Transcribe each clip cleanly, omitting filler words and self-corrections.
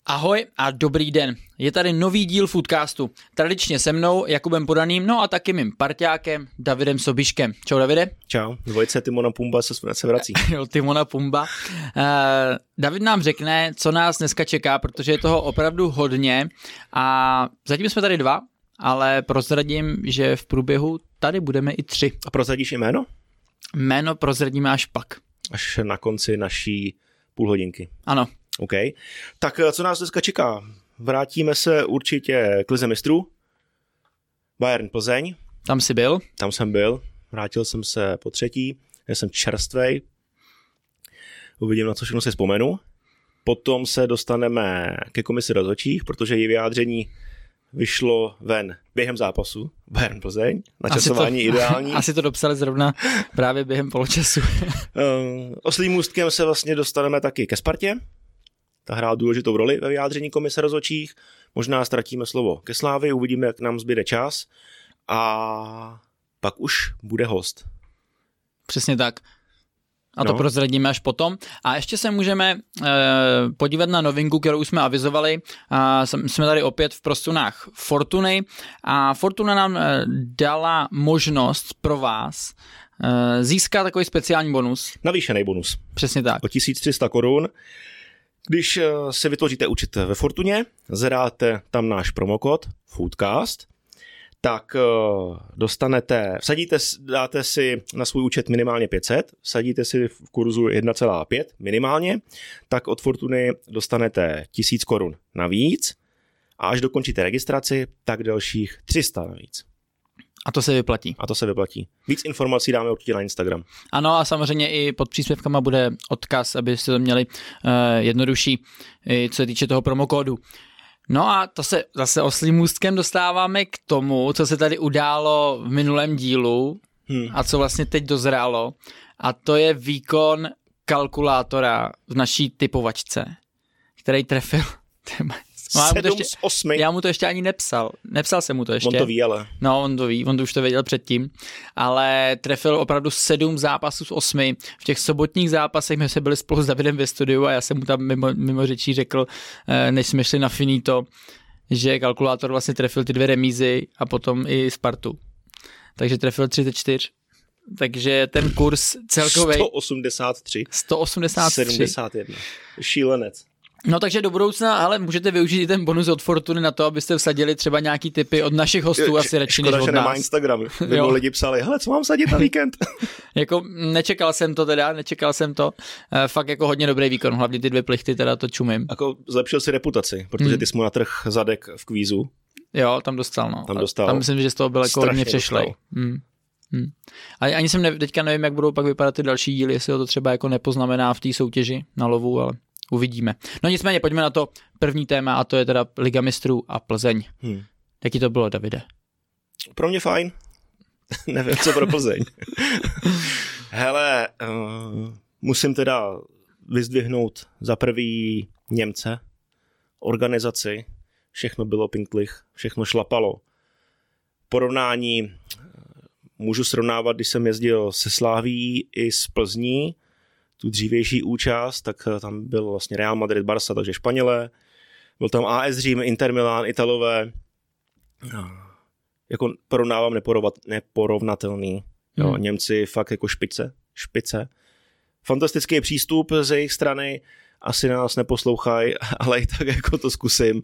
Ahoj a dobrý den. Je tady nový díl Foodcastu. Tradičně se mnou, Jakubem Podaným, no a taky mým parťákem Davidem Sobiškem. Čau Davide. Čau, dvojice Timona Pumba se vrací. Jo, Timona Pumba. David nám řekne, co nás dneska čeká, protože je toho opravdu hodně a zatím jsme tady dva, ale prozradím, že v průběhu tady budeme i 3. A prozradíš jméno? Jméno prozradíme až pak. Až na konci naší půlhodinky. Ano. OK. Tak co nás dneska čeká? Vrátíme se určitě k lize mistrů. Bayern Plzeň. Tam jsi byl? Tam jsem byl. Vrátil jsem se po 3. Já jsem čerstvej. Uvidím, na co všechno si vzpomenu. Potom se dostaneme ke komisi rozhodčích, protože její vyjádření vyšlo ven během zápasu. Bayern Plzeň. Načasování ideální. Asi to dopsali zrovna právě během poločasu. Oslým můstkem se vlastně dostaneme taky ke Spartě. Ta hrála důležitou roli ve vyjádření komise rozhodčích. Možná ztratíme slovo ke Slávii, uvidíme, jak nám zbyde čas. A pak už bude host. Přesně tak. A to prozradíme až potom. A ještě se můžeme podívat na novinku, kterou jsme avizovali. Jsme tady opět v prostorách Fortuny. A Fortuna nám dala možnost pro vás získat takový speciální bonus. Navýšený bonus. Přesně tak. O 1300 korun. Když si vytvoříte účet ve Fortuně, zadáte tam náš promokód Foodcast, tak dáte si na svůj účet minimálně 500, vsadíte si v kurzu 1,5 minimálně, tak od Fortuny dostanete 1000 korun navíc a až dokončíte registraci, tak dalších 300 navíc. A to se vyplatí. Víc informací dáme určitě na Instagram. Ano a samozřejmě i pod příspěvkama bude odkaz, abyste to měli jednodušší, co se týče toho promokódu. No a to se zase oslím můstkem dostáváme k tomu, co se tady událo v minulém dílu a co vlastně teď dozrálo. A to je výkon kalkulátora v naší typovačce, který trefil 7 z 8. Já mu to ještě ani nepsal. Nepsal jsem mu to ještě. On to ví, ale. No, on to ví, on to už to věděl předtím. Ale trefil opravdu 7 zápasů z 8. V těch sobotních zápasech my jsme byli spolu s Davidem ve studiu a já jsem mu tam mimo řečí řekl, než jsme šli na finito, že kalkulátor vlastně trefil ty 2 remízy a potom i Spartu. Takže trefil 34. Takže ten kurz celkovej 183. 71. Šílenec. No takže do budoucna, ale můžete využít i ten bonus od Fortuny na to, abyste vsadili třeba nějaký tipy od našich hostů, asi radši než od nás. Škoda, že nemá Instagram, by mu lidi psali, hele, co mám sadit na víkend? Jako nečekal jsem to, fakt jako hodně dobrý výkon, hlavně ty 2 plichty, teda to čumím. Jako zlepšil si reputaci, protože ty jsi mu natrh zadek v kvízu. Jo, tam dostal, no. Tam myslím, že z toho byl jako hodně přešlej. A ani jsem teďka nevím, jak budou pak vypadat ty další díly, jestli ho to třeba jako nepoznamená v té soutěži na lovu, ale uvidíme. No nicméně, pojďme na to první téma a to je teda Liga mistrů a Plzeň. Jaký to bylo, Davide? Pro mě fajn. Nevím, co pro Plzeň. Hele, musím teda vyzdvihnout za prvý Němce, organizaci, všechno bylo pinklich, všechno šlapalo. Porovnání můžu srovnávat, když jsem jezdil se Sláví i s Plzní, tu dřívější účast, tak tam byl vlastně Real Madrid, Barca, takže Španělé. Byl tam AS Řím, Inter Milan, Italové. Jako porovnávám neporovnatelný. Jo, Němci fakt jako špice. Fantastický přístup ze jejich strany. Asi nás neposlouchají, ale i tak jako to zkusím.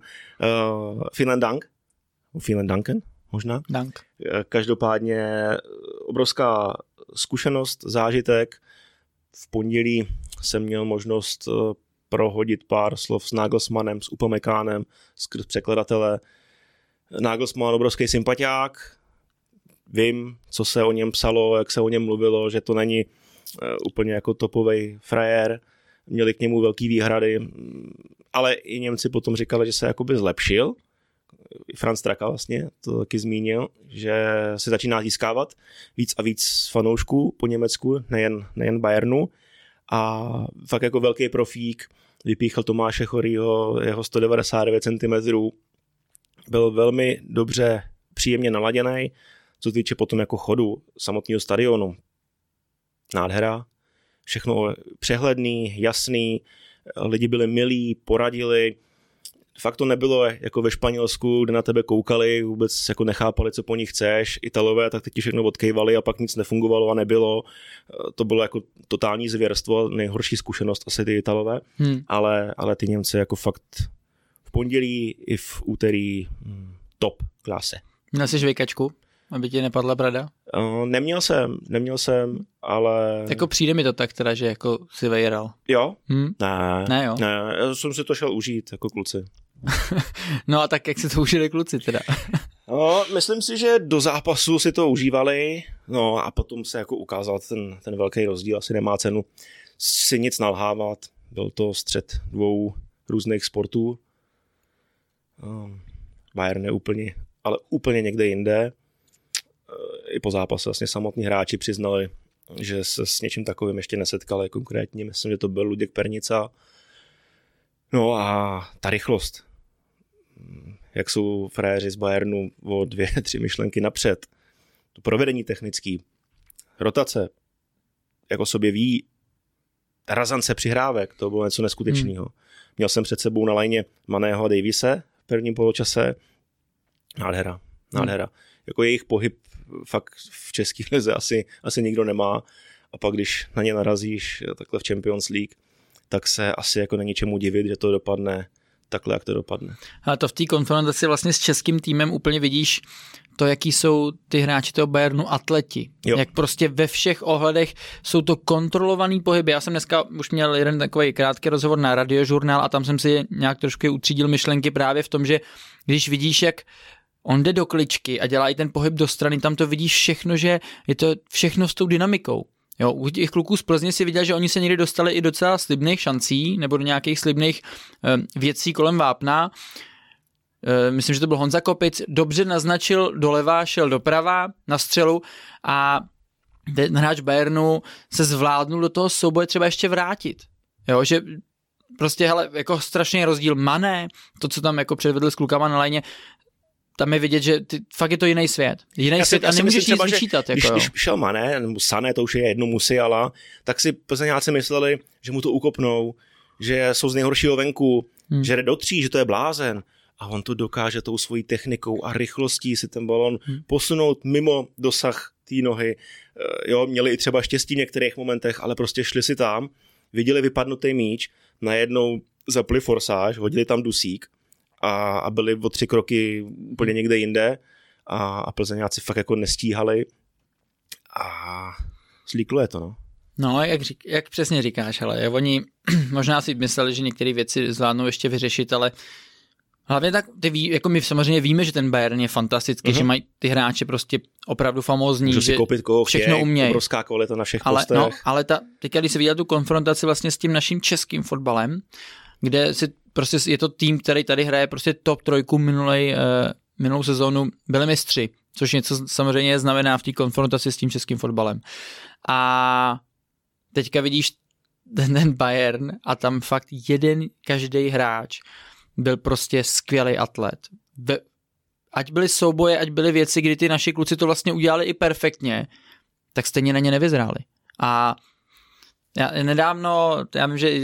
Finlandanken možná. Dank. Každopádně obrovská zkušenost, zážitek. V pondělí jsem měl možnost prohodit pár slov s Nagelsmannem, s Upamekánem, skrz překladatele. Nagelsmann obrovský sympatiák. Vím, co se o něm psalo, jak se o něm mluvilo, že to není úplně jako topovej frajer. Měli k němu velký výhrady, ale i Němci potom říkali, že se jakoby zlepšil. Franz Straka vlastně to taky zmínil, že se začíná získávat víc a víc fanoušků po Německu, nejen Bayernu. A fakt jako velký profík, vypíchl Tomáše Chorýho, jeho 199 cm. Byl velmi dobře, příjemně naladěný, co týče potom jako chodu samotného stadionu. Nádhera, všechno přehledný, jasný, lidi byli milí, poradili. Fakt to nebylo jako ve Španělsku, kde na tebe koukali, vůbec jako nechápali, co po nich chceš. Italové tak teď ti všechno odkejvali a pak nic nefungovalo a nebylo. To bylo jako totální zvěrstvo, nejhorší zkušenost asi ty Italové, ale ty Němci jako fakt v pondělí i v úterý top klase. Měl jsi žvejkačku, aby ti nepadla brada? Neměl jsem, ale... Jako přijde mi to tak teda, že jako si vejral. Jo? Ne, jo. Ne, já jsem si to šel užít jako kluci. No a tak jak si to užili kluci teda? No, myslím si, že do zápasu si to užívali, no a potom se jako ukázal ten velký rozdíl, asi nemá cenu si nic nalhávat. Byl to střet dvou různých sportů. Bayern je úplně někde jinde. I po zápase vlastně samotní hráči přiznali, že se s něčím takovým ještě nesetkali konkrétně. Myslím, že to byl Luděk Pernica. No a ta rychlost. Jak jsou fréři z Bayernu o 2-3 myšlenky napřed. To provedení technický. Rotace. Jako sobě ví. Razance přihrávek. To bylo něco neskutečného. Měl jsem před sebou na lajně Maného a Davise v prvním poločase. Nádhera. Jako jejich pohyb fakt v české lize asi nikdo nemá. A pak, když na ně narazíš takhle v Champions League, tak se asi jako není čemu divit, že to dopadne takhle, jak to dopadne. A to v té konfrontaci vlastně s českým týmem úplně vidíš to, jaký jsou ty hráči toho Bayernu atleti. Jo. Jak prostě ve všech ohledech jsou to kontrolovaný pohyby. Já jsem dneska už měl jeden takový krátký rozhovor na Radiožurnál a tam jsem si nějak trošku utřídil myšlenky právě v tom, že když vidíš, jak on jde do kličky a dělá i ten pohyb do strany, tam to vidíš všechno, že je to všechno s tou dynamikou. Jo, u těch kluků z Plzně si viděl, že oni se někdy dostali i docela slibných šancí nebo do nějakých slibných věcí kolem vápna. Myslím, že to byl Honza Kopic, dobře naznačil doleva, šel doprava na střelu a ten hráč Bayernu se zvládnul do toho souboje třeba ještě vrátit. Jo, že prostě hele, jako strašný rozdíl. Mané, to, co tam jako předvedl s klukama na lajně, tam je vidět, že fakt je to jiný svět. Jiný svět a nemůžeš nic vyčítat. Když šel Mané, nebo Sané, to už je jedno musiala, tak si Plzeňáci mysleli, že mu to ukopnou, že jsou z nejhoršího venku, že jde do tří, že to je blázen. A on to dokáže tou svojí technikou a rychlostí si ten balon posunout mimo dosah té nohy. Jo, měli i třeba štěstí v některých momentech, ale prostě šli si tam, viděli vypadnutý míč, najednou zapli forsáž, hodili tam dusík a byli o 3 kroky úplně někde jinde a Plzeňáci fakt jako nestíhali a slíklo je to, no. No, jak přesně říkáš, ale oni možná si mysleli, že některé věci zvládnou ještě vyřešit, ale hlavně tak, jako my samozřejmě víme, že ten Bayern je fantastický, že mají ty hráče prostě opravdu famózní, že všechno umějí. Obrovská kvalita na všech postech. No, ale teď, když se viděl tu konfrontaci vlastně s tím naším českým fotbalem, kde si prostě je to tým, který tady hraje prostě top 3 minulou sezónu, byli mistři, což něco samozřejmě znamená v té konfrontaci s tím českým fotbalem. A teďka vidíš ten Bayern a tam fakt každý hráč byl prostě skvělý atlet. Ať byly souboje, ať byly věci, kdy ty naši kluci to vlastně udělali i perfektně, tak stejně na ně nevyzráli. A já vím, že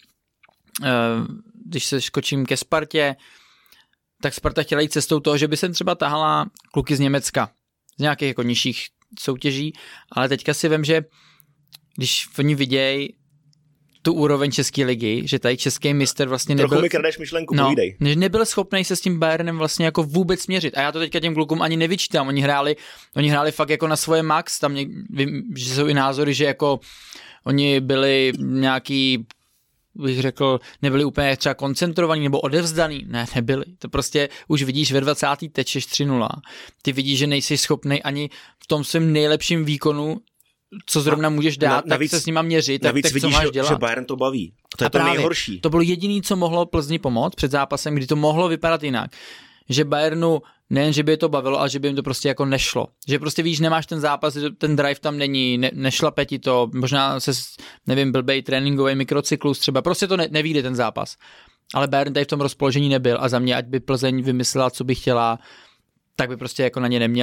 když se skočím ke Spartě, tak Sparta chtěla jít cestou toho, že by se třeba tahala kluky z Německa, z nějakých jako nižších soutěží, ale teďka si vím, že když oni vidějí tu úroveň české ligy, že tady český mistr vlastně nebyl... Trochu mi kradeš myšlenku, povídej. Nebyl schopný se s tím Bayernem vlastně jako vůbec měřit. A já to teďka těm klukům ani nevyčítám. Oni hráli fakt jako na svoje max. Tam vím, že jsou i názory, že jako oni byli nějaký, bych řekl, nebyli úplně třeba koncentrovaní nebo odevzdaný. Ne, nebyli. To prostě už vidíš ve 20. tečeš 3-0. Ty vidíš, že nejsi schopný ani v tom svém nejlepším výkonu, co zrovna můžeš dát, navíc, tak se s nima měřit, tak vidíš, co máš dělat. Že Bayern to baví. To je to nejhorší. To bylo jediné, co mohlo Plzni pomoct před zápasem, kdy to mohlo vypadat jinak. Že Bayernu nejen, že by je to bavilo, ale že by jim to prostě jako nešlo. Že prostě víš, nemáš ten zápas, ten drive tam není, nešlape ti to, možná se, nevím, blbej tréninkový mikrocyklus třeba, prostě to nevyjde ten zápas. Ale Bayern tady v tom rozpoložení nebyl a za mě, ať by Plzeň vymyslela, co by chtěla, tak by prostě jako na ně neměla.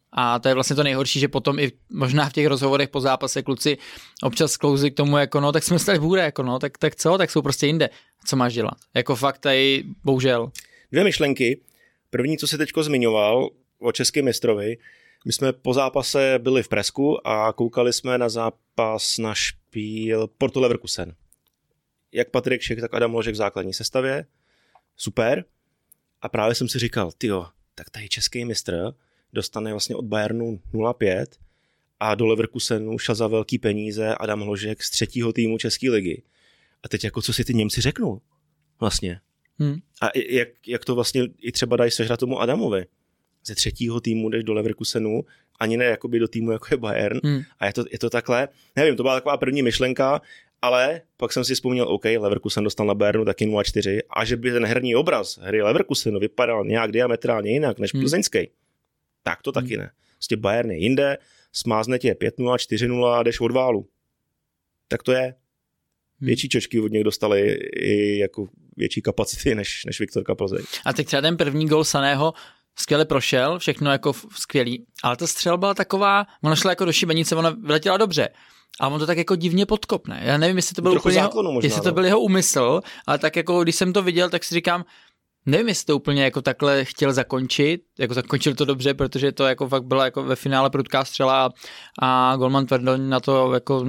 A to je vlastně to nejhorší, že potom i možná v těch rozhovorech po zápase kluci občas sklouzí k tomu, jako no, tak jsme stali bude, jako no, tak co, tak jsou prostě jinde. Co máš dělat? Jako fakt tady, bohužel. 2 myšlenky. První, co jsi teďko zmiňoval o českém mistrovi, my jsme po zápase byli v Presku a koukali jsme na zápas na Špíl Porto Leverkusen. Jak Patrik Šek, tak Adam Ložek v základní sestavě. Super. A právě jsem si říkal, tyjo, tak tady český mistr dostane vlastně od Bayernu 0,5 a do Leverkusenu šel za velký peníze Adam Hložek z 3. týmu České ligy. A teď jako co si ty Němci řeknou vlastně. A jak to vlastně i třeba dají sežrat tomu Adamovi. Ze 3. týmu jdeš do Leverkusenu, ani ne jakoby do týmu jako je Bayern. A je to takhle, nevím, to byla taková první myšlenka, ale pak jsem si vzpomněl, OK, Leverkusen dostal na Bayernu taky 0,4 a že by ten herní obraz hry Leverkusenu vypadal nějak diametrálně jinak než plzeňský. Tak to taky ne. Prostě Bayern je jinde, smázne tě 5-0, 4-0 a jdeš od válu. Tak to je. Větší čočky od něch dostali i jako větší kapacity než Viktorka Plzeň. A teď třeba ten první gol Saného skvěle prošel, všechno jako skvělý, ale ta střela byla taková, ona šla jako do šibenice, ona vyletěla dobře. A on to tak jako divně podkopne. Já nevím, jestli to byl úplně jestli to byl jeho úmysl, ale tak jako když jsem to viděl, tak si říkám, nevím, jestli to úplně jako takhle chtěl zakončit, jako zakončil to dobře, protože to jako fakt byla jako ve finále prudká střela a golman Tvrdon na to jako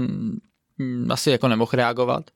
asi jako nemohl reagovat,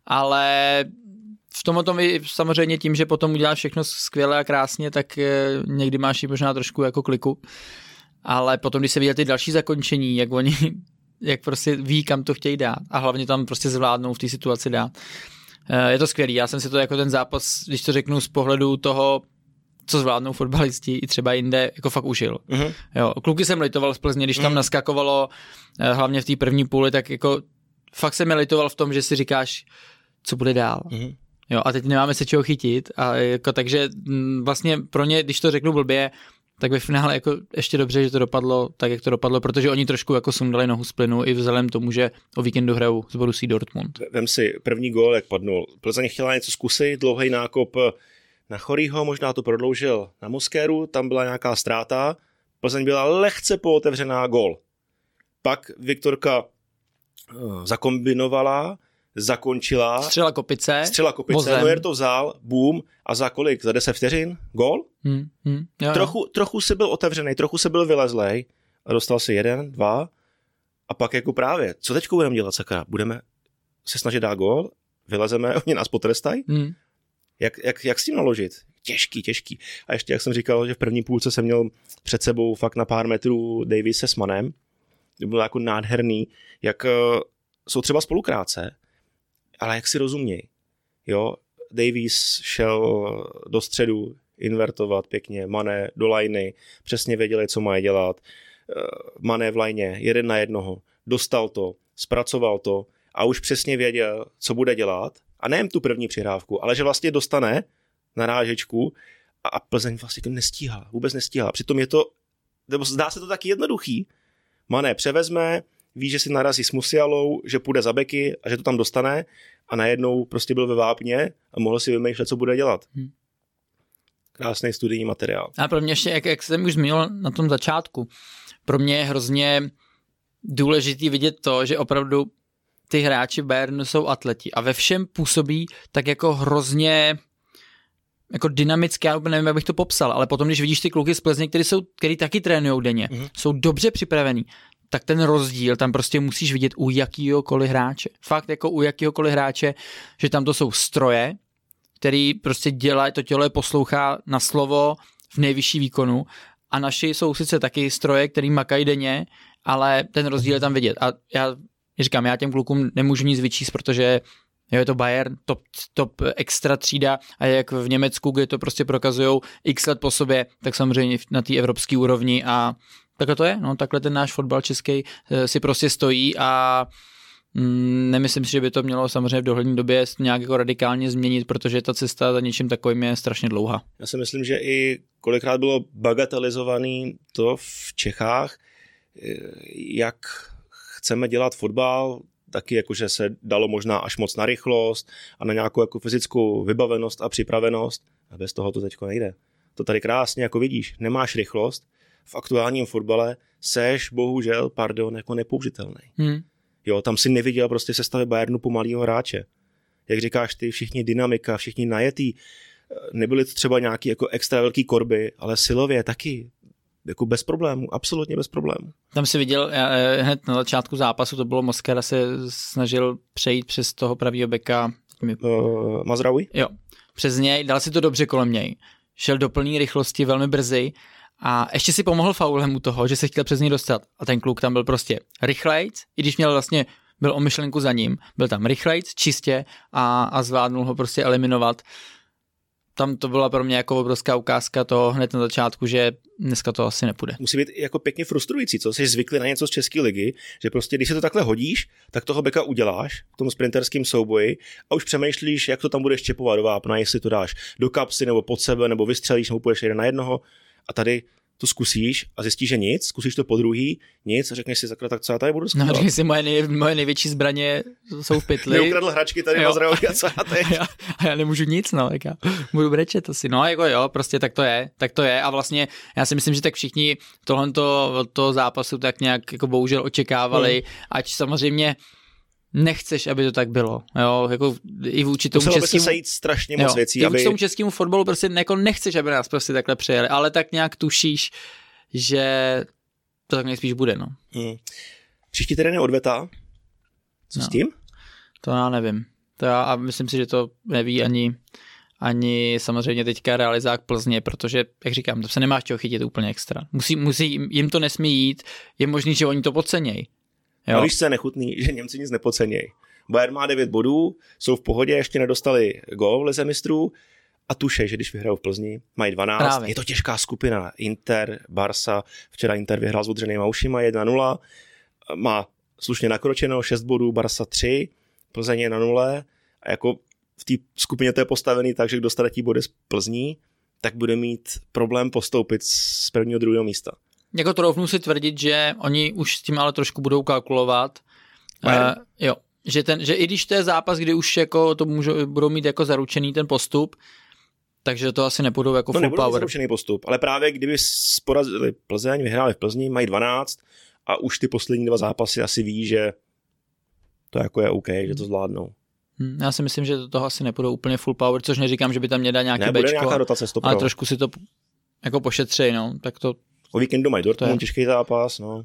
ale v tomto i samozřejmě tím, že potom uděláš všechno skvěle a krásně, tak někdy máš i možná trošku jako kliku, ale potom, když se viděl ty další zakončení, jak oni jak prostě ví, kam to chtějí dát a hlavně tam prostě zvládnou v té situaci dát. Je to skvělý, já jsem si to jako ten zápas, když to řeknu z pohledu toho, co zvládnou fotbalisti i třeba jinde, jako fakt užil. Jo, kluky jsem litoval z Plzně, když tam naskakovalo, hlavně v té první půli, tak jako fakt jsem je litoval v tom, že si říkáš, co bude dál. Jo, a teď nemáme se čeho chytit a jako, takže vlastně pro ně, když to řeknu blbě, tak ve finále jako ještě dobře, že to dopadlo tak, jak to dopadlo, protože oni trošku jako sundali nohu z plynu i vzhledem tomu, že o víkendu hrajou s Borussí Dortmund. Vem si první gól, jak padnul. Plzeň chtěla něco zkusit, dlouhý nákop na Chorýho, možná to prodloužil na Moskéru, tam byla nějaká ztráta, Plzeň byla lehce pootevřená, gól. Pak Viktorka zakombinovala, zakončila. Střela kopice. Neuer to vzal, boom, a za kolik? Za 10 vteřin? Gól? Trochu se byl otevřený, trochu se byl vylezlej a dostal si 1, 2 a pak jako právě, co teďko budeme dělat, sakra? Budeme se snažit dát gól? Vylezeme, oni nás potrestají? Jak s tím naložit? Těžký. A ještě, jak jsem říkal, že v první půlce jsem měl před sebou fakt na pár metrů Davise s Manem. To bylo jako nádherný, jak jsou třeba spolupráce, ale jak si rozumějí. Jo, Davies šel do středu invertovat pěkně, Mané do lajny, přesně věděli, co mají dělat. Mané v lajně, 1 na 1, dostal to, zpracoval to a už přesně věděl, co bude dělat. A nejen tu první přihrávku, ale že vlastně dostane narážečku a Plzeň vlastně nestíhala, vůbec nestíhala. Přitom je to, nebo zdá se to taky jednoduchý. Mané převezme, ví, že si narazí s Musialou, že půjde za beky a že to tam dostane a najednou prostě byl ve vápně a mohl si vymýšlet, co bude dělat. Krásný studijní materiál. A pro mě ještě, jak jsem už zmínil na tom začátku, pro mě je hrozně důležitý vidět to, že opravdu ty hráči Bayernu jsou atleti a ve všem působí tak jako hrozně jako dynamicky, já úplně nevím, jak bych to popsal, ale potom, když vidíš ty kluky z Plzně, který taky trénujou denně, jsou dobře připravený, tak ten rozdíl tam prostě musíš vidět u jakýhokoliv hráče. Fakt jako u jakýhokoliv hráče, že tam to jsou stroje, který prostě dělají, to tělo je poslouchá na slovo v nejvyšší výkonu a naši jsou sice taky stroje, který makají denně, ale ten rozdíl je tam vidět. A já těm klukům nemůžu nic vyčíst, protože je to Bayern, top extra třída a jak v Německu, kde to prostě prokazujou x let po sobě, tak samozřejmě na té evropské úrovni a takhle to je, no takhle ten náš fotbal český si prostě stojí a nemyslím si, že by to mělo samozřejmě v dohledné době nějak jako radikálně změnit, protože ta cesta za něčím takovým je strašně dlouhá. Já si myslím, že i kolikrát bylo bagatelizovaný to v Čechách, jak chceme dělat fotbal, taky jakože se dalo možná až moc na rychlost a na nějakou jako fyzickou vybavenost a připravenost a bez toho to teďko nejde. To tady krásně jako vidíš, nemáš rychlost, v aktuálním fotbale seš bohužel, jako nepoužitelný. Jo, tam si neviděl prostě sestavy Bayernu pomalýho hráče. Jak říkáš ty, všichni dynamika, všichni najetý, nebyly to třeba nějaký jako extra velký korby, ale silově taky jako bez problémů, absolutně bez problémů. Tam si viděl hned na začátku zápasu, to bylo Mosquera se snažil přejít přes toho pravýho beka. Mazraoui? Jo, přes něj, dal si to dobře kolem něj. Šel do plné rychlosti velmi brzy a ještě si pomohl faulem u toho, že se chtěl přes něj dostat. A ten kluk tam byl prostě rychlejc, i když byl o myšlenku za ním, byl tam rychlejc, čistě a zvládnul ho prostě eliminovat. Tam to byla pro mě jako obrovská ukázka toho hned na začátku, že dneska to asi nepůjde. Musí být jako pěkně frustrující, co? Jsi zvyklý na něco z české ligy, že prostě když se to takhle hodíš, tak toho beka uděláš v tom sprinterském souboji a už přemýšlíš, jak to tam budeš čepovat do vápna, jestli to dáš do kapsy nebo pod sebe, nebo vystřelíš, nebo půjdeš jeden na jednoho a tady to zkusíš a zjistíš, že nic, zkusíš to podruhý, nic a řekneš si tak co já tady budu zkoumat. No, řekni si, moje největší zbraně jsou v pytli. Neukradl hračky tady Mazraoui a co já teď? Já nemůžu nic, no, tak já budu brečet asi. No, jako jo, prostě tak to je a vlastně já si myslím, že tak všichni toho zápasu tak nějak jako bohužel očekávali, ať samozřejmě nechceš, aby to tak bylo. Jo, jako i vůči tomu českému... Muselo by se sejít strašně moc věcí, aby... tomu českému fotbalu prostě jako nechceš, aby nás prostě takhle přejeli, ale tak nějak tušíš, že to tak nejspíš bude, no. Příští týden je odveta. Co s tím? To já nevím. A myslím si, že to neví ani samozřejmě teďka realizák Plzně, protože, jak říkám, to se nemá čeho chytit úplně extra. Jim to nesmí jít, je možný, že oni to podcenějí. A víš, co je nechutný, že Němci nic nepodcenějí. Bayern má 9 bodů, jsou v pohodě, ještě nedostali gól v lize mistrů a tušej, že když vyhrajou v Plzni, mají 12. Právě. Je to těžká skupina. Inter, Barsa, včera Inter vyhrál s odřenýma ušima 1-0, má slušně nakročeno 6 bodů, Barsa 3, Plzeň 1-0 a jako v té skupině to je postavený tak, že kdo ztratí body z Plzní, tak bude mít problém postoupit z prvního, druhého místa. Jako troufnu si tvrdit, že oni už s tím ale trošku budou kalkulovat. Jo, že i když to je zápas, kdy už jako to budou mít jako zaručený ten postup, takže to asi nepůjdou jako full power. Zaručený postup, ale právě kdyby porazili Plzeň, vyhráli v Plzni, mají 12 a už ty poslední 2 zápasy asi ví, že to jako je OK, že to zvládnou. Já si myslím, že do toho asi nepůjdou úplně full power, což neříkám, že by tam měl nějaký Nebude bečko, nějaká rotace, ale trošku si to jako pošetřej, no, tak to... O víkendu mají Dortmund, těžký zápas, no.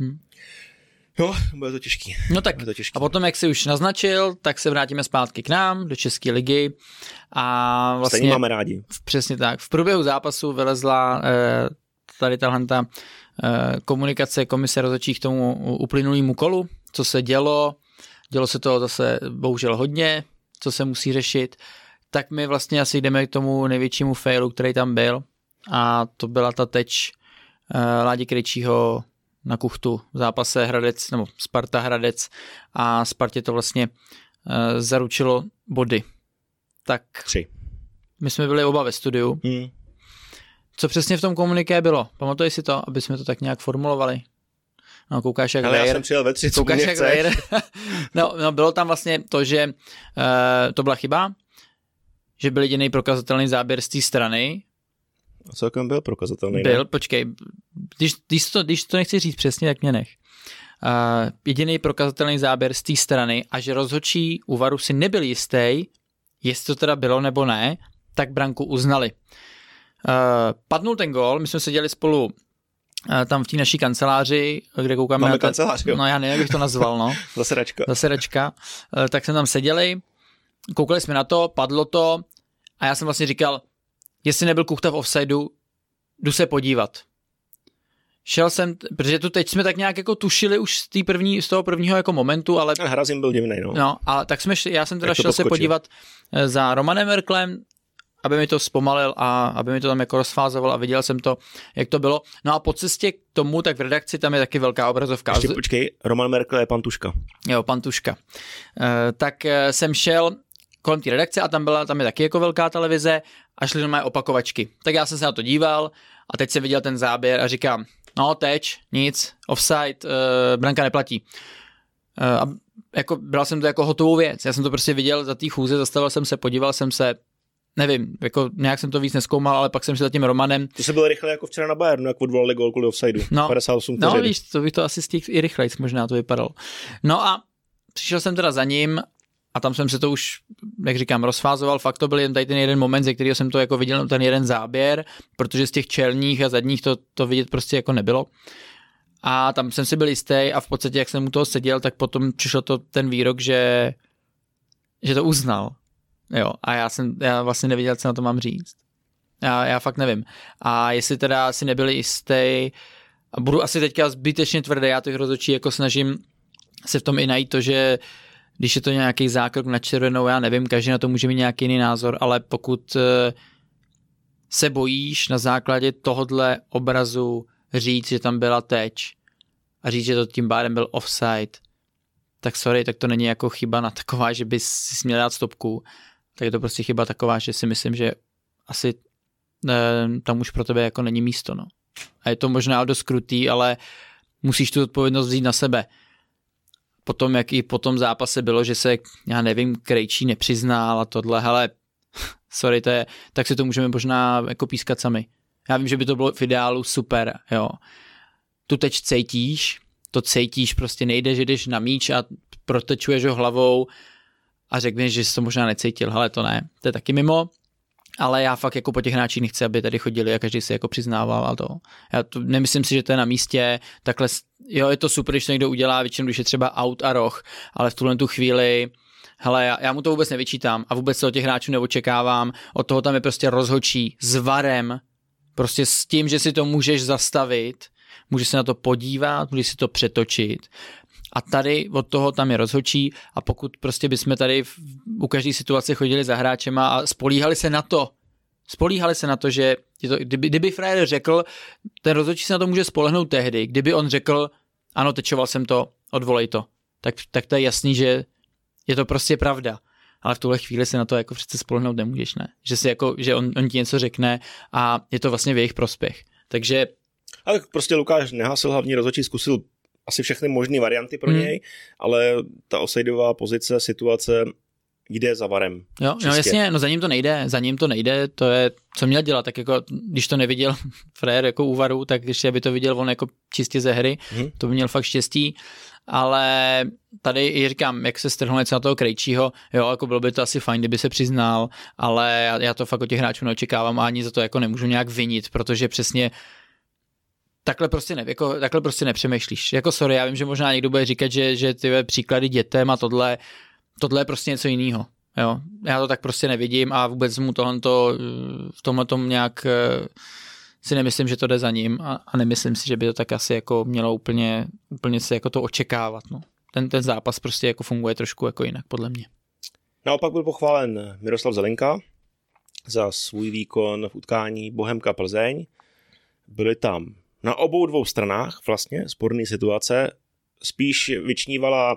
Jo, bude to těžký. No tak a potom, jak jsi už naznačil, tak se vrátíme zpátky k nám, do České ligy a vlastně... Stejně máme rádi. Přesně tak. V průběhu zápasu vylezla tady tahle komunikace komise rozhodčích k tomu uplynulému kolu, co se dělo se toho zase bohužel hodně, co se musí řešit, tak my vlastně asi jdeme k tomu největšímu failu, který tam byl a to byla ta teč Ládi Krejčího na Kuchtu v zápase Hradec, nebo Sparta Hradec a Spartě to vlastně zaručilo body. Tak 3. My jsme byli oba ve studiu. Co přesně v tom komuniké bylo? Pamatuješ si to, aby jsme to tak nějak formulovali? No, koukáš jak já jsem přijel ve 3, co koukáš mě jak chceš. No, bylo tam vlastně to, že to byla chyba, že byl jediný prokazatelný záběr z té strany. A celkem byl prokazatelný. Byl, počkej, když to nechci říct přesně, tak mě nech. Jediný prokazatelný záběr z té strany a že rozhodčí u VARu si nebyl jistý, jestli to teda bylo nebo ne, tak branku uznali. Padnul ten gól, my jsme seděli spolu tam v té naší kanceláři, kde koukáme... Máme kancelář, jo. No já nevím, jak bych to nazval, no. Zasedačka. Tak jsme tam seděli, koukali jsme na to, padlo to a já jsem vlastně říkal, jestli nebyl Kuchta v offsideu, jdu se podívat. Šel jsem, protože tu teď jsme tak nějak jako tušili už z toho prvního jako momentu, ale... Hrazím byl divnej, no. No, a tak já jsem teda šel se podívat za Romanem Merklem, aby mi to zpomalil a aby mi to tam jako rozfázoval a viděl jsem to, jak to bylo. No a po cestě k tomu, tak v redakci tam je taky velká obrazovka. Ještě počkej, Roman Merkel je pan Tuška. Jo, pan Tuška. Tak jsem šel kolem té redakce a tam je taky jako velká televize a šli normálně opakovačky. Tak já jsem se na to díval a teď jsem viděl ten záběr a říkám, no teď, nic, offside, branka neplatí. A jako bral jsem to jako hotovou věc. Já jsem to prostě viděl za té chůze, zastavil jsem se, podíval jsem se, nevím, jako nějak jsem to víc nezkoumal, ale pak jsem si za tím Romanem. To se bylo rychle jako včera na Bayernu, jak odvolali gól kvůli offsideu. 58 vteřin. No víš, to bych to asi stihl i rychlejc, možná to vypadalo. No a přišel jsem teda za ním a tam jsem se to už, jak říkám, rozfázoval. Fakt to byl jen tady ten jeden moment, ze kterého jsem to jako viděl, ten jeden záběr, protože z těch čelních a zadních to vidět prostě jako nebylo. A tam jsem si byl jistý a v podstatě, jak jsem u toho seděl, tak potom přišel ten výrok, že to uznal. Jo, a já vlastně nevěděl, co na to mám říct. Já fakt nevím. A jestli teda si nebyli jistý, a budu asi teďka zbytečně tvrdý, já těch rozhodčí jako snažím se v tom i najít to, že když je to nějaký zákrok na červenou, já nevím, každý na to může mít nějaký jiný názor, ale pokud se bojíš na základě tohodle obrazu říct, že tam byla teč a říct, že to tím pádem byl offside, tak sorry, tak to není jako chyba na taková, že bys si měl dát stopku, tak je to prostě chyba taková, že si myslím, že asi tam už pro tebe jako není místo, no. A je to možná dost krutý, ale musíš tu odpovědnost vzít na sebe. Potom, jak i po tom zápase bylo, že se, já nevím, Krejčí nepřiznal a tohle, hele, sorry, tak si to můžeme možná jako pískat sami. Já vím, že by to bylo v ideálu super, jo. Tu teď cítíš, prostě nejde, že jdeš na míč a protečuješ ho hlavou a řekneš, že jsi to možná necítil, hele, to ne, to je taky mimo, ale já fakt jako po těch hráčích nechci, aby tady chodili a každý si jako přiznával a to. Já to nemyslím si, že to je na místě, takhle, jo, je to super, když to někdo udělá, většinou, když je třeba out a roh, ale v tuhle tu chvíli, hele, já mu to vůbec nevyčítám a vůbec se od těch hráčů neočekávám, od toho tam je prostě rozhodčí s VARem, prostě s tím, že si to můžeš zastavit, můžeš se na to podívat, můžeš si to přetočit. A tady od toho tam je rozhodčí a pokud prostě bychom tady u každé situace chodili za hráčema a spolíhali se na to, že kdyby frajer řekl, ten rozhodčí se na to může spolehnout tehdy, kdyby on řekl, ano, tečoval jsem to, odvolej to, tak to je jasný, že je to prostě pravda. Ale v tuhle chvíli se na to jako přece spolehnout nemůžeš, ne? Že on ti něco řekne a je to vlastně v jejich prospěch. Takže... Ale prostě Lukáš Nehasil, hlavní rozhodčí, zkusil asi všechny možné varianty pro něj, ale ta offsideová pozice, situace jde za VARem. Jo, no jasně, no za ním to nejde, to je, co měl dělat, tak jako, když to neviděl frajer jako u VARu, tak ještě by to viděl on jako čistě ze hry, to by měl fakt štěstí, ale tady říkám, jak se strhnul něco na toho Krejčího, jo, jako bylo by to asi fajn, kdyby se přiznal, ale já to fakt od těch hráčů neočekávám a ani za to jako nemůžu nějak vinit, protože přesně takhle prostě nepřemýšlíš. Jako sorry, já vím, že možná někdo bude říkat, že ty příklady dětem a tohle je prostě něco jiného. Jo? Já to tak prostě nevidím a vůbec mu v tomhletom nějak si nemyslím, že to jde za ním a nemyslím si, že by to tak asi jako mělo úplně se jako to očekávat. No. Ten zápas prostě jako funguje trošku jako jinak, podle mě. Naopak byl pochválen Miroslav Zelenka za svůj výkon v utkání Bohemka Plzeň. Byly tam na obou dvou stranách vlastně sporné situace. Spíš vyčnívala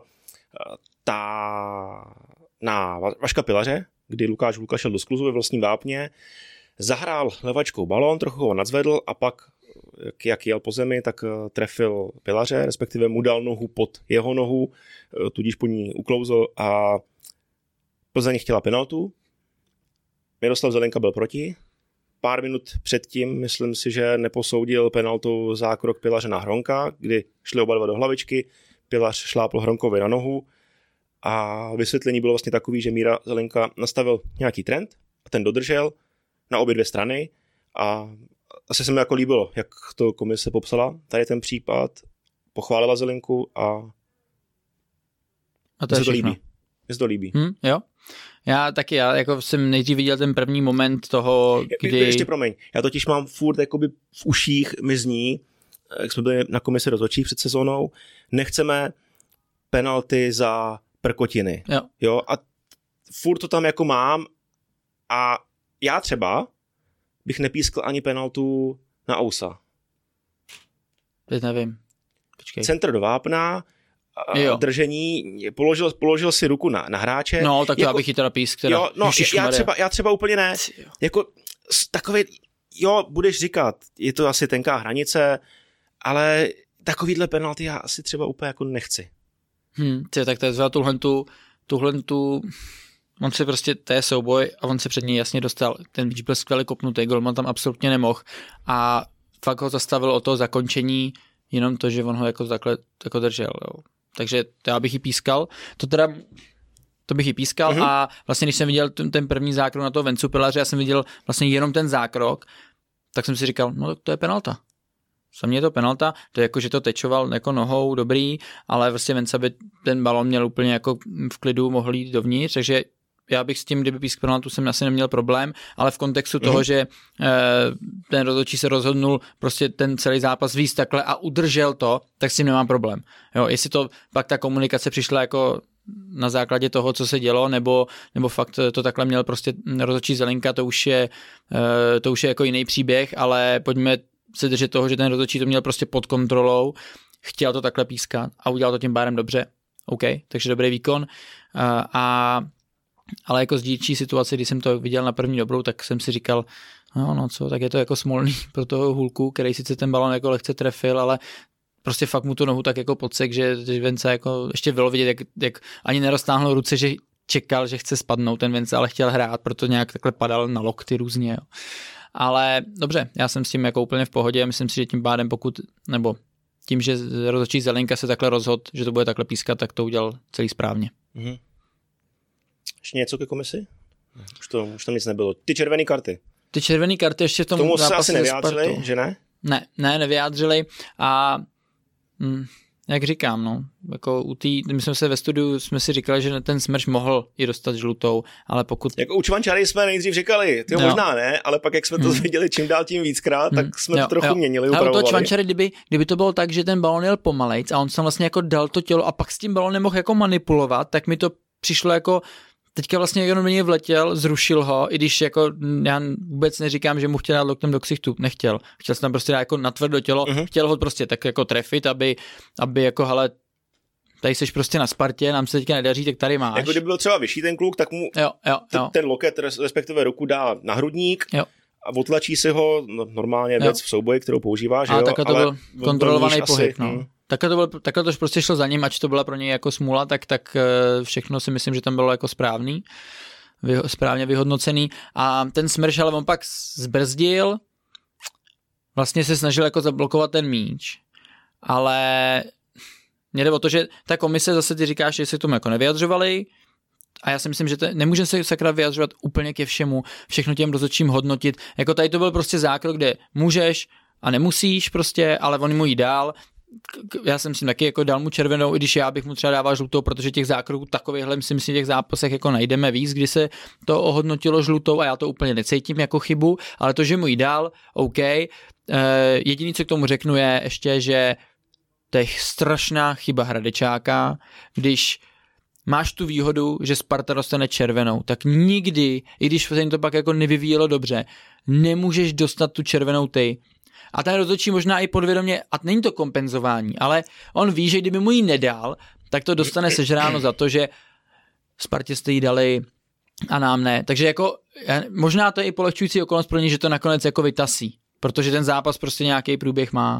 na Vaška Pilaře, kdy Lukáš Vulka šel do skluzu ve vlastním vápně, zahrál levačkou balón, trochu ho nadzvedl a pak, jak jel po zemi, tak trefil Pilaře, respektive mu dal nohu pod jeho nohu, tudíž po ní uklouzl a Plzeň chtěla penaltu. Miroslav Zelenka byl proti. Pár minut předtím, myslím si, že neposoudil penaltu zákrok Pilaře na Hronka, kdy šli oba dva do hlavičky, Pilař šlápl Hronkovi na nohu a vysvětlení bylo vlastně takový, že Míra Zelenka nastavil nějaký trend a ten dodržel na obě dvě strany a asi se mi jako líbilo, jak to komise popsala, tady ten případ, pochválila Zelenku a to je líbí. Mně se to líbí. Jo. Já jako jsem nejdřív viděl ten první moment toho, kdy... Ještě promiň, já totiž mám furt jakoby v uších mi zní, jak jsme byli na komisi rozhodčích před sezónou, nechceme penalty za prkotiny. Jo. A furt to tam jako mám a já třeba bych nepískl ani penaltu na Ousa. Teď nevím. Počkej. Centr do vápna, držení, položil si ruku na hráče. No, tak jako, já bych ji teda písk. Teda. Jo, no, já třeba úplně ne. Jako takový, jo, budeš říkat, je to asi tenká hranice, ale takovýhle penalty já asi třeba úplně jako nechci. Tak to je za tuhlentu, on se prostě, to je souboj a on se před něj jasně dostal. Ten míč byl skvěle kopnutý, golman tam absolutně nemohl a fakt ho zastavilo o toho zakončení jenom to, že on ho jako takhle jako držel. Jo. Takže to já bych ji pískal. To bych ji pískal a vlastně když jsem viděl ten první zákrok na toho Vencu Pilaře, já jsem viděl vlastně jenom ten zákrok, tak jsem si říkal, no to je penalta. Za mě je to penalta, to je jako, že to tečoval jako nohou, dobrý, ale vlastně Venca by ten balon měl úplně jako v klidu, mohl jít dovnitř, takže já bych s tím, kdyby písk penaltu, jsem asi neměl problém, ale v kontextu toho, že ten rozhodčí se rozhodnul prostě ten celý zápas víc takhle a udržel to, tak s tím nemám problém. Jo, jestli to pak ta komunikace přišla jako na základě toho, co se dělo, nebo fakt to takhle měl prostě rozhodčí Zelinka, to už je jako jiný příběh, ale pojďme se držet toho, že ten rozhodčí to měl prostě pod kontrolou, chtěl to takhle pískat a udělal to tím pádem dobře. OK, takže dobrý výkon. Ale jako z dílčí situace, když jsem to viděl na první dobrou, tak jsem si říkal, no co, tak je to jako smolný pro toho Hulku, který sice ten balon jako lehce trefil, ale prostě fakt mu tu nohu tak jako podsek, že Vence jako ještě bylo vidět, jak ani neroztáhnul ruce, že čekal, že chce spadnout ten Vence, ale chtěl hrát, proto nějak takhle padal na lokty různě. Jo. Ale dobře, já jsem s tím jako úplně v pohodě, myslím si, že tím pádem nebo tím, že rozhodčí Zelinka se takhle rozhodl, že to bude takhle pískat, tak to udělal celý správně. Mhm. Ještě něco ke komisi? Už tam nic nebylo. Ty červené karty. Ty červené karty ještě v tom zápase se asi nevyjádřili, že ne? Ne, nevyjádřili a jak říkám, no, jako my jsme se ve studiu si říkali, že ten Smrš mohl i dostat žlutou, ale pokud... Jako u Čvančary jsme nejdřív říkali, možná ne, ale pak jak jsme to viděli čím dál tím víckrát, tak jsme to trochu měnili, upravovali. Ale u toho Čvančary, kdyby to bylo tak, že ten balon jel pomalejc a on tam vlastně jako dal to tělo a pak s tím balonem mohl jako manipulovat, tak mi to přišlo jako teďka vlastně jenom do něj vletěl, zrušil ho, i když jako já vůbec neříkám, že mu chtěl dát loktem do ksichtu, nechtěl. Chtěl jsem tam prostě dát jako natvrdo tělo, chtěl ho prostě tak jako trefit, aby jako hele, tady seš prostě na Spartě, nám se teďka nedaří, tak tady máš. Jako kdyby byl třeba vyšší ten kluk, tak mu ten loket, respektive ruku dá na hrudník a otlačí si ho normálně věc v souboji, kterou používá, že jo? Takhle to byl kontrolovaný pohyb, no. Takhle to prostě šlo za ním, ač to byla pro něj jako smůla, tak všechno si myslím, že tam bylo jako správně vyhodnocený a ten Smrš, ale on pak zbrzdil, vlastně se snažil jako zablokovat ten míč, ale mě jde o to, že ta komise zase ty říkáš, že se k tomu jako nevyjadřovali a já si myslím, že nemůže se sakra vyjadřovat úplně ke všemu, všechno těm rozhodčím hodnotit, jako tady to byl prostě zákrok, kde můžeš a nemusíš prostě, ale on mu jí dál. Já jsem si taky jako dal mu červenou, i když já bych mu třeba dával žlutou, protože těch zákroků takovýchhle myslím si v těch zápasech jako najdeme víc, kdy se to ohodnotilo žlutou a já to úplně necítím jako chybu, ale to, že mu jí dal, OK. Jediný, co k tomu řeknu je ještě, že to je strašná chyba Hradečáka, když máš tu výhodu, že Sparta dostane červenou, tak nikdy, i když se jim to pak jako nevyvíjelo dobře, nemůžeš dostat tu červenou ty. A ten rozhodčí možná i podvědomě, a není to kompenzování, ale on ví, že kdyby mu ji nedal, tak to dostane sežráno za to, že Spartě jste jí dali a nám ne. Takže jako možná to je i polehčující okolnost pro ně, že to nakonec jako vytasí, protože ten zápas prostě nějaký průběh má.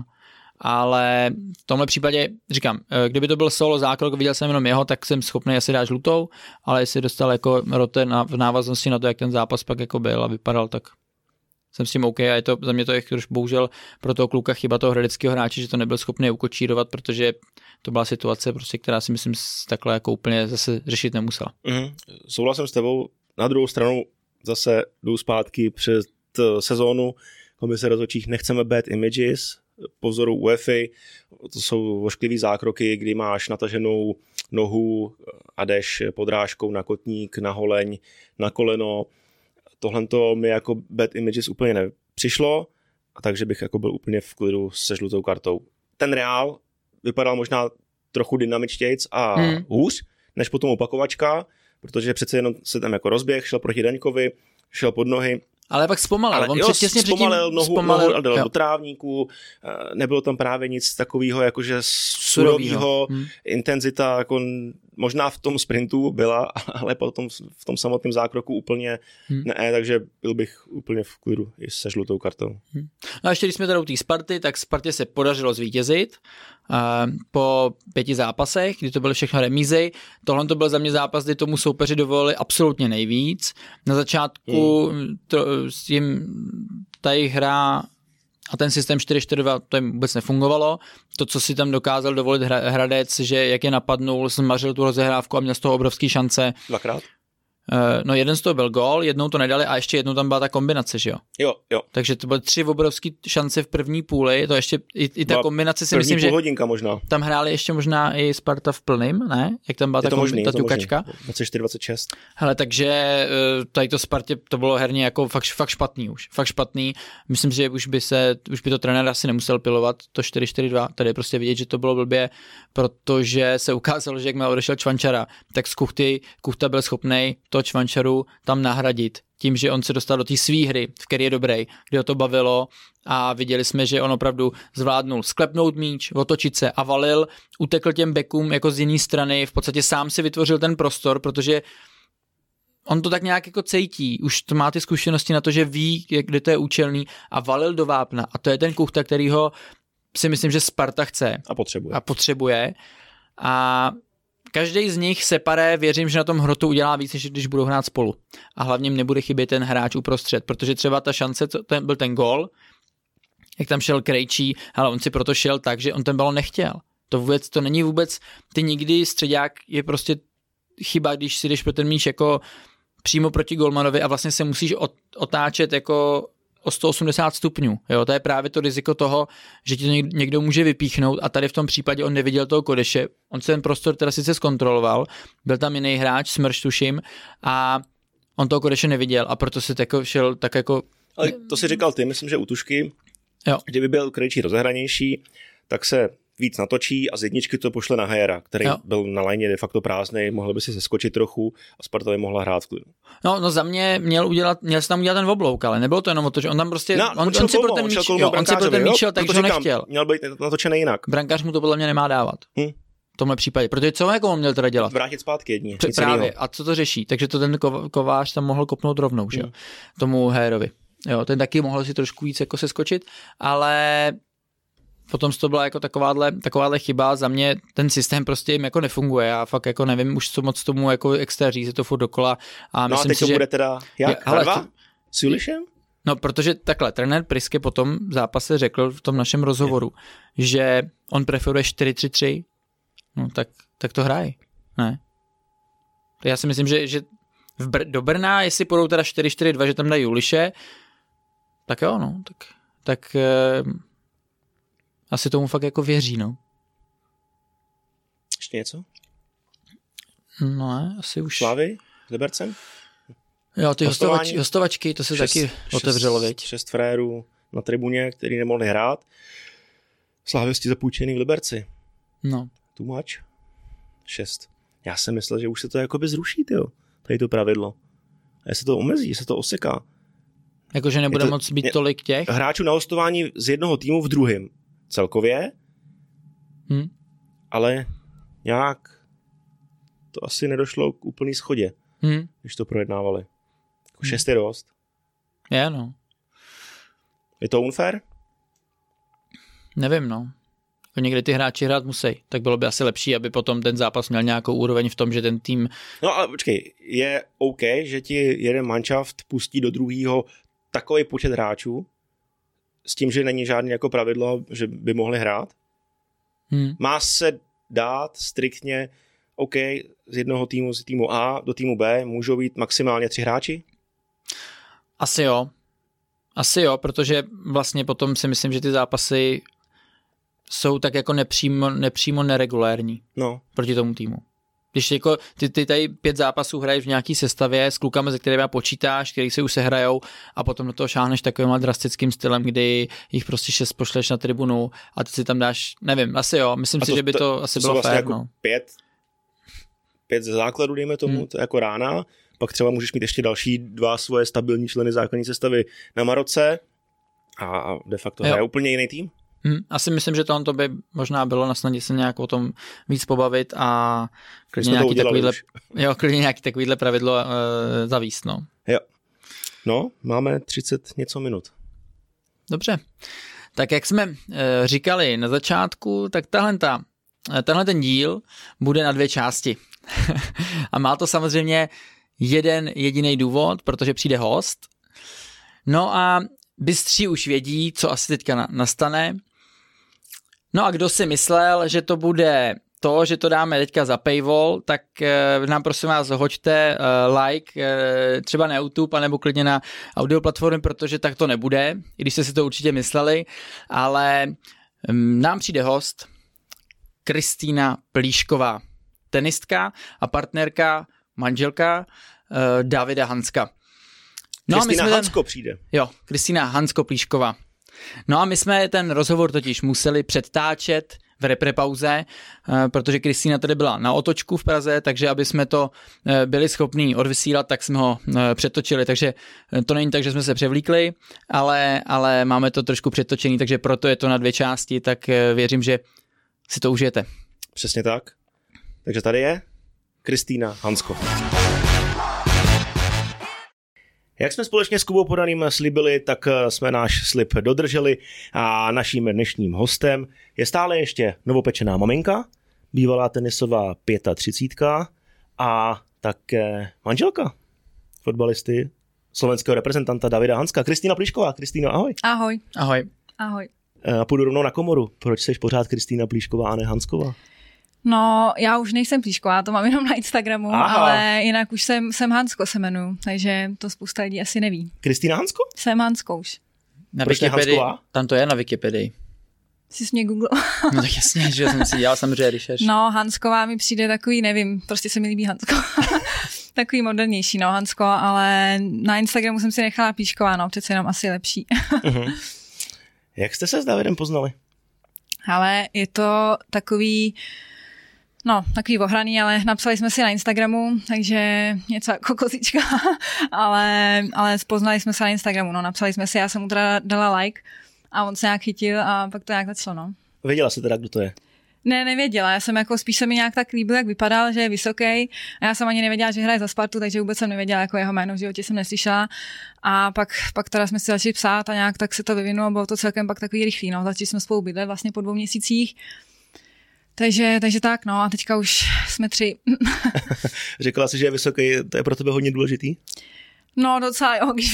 Ale v tomhle případě, říkám, kdyby to byl solo zákrok, viděl jsem jenom jeho, tak jsem schopný asi dát žlutou, ale jestli dostal jako Rote v návaznosti na to, jak ten zápas pak jako byl a vypadal, tak jsem s tím OK a je to, za mě to je bohužel pro toho kluka chyba toho hradeckého hráče, že to nebyl schopný ukočírovat, protože to byla situace, prostě, která si myslím takhle jako úplně zase řešit nemusela. Souhlasím s tebou, na druhou stranu zase jdu zpátky před sezónu komise rozhodčích nechceme bad images, po vzoru UEFA, to jsou ošklivý zákroky, kdy máš nataženou nohu a jdeš podrážkou na kotník, na holeň, na koleno. Tohle to mi jako bad images úplně nepřišlo, a takže bych jako byl úplně v klidu se žlutou kartou. Ten Reál vypadal možná trochu dynamičtějc a hůř, než potom opakovačka, protože přece jenom se tam jako rozběh, šel proti Daňkovi, šel pod nohy. Ale pak zpomalil. On těsně zpomalil nohu a dal do trávníku, nebylo tam právě nic takového jakože surovýho, intenzita jako možná v tom sprintu byla, ale potom v tom samotném zákroku úplně ne, takže byl bych úplně v klidu i se žlutou kartou. No a ještě když jsme tady u té Sparty, tak Spartě se podařilo zvítězit po 5 zápasech, kdy to byly všechno remízy. Tohle to byl za mě zápas, kdy tomu soupeři dovolili absolutně nejvíc. Na začátku jim ta jejich hra a ten systém 4-4-2 to jim vůbec nefungovalo. To, co si tam dokázal dovolit Hradec, že jak je napadnul, zmařil tu rozehrávku a měl z toho obrovský šance. Dvakrát? No jeden z toho byl gól, jednou to nedali a ještě jednou tam byla ta kombinace, že jo? Jo. Takže to byly 3 obrovské šance v první půli, to ještě i ta kombinace si myslím, že hodinka možná. Tam hráli ještě možná i Sparta v plným, ne? Jak tam byla ta ťukačka? 24-26. Hele, takže tady to Spartě to bylo herně jako fakt špatný už. Fakt špatný. Myslím, že už by to trenér asi nemusel pilovat to 4-4-2. Tady je prostě vidět, že to bylo blbě, protože se ukázalo, že jakmile odešel Čvančara, tak z Kuchta byl schopnej to Čvančaru tam nahradit tím, že on se dostal do té svý hry, v které je dobrý, kde ho to bavilo a viděli jsme, že on opravdu zvládnul sklepnout míč, otočit se a valil, utekl těm bekům jako z jiné strany, v podstatě sám si vytvořil ten prostor, protože on to tak nějak jako cítí, už to má ty zkušenosti na to, že ví, kde to je účelný a valil do vápna a to je ten Kuchta, kterýho si myslím, že Sparta chce a potřebuje a každý z nich separé, věřím, že na tom hrotu udělá víc, než když budou hrát spolu. A hlavně jim nebude chybět ten hráč uprostřed, protože třeba ta šance, byl ten gól, jak tam šel Krejčí, ale on si proto šel tak, že on ten balon nechtěl. To není vůbec, ty nikdy středák je prostě chyba, když si jdeš pro ten míč jako přímo proti golmanovi a vlastně se musíš otáčet jako o 180 stupňů. Jo, to je právě to riziko toho, že ti to někdo může vypíchnout a tady v tom případě on neviděl toho Kodeše. On se ten prostor teda sice zkontroloval, byl tam jiný hráč, Smrš tuším, a on toho Kodeše neviděl a proto se šel tak jako... Ale to si říkal ty, myslím, že u Tušky, jo. Kdyby byl Krejčí rozehranější, tak se víc natočí a z jedničky to pošle na Hejera, který byl na lajně de facto prázdnej, mohl by si seskočit trochu a Sparta by mohla hrát v klidu. No za mě měl se tam udělat ten oblouk, ale nebylo to jenom o to, že on tam prostě, on si pro ten míč šel, takže ho nechtěl. Měl být natočený jinak. Brankář mu to podle mě nemá dávat. V tomhle případě, protože co jako on měl teda dělat? Vrátit zpátky jedni. Právě, a co to řeší? Takže to ten Kovář tam mohl kopnout rovnou, že jo? Tomu Hejerovi. Jo, ten taky mohl si trošku víc jako seskočit, ale potom to byla jako takováhle chyba. Za mě ten systém prostě jim jako nefunguje. Já fakt jako nevím už co moc tomu jako extra říct, je to furt dokola. A myslím a teď si, to bude teda jak? Harva? S Julišem? No, protože takhle, trenér Priske potom v zápase řekl v tom našem rozhovoru, že on preferuje 4-3-3. No, tak to hraje. Ne? Já si myslím, že do Brna, jestli půjdou teda 4-4-2, že tam dají Juliše, tak jo, no, tak asi tomu fakt jako věří, no. Ještě něco? No ne, asi už. Slávy? S Libercem? Jo, ty hostovačky, to se taky otevřelo, viď? 6 frérů na tribuně, který nemohli hrát. Slávisti zapůjčený v Liberci. No. Too much? 6. Já jsem myslel, že už se to jakoby zruší, tyjo. Tady to pravidlo. A se to omezí, se to oseká. Jakože nebude moc být tolik těch? Hráčů na hostování z jednoho týmu v druhém. Celkově. Ale nějak to asi nedošlo k úplný schodě, když to projednávali. 6 je dost. Je, no. Je to unfair? Nevím, no. Někdy ty hráči hrát musí, tak bylo by asi lepší, aby potom ten zápas měl nějakou úroveň v tom, že ten tým... No ale počkej, je OK, že ti jeden manšaft pustí do druhého takový počet hráčů, s tím, že není žádný jako pravidlo, že by mohli hrát? Má se dát striktně, OK, z jednoho týmu, z týmu A do týmu B můžou být maximálně 3 hráči? Asi jo, protože vlastně potom si myslím, že ty zápasy jsou tak jako nepřímo neregulérní proti tomu týmu. Když jako ty tady 5 zápasů hrají v nějaký sestavě s klukami, se kterými počítáš, který se už sehrajou a potom do toho šáhneš takovým drastickým stylem, kdy jich prostě 6 pošleš na tribunu a ty si tam dáš, nevím, asi jo, myslím si, že by to asi bylo vlastně fér. Jako no. 5 ze základu, dejme tomu, to jako rána, pak třeba můžeš mít ještě další 2 svoje stabilní členy základní sestavy na Maroce a de facto hraje úplně jiný tým. Asi myslím, že to by možná bylo na snadě se nějak o tom víc pobavit a klidně nějaký takovýhle pravidlo zavíst, no. Jo. No, máme 30 něco minut. Dobře. Tak jak jsme říkali na začátku, tak tenhle ten díl bude na 2 části. A má to samozřejmě jeden jediný důvod, protože přijde host. No a bystří už vědí, co asi teďka nastane. No a kdo si myslel, že to bude to, že to dáme teďka za paywall, tak nám prosím vás hoďte like třeba na YouTube anebo klidně na audio platformy, protože tak to nebude, i když jste si to určitě mysleli, ale nám přijde host Kristýna Plíšková, tenistka a partnerka, manželka Davida Hanska. No Kristýna Hansko přijde. Jo, Kristýna Hansko Plíšková. No a my jsme ten rozhovor totiž museli předtáčet v reprepauze, protože Kristýna tady byla na otočku v Praze, takže aby jsme to byli schopní odvysílat, tak jsme ho přetočili, takže to není tak, že jsme se převlíkli, ale máme to trošku přetočený, takže proto je to na 2 části, tak věřím, že si to užijete. Přesně tak. Takže tady je Kristýna Hansko. Jak jsme společně s Kubou Podaným slíbili, tak jsme náš slib dodrželi a naším dnešním hostem je stále ještě novopečená maminka, bývalá tenisová 35 a také manželka fotbalisty slovenského reprezentanta Davida Hanska, Kristýna Plíšková. Kristýno, ahoj. Ahoj. Ahoj. Ahoj. A půjdu rovnou na komoru. Proč jsi pořád Kristýna Plíšková a ne Hansková? No, já už nejsem Plíšková, to mám jenom na Instagramu, ale jinak už jsem Hansko se jmenuji, takže to spousta lidí asi neví. Kristýna Hansko? Jsem Hansko už. Na Wikipedii, tam to je na Wikipedii. Jsi mě Google. No tak jasně, že jsem si dělal samozřejmě research. No, Hansková mi přijde takový, nevím, prostě se mi líbí Hansko. Takový modernější, no, Hansko, ale na Instagramu jsem si nechala Plíšková, no, přece jenom asi lepší. Jak jste se s Davidem poznali? Ale je to takový ohraný, ale napsali jsme si na Instagramu, takže něco jako kozička, ale poznali jsme se na Instagramu, no, napsali jsme si, já jsem mu teda dala like a on se nějak chytil a pak to nějak začalo, no. Věděla jsi teda, kdo to je? Ne, nevěděla, já jsem jako spíš se mi nějak tak líbil, jak vypadal, že je vysoký a já jsem ani nevěděla, že hraje za Spartu, takže vůbec jsem nevěděla, jako jeho jméno v životě jsem neslyšela a pak teda jsme si začali psát a nějak tak se to vyvinulo, bylo to celkem pak takový rychlý, no, začali jsme spolu bydlet vlastně po 2 měsících. Takže tak, no a teďka už jsme 3. Řekla jsi, že je vysoký, to je pro tebe hodně důležitý? No docela jo, když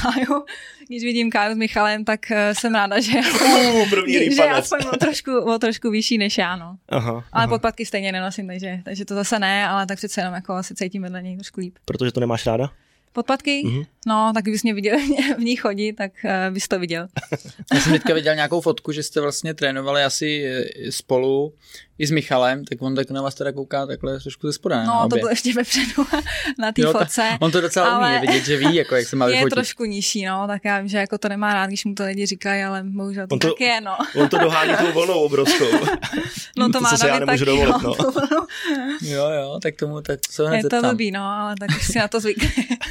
vidím Káju s Michalem, tak jsem ráda, že je aspoň o trošku vyšší než já, no. Aha. Ale podpatky stejně nenosím, takže to zase ne, ale tak přece jenom jako se cítím vedle něj trošku líp. Protože to nemáš ráda? Podpatky? Mm-hmm. No, tak kdybys mě viděl v ní chodit, tak bys to viděl. Já jsem teďka viděl nějakou fotku, že jste vlastně trénovali asi spolu i s Michalem, tak on tak na vás teda kouká takhle trošku ze spoda. No, to bylo ještě vepředu na té fotce. On to docela umí, je vidět, že ví, jako jak se má vyfotit. Je trošku nižší, no, tak já vím, že jako to nemá rád, když mu to lidi říkají, ale bohužel to tak je, no. On to dohání tou vlnou obrovskou. No to má David taky, dovolit, no. Jo, tak tomu tak se hned je to blbý, no, ale tak už si na to zvykne.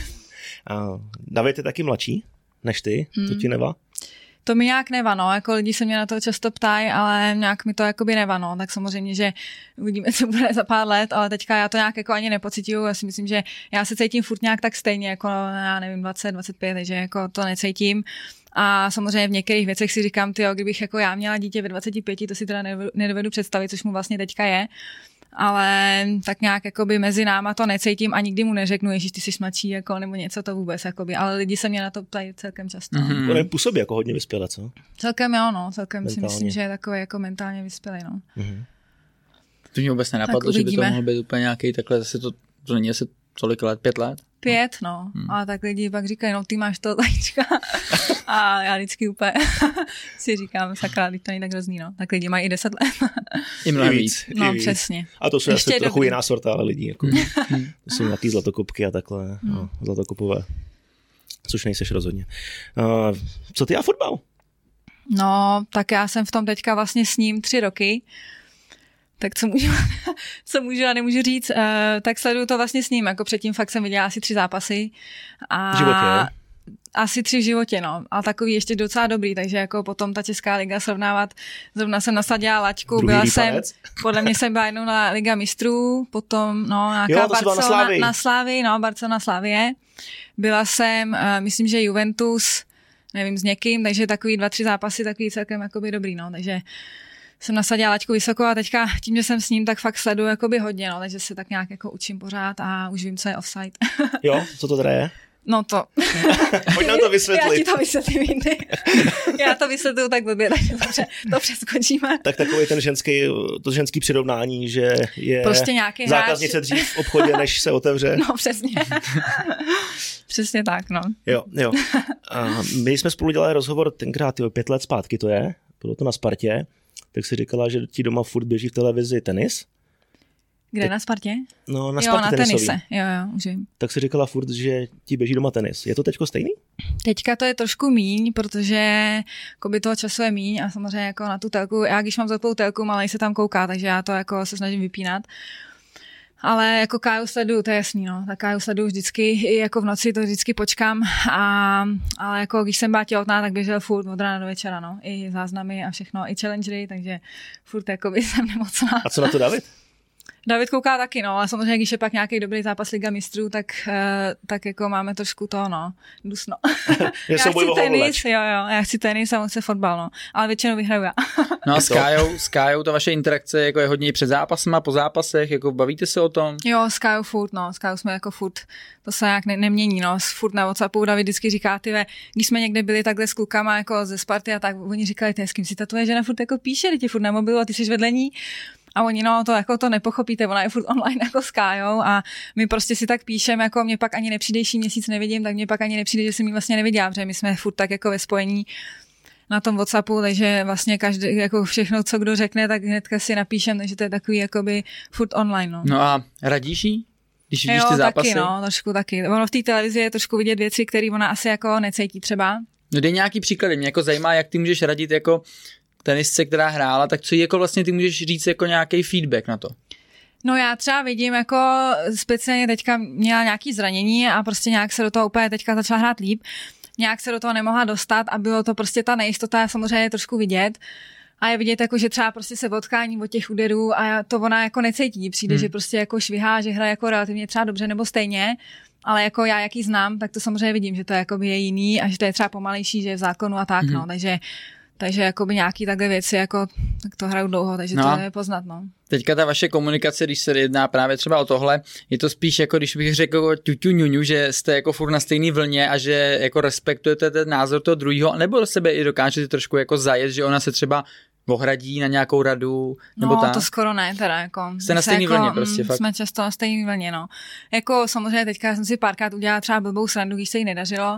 David je taky mladší než ty, to ti nevá? To mi nějak nevá, no, jako lidi se mě na to často ptají, ale nějak mi to jakoby nevá, no, tak samozřejmě, že uvidíme, co bude za pár let, ale teďka já to nějak jako ani nepocituju, já si myslím, že já se cítím furt nějak tak stejně, jako já nevím, 20, 25, takže jako to necítím. A samozřejmě v některých věcech si říkám, tyjo, kdybych jako já měla dítě ve 25, to si teda nedovedu představit, což mu vlastně teďka je. Ale tak nějak jakoby mezi náma to necítím a nikdy mu neřeknu, ježiš, ty jsi mladší, jako, nebo něco to vůbec, jakoby, ale lidi se mě na to ptají celkem často. Mm-hmm. To nepůsobí jako hodně vyspělé, co? Celkem jo, no, celkem mentálně. Si myslím, že je takový jako mentálně vyspělý, no. Mm-hmm. To mě vůbec nenapadlo, že by to mohlo být úplně nějaký takhle, zase to není asi tolik let, 5 let? 5, no. A tak lidi pak říkají, no ty máš to tajíčka. A já vždycky úplně si říkám, sakra, to není tak hrozný, no. Tak lidi mají i 10 let. I mnohem víc. No, přesně. A to jsou asi trochu jiná sorta, ale lidí. Jako, to jsou nějaký zlatokopky a takhle. No, zlatokopové. Což nejseš rozhodně. Co ty a fotbal? No, tak já jsem v tom teďka vlastně s ním 3 roky. Tak co můžu a nemůžu říct, tak sleduju to vlastně s ním, jako předtím fakt jsem viděla asi 3 zápasy. V životě, jo? Asi 3 v životě, no. A takový ještě docela dobrý, takže jako potom ta Česká liga srovnávat, zrovna jsem nasadila laťku, podle mě jsem byla jednou na Liga mistrů, potom, no, nějaká Barcelona na Slávii, no, Barcelona Slávie. Byla jsem, myslím, že Juventus nevím, s někým, takže takový 2-3 zápasy, takový celkem jakoby dobrý, no, takže jsem nasadila laťku vysoko a teďka tím, že jsem s ním, tak fakt sleduju jakoby hodně, no, takže se tak nějak jako učím pořád a už vím, co je offside. Jo, co to teda je? No to. Pojď nám to vysvětlit. Já ti to vysvětlím jindy. Já to vysvětluju tak blbě, takže dobře, to přeskočíme. Tak takový ten ženský přirovnání, že je prostě nějaký zákaznice hráč. dřív v obchodě, než se otevře. No přesně. Přesně tak, no. Jo. A my jsme spolu dělali rozhovor tenkrát, 5 let zpátky to je, bylo to na Spartě, tak si říkala, že ti doma furt běží v televizi tenis. Kde, na Spartě? No, na Spartě tenisový. Tenise, jo, už vím. Tak si říkala furt, že ti běží doma tenis. Je to teďko stejný? Teďka to je trošku míň, protože by toho času je míň a samozřejmě jako na tu telku, já když mám zapnou telku, malej se tam kouká, takže já to jako se snažím vypínat. Ale jako Káju sleduju, to je jasný, no. Tak Káju sleduju vždycky, i jako v noci to vždycky počkám, ale jako když jsem byla těhotná, tak běžel furt od rána do večera, no. I záznamy a všechno, i challengery, takže furt jakoby jsem nemocná. A co na to David? David kouká taky, no, ale samozřejmě, když je pak nějaký dobrý zápas Liga mistrů, tak jako máme trošku to, no, dusno. Já chci tenis, já chci tenis a on chce fotbal, no, ale většinou vyhraju já. No a s Kájou ta vaše interakce jako je hodně před zápasem a po zápasech, jako bavíte se o tom? Jo, s Kájou furt, no, s Kájou jsme jako furt, to se nějak nemění, no, furt na WhatsAppu David vždycky říká, když jsme někde byli takhle s klukama jako ze Sparty a tak, oni říkali, s kým si ta tvoje žena furt jako píše, ty furt na mobilu a ty jsi vedle ní. A oni to jako to nepochopíte, ona je furt online jako s Kájou a my prostě si tak píšeme, jako mě pak ani nepřijdejší měsíc nevidím, tak mě pak ani nepřijde, že jsem jí vlastně neviděla, protože my jsme furt tak jako ve spojení na tom WhatsAppu, takže vlastně každý, jako všechno, co kdo řekne, tak hnedka si napíšem, takže to je takový jakoby furt online, no. No a radíš jí? Když vidíš ty zápasy? Taky, no, trošku taky. Ono v té televizi je trošku vidět věci, které ona asi jako necítí třeba. No dej nějaký příklady, mě jako zajímá, jak ty můžeš radit jako tenisce, která hrála, tak co jako vlastně ty můžeš říct jako nějaký feedback na to? No já třeba vidím, jako speciálně teďka měla nějaký zranění a prostě nějak se do toho úplně teďka začala hrát líp. Nějak se do toho nemohla dostat a bylo to prostě ta nejistota samozřejmě trošku vidět. A je vidět, jako, že třeba prostě se odklání od těch úderů a to ona jako necítí. Přijde, že prostě jako švihá, že hraje jako relativně třeba dobře nebo stejně. Ale jako já, jaký znám, tak to samozřejmě vidím, že to jakoby je jiný a že to je třeba pomalejší, že je v zákonu a tak, no. Takže jakoby nějaký takhle věci, jako, tak to hraju dlouho, takže to je poznat, no. Teďka ta vaše komunikace, když se jedná právě třeba o tohle, je to spíš jako, když bych řekl ťuťu, že jste jako furt na stejné vlně a že jako respektujete ten názor toho druhého, nebo do sebe i dokážete trošku jako zajet, že ona se třeba ohradí na nějakou radu, nebo tak? No, to skoro ne, teda, jako. Jste na stejné vlně prostě, fakt. Jsme často na stejné vlně, no. Jako samozřejmě teďka jsem si párkrát udělala třeba blbou srandu, když se jí nedařilo,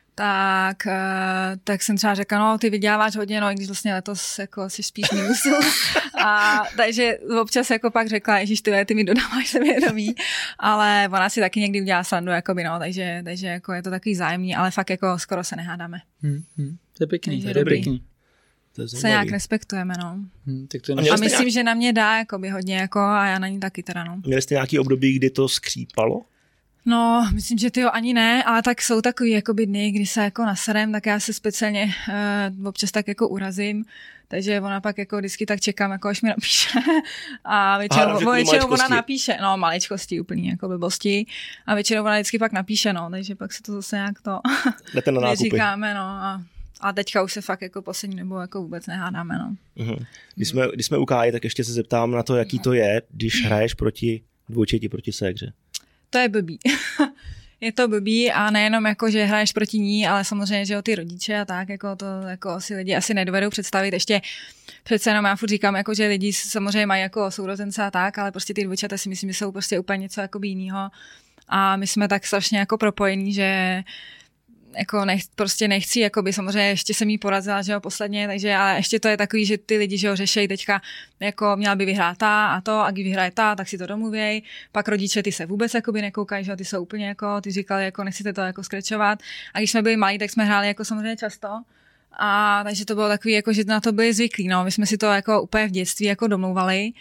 tak jsem třeba řekla, no, ty vyděláváš hodně, no, i když vlastně letos jako si spíš minusu. A takže občas jako pak řekla, ježiš, ty mi dodáváš sebevědomí, ale ona si taky někdy udělá srandu, jakoby, no, takže jako je to takový zájemný, ale fakt jako skoro se nehádáme. To je pěkný, takže to je pěkný. Se nějak respektujeme, no. Tak to a myslím, že na mě dá jakoby hodně, jako, a já na ní taky teda, no. Měli jste nějaký období, kdy to skřípalo? No, myslím, že tyjo ani ne, ale tak jsou takový jakoby dny, kdy se jako naserem, tak já se speciálně občas tak jako urazím, takže ona pak jako vždycky tak čekám, jako až mi napíše a většinou ona napíše, no maličkosti úplný, jako blbosti a většinou ona vždycky pak napíše, no, takže pak se to zase nějak to neříkáme, no a teďka už se fakt jako poslední nebo jako vůbec nehádáme, no. Když jsme u Káji, tak ještě se zeptám na to, jaký to je, když hraješ proti dvojčeti, proti ségře. To je blbý. Je to blbý a nejenom jako, že hraješ proti ní, ale samozřejmě, že ty rodiče a tak, jako to jako si lidi asi nedovedou představit. Ještě přece jenom já furt říkám, jako, že lidi samozřejmě mají jako sourozence a tak, ale prostě ty dvojčata si myslím, že jsou prostě úplně něco jako jiného. A my jsme tak strašně jako propojení, že jako prostě nechci, jakoby samozřejmě ještě jsem jí porazila, že jo, posledně, takže ale ještě to je takový, že ty lidi, že ho řešejí teďka, jako měla by vyhrát ta a to, a když vyhraje ta, tak si to domluvěj, pak rodiče, ty se vůbec jakoby nekoukají, že jo, ty jsou úplně jako, ty říkali, jako nechcete to jako skrečovat a když jsme byli malí, tak jsme hráli jako samozřejmě často a takže to bylo takový, jako že na to byli zvyklí, no, my jsme si to jako úplně v dětství jako domlouvali.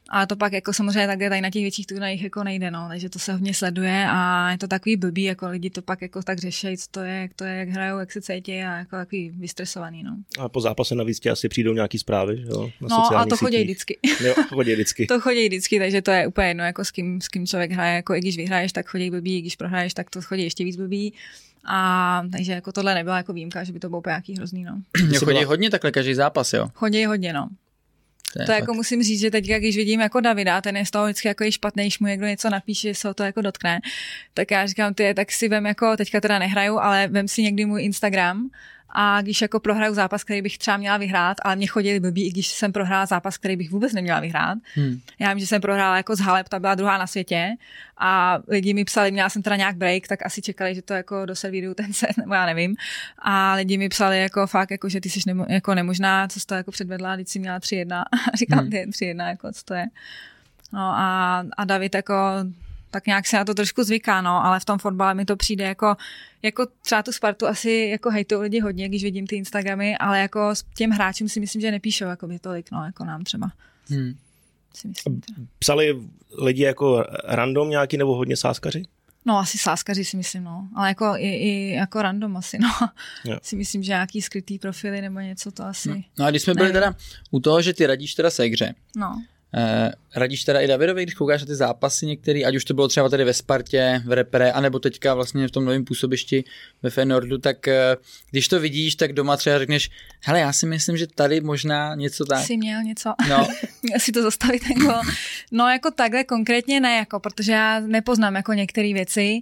Ale to pak jako samozřejmě takhle tady na těch větších turnajích jako nejde, no, takže to se hodně sleduje a je to takový blbý, jako lidi to pak jako tak řešejí, co to je, jak hrajou, jak se cítí a jako takový vystresovaný, no. A po zápase navíc ti asi přijdou nějaký zprávy, že jo? No, a to chodí vždycky. Jo, chodí vždycky. To chodí vždycky, takže to je úplně jedno, jako s kým člověk hraje, jako i když vyhraješ, tak chodí blbý, i když prohraješ, tak to chodí ještě víc blbý. A takže jako tohle nebyla jako výjimka, že by to bylo nějaký hrozný, no. Chodí hodně takhle každý zápas, jo? Chodí hodně, no. To jako musím říct, že teď, když vidím jako Davida, ten je z toho vždycky jako špatný, když mu někdo něco napíše, že se ho to jako dotkne, tak já říkám, tak si vem jako, teďka teda nehraju, ale vem si někdy můj Instagram a když jako prohraju zápas, který bych třeba měla vyhrát, ale mě chodili blbý, i když jsem prohrála zápas, který bych vůbec neměla vyhrát. Já vím, že jsem prohrála jako z Halep, ta byla druhá na světě a lidi mi psali, měla jsem teda nějak break, tak asi čekali, že to jako doservíruju ten set, nebo já nevím. A lidi mi psali jako fakt, jako, že ty jsi jako nemožná, co jsi to jako předvedla, když jsi měla 3-1. A říkám, ty 3-1, jako co to je. No a David jako tak nějak se na to trošku zvyká, no, ale v tom fotbale mi to přijde jako třeba tu Spartu asi jako hejtou lidi hodně, když vidím ty Instagramy, ale jako s těm hráčům si myslím, že nepíšou jako by tolik, no, jako nám třeba. Si myslím, psali lidi jako random nějaký nebo hodně sáskaři? No, asi sáskaři si myslím, no, ale jako i jako random asi, no. Jo. Si myslím, že nějaký skrytý profily nebo něco to asi. No a když jsme byli teda u toho, že ty radíš teda Segře. No. Radíš teda i Davidovi, když koukáš na ty zápasy některý, ať už to bylo třeba tady ve Spartě, v Repre, anebo teďka vlastně v tom novém působišti ve Feyenoordu, tak když to vidíš, tak doma třeba řekneš, hele, já si myslím, že tady možná něco tak. Jsi měl něco. No. Měl si to zastavit jako, no jako takhle konkrétně ne, jako, protože já nepoznám jako některé věci,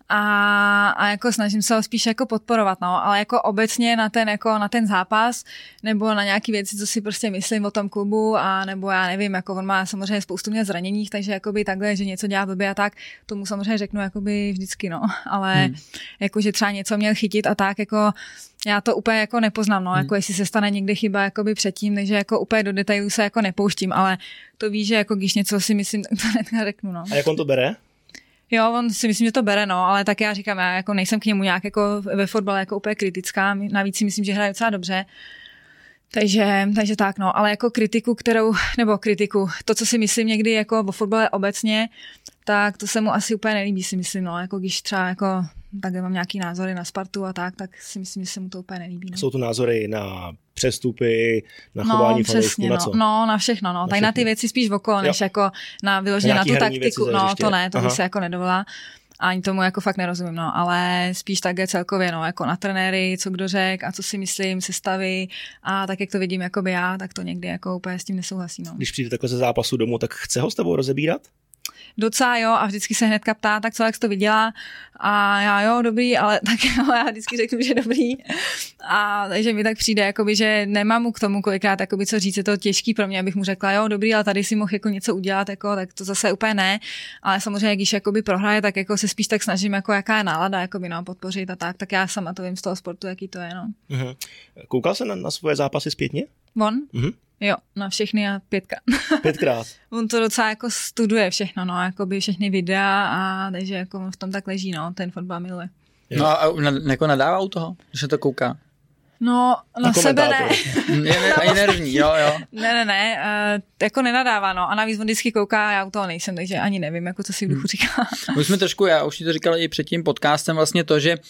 a jako snažím se ho spíš jako podporovat, no, ale jako obecně na ten zápas nebo na nějaký věci, co si prostě myslím o tom klubu a nebo já nevím, jako on má samozřejmě spoustu mě zraněních, takže jakoby takhle, že něco dělá blbě a tak, tomu samozřejmě řeknu jakoby vždycky, no, ale jako, že třeba něco měl chytit a tak, jako já to úplně jako nepoznám, no, jako jestli se stane někde chyba jakoby předtím, takže jako úplně do detailů se jako nepouštím, ale to víš, že jako když něco si myslím, tak to hnedka řeknu, no. A jak on to bere? Jo, on si myslím, že to bere, no, ale tak já říkám, já jako nejsem k němu nějak jako ve fotbale jako úplně kritická, navíc si myslím, že hraje docela dobře, takže tak, no, ale jako kritiku, to, co si myslím někdy jako o fotbale obecně, tak to se mu asi úplně nelíbí, si myslím, no, jako když třeba jako takhle mám nějaký názory na Spartu a tak si myslím, že se mu to úplně nelíbí. No. Jsou to názory na přestupy, na chování fanoušků, na co? No, na všechno, no. Tady na ty věci spíš okolo, než jako na vyloženě na tu taktiku. No, to ne, to bych se jako nedovolila. Ani tomu jako fakt nerozumím, no, ale spíš také celkově, no, jako na trenéry, co kdo řek a co si myslím, sestavy a tak, jak to vidím jakoby já, tak to někdy jako úplně s tím nesouhlasím, no. Když přijde takhle ze zápasu domů, tak chce ho s tebou rozebírat? Docela jo a vždycky se hnedka ptá, tak co, jak jsi to viděla a já jo, dobrý, ale tak jo, já vždycky řeknu, že dobrý a takže mi tak přijde, jakoby, že nemám mu k tomu kolikrát jakoby, co říct, je to těžký pro mě, abych mu řekla, jo, dobrý, ale tady si mohl jako něco udělat, jako, tak to zase úplně ne, ale samozřejmě, když jakoby prohraje, tak jako se spíš tak snažím, jako jaká je nálada, jakoby, no, podpořit a tak já sama to vím z toho sportu, jaký to je, no. Koukal jsi na svoje zápasy zpětně? On? Jo, na všechny a 5krát. On to docela jako studuje všechno, no, jakoby všechny videa a takže jako v tom tak leží, no, ten fotbal miluje. No a jako nadává u toho, když se to kouká? No, na sebe ne. Ani nervní, jo. Ne, jako nenadává, no. A navíc on vždycky kouká, já u toho nejsem, takže ani nevím, jako co si v duchu říká. My jsme trošku, já už ti to říkal i před tím podcastem, vlastně to, že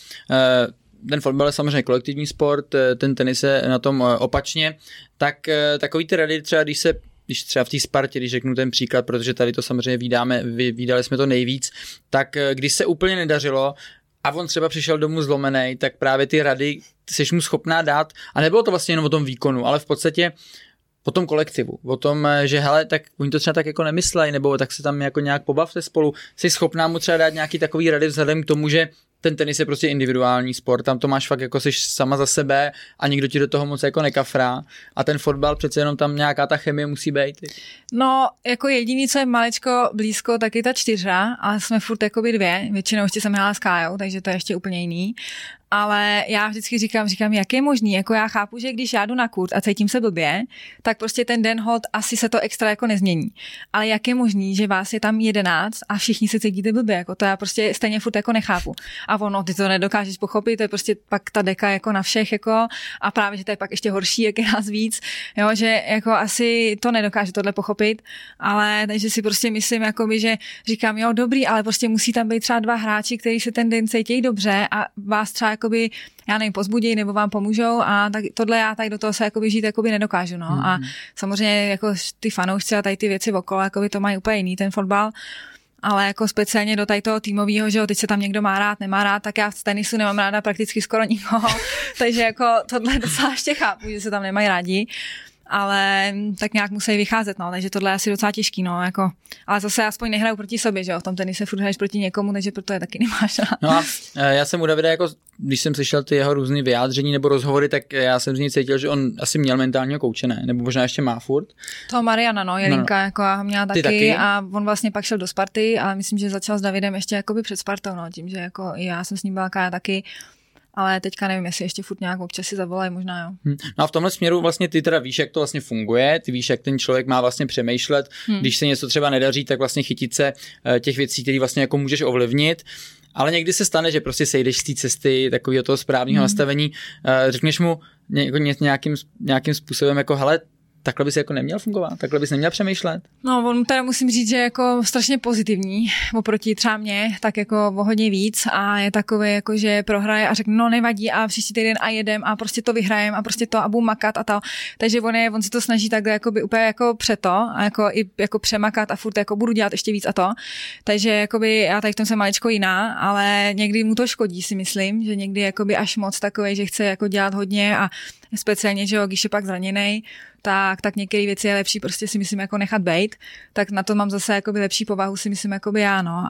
ten fotbal je samozřejmě kolektivní sport, ten tenis je na tom opačně, tak takový ty rady třeba, když třeba v té Spartě, když řeknu ten příklad, protože tady to samozřejmě vídali jsme to nejvíc, tak když se úplně nedařilo a on třeba přišel domů zlomenej, tak právě ty rady jsi mu schopná dát a nebylo to vlastně jenom o tom výkonu, ale v podstatě o tom kolektivu, o tom, že hele, tak oni to třeba tak jako nemyslej, nebo tak se tam jako nějak pobavte spolu, jsi schopná mu třeba dát nějaký takový rady vzhledem k tomu, že ten tenis je prostě individuální sport, tam to máš fakt jako jsi sama za sebe a nikdo ti do toho moc jako nekafrá a ten fotbal přece jenom tam nějaká ta chemie musí být. No, jako jediný, co je maličko blízko, tak je ta 4, ale jsme furt jakoby 2, většinou ještě jsem hrála s Kájou, takže to je ještě úplně jiný. ale já vždycky říkám, jak je možný, jako já chápu, že když já jdu na kurz a cítím se blbě, tak prostě ten den hod asi se to extra jako nezmění. Ale jak je možný, že vás je tam 11 a všichni se cítíte blbě, jako to já prostě stejně furt jako nechápu. A ono, ty to nedokážeš pochopit, to je prostě pak ta deka jako na všech, jako a právě, že to je pak ještě horší, jak je nás víc, jo, že jako asi to nedokáže tohle pochopit, ale takže si prostě myslím, jakoby, že říkám, jo, dobrý, ale prostě musí tam být třeba 2 hráči, kteří se ten den cítí dobře a vás třeba jakoby, já nevím, pozbudí nebo vám pomůžou a tak tohle já tak do toho se jakoby žít jakoby nedokážu, no. A samozřejmě jako ty fanoušci a tady ty věci okolo, jakoby to mají úplně jiný ten fotbal, ale jako speciálně do tady toho týmového, že jo, teď se tam někdo má rád, nemá rád, tak já v tenisu nemám ráda prakticky skoro nikoho, takže jako tohle docela ještě chápu, že se tam nemají rádi. Ale tak nějak musí vycházet, no, takže tohle je asi docela těžký, no, jako, ale zase aspoň nehraju proti sobě, že jo, v tom tenise furt hraješ proti někomu, takže proto je taky nemáš rád. No a já jsem u Davida, jako, když jsem slyšel ty jeho různý vyjádření nebo rozhovory, tak já jsem z něj cítil, že on asi měl mentálního kouče, ne? Nebo možná ještě má furt. To Mariana, no, Jelinka, no. Jako já ho měla taky a on vlastně pak šel do Sparty, ale myslím, že začal s Davidem ještě jakoby před Spartou, no, tím, že jako i já jsem s ním byla taky. Ale teďka nevím, jestli ještě furt nějak občas si zavolají, možná jo. No a v tomhle směru vlastně ty teda víš, jak to vlastně funguje, ty víš, jak ten člověk má vlastně přemýšlet, když se něco třeba nedaří, tak vlastně chytit se těch věcí, které vlastně jako můžeš ovlivnit. Ale někdy se stane, že prostě sejdeš z té cesty takového toho správného nastavení, řekneš mu nějakým způsobem jako hele, takhle bys jako neměl fungovat, takhle bys neměl přemýšlet. No, on teda musím říct, že je jako strašně pozitivní oproti třeba mě, tak jako o hodně víc a je takový jako, že prohraje a řekne, no nevadí a příští týden a jedem a prostě to vyhrajem a prostě to a budu makat a to. Takže on si to snaží takhle jakoby úplně jako přeto a jako i jako přemakat a furt jako budu dělat ještě víc a to. Takže jakoby já tady v tom jsem maličko jiná, ale někdy mu to škodí, si myslím, že někdy jakoby až moc takový, že chce jako dělat hodně a speciálně, že jo, když je pak zraněnej, tak některé věci je lepší prostě si myslím jako nechat bejt, tak na to mám zase jakoby lepší povahu si myslím jakoby já, no.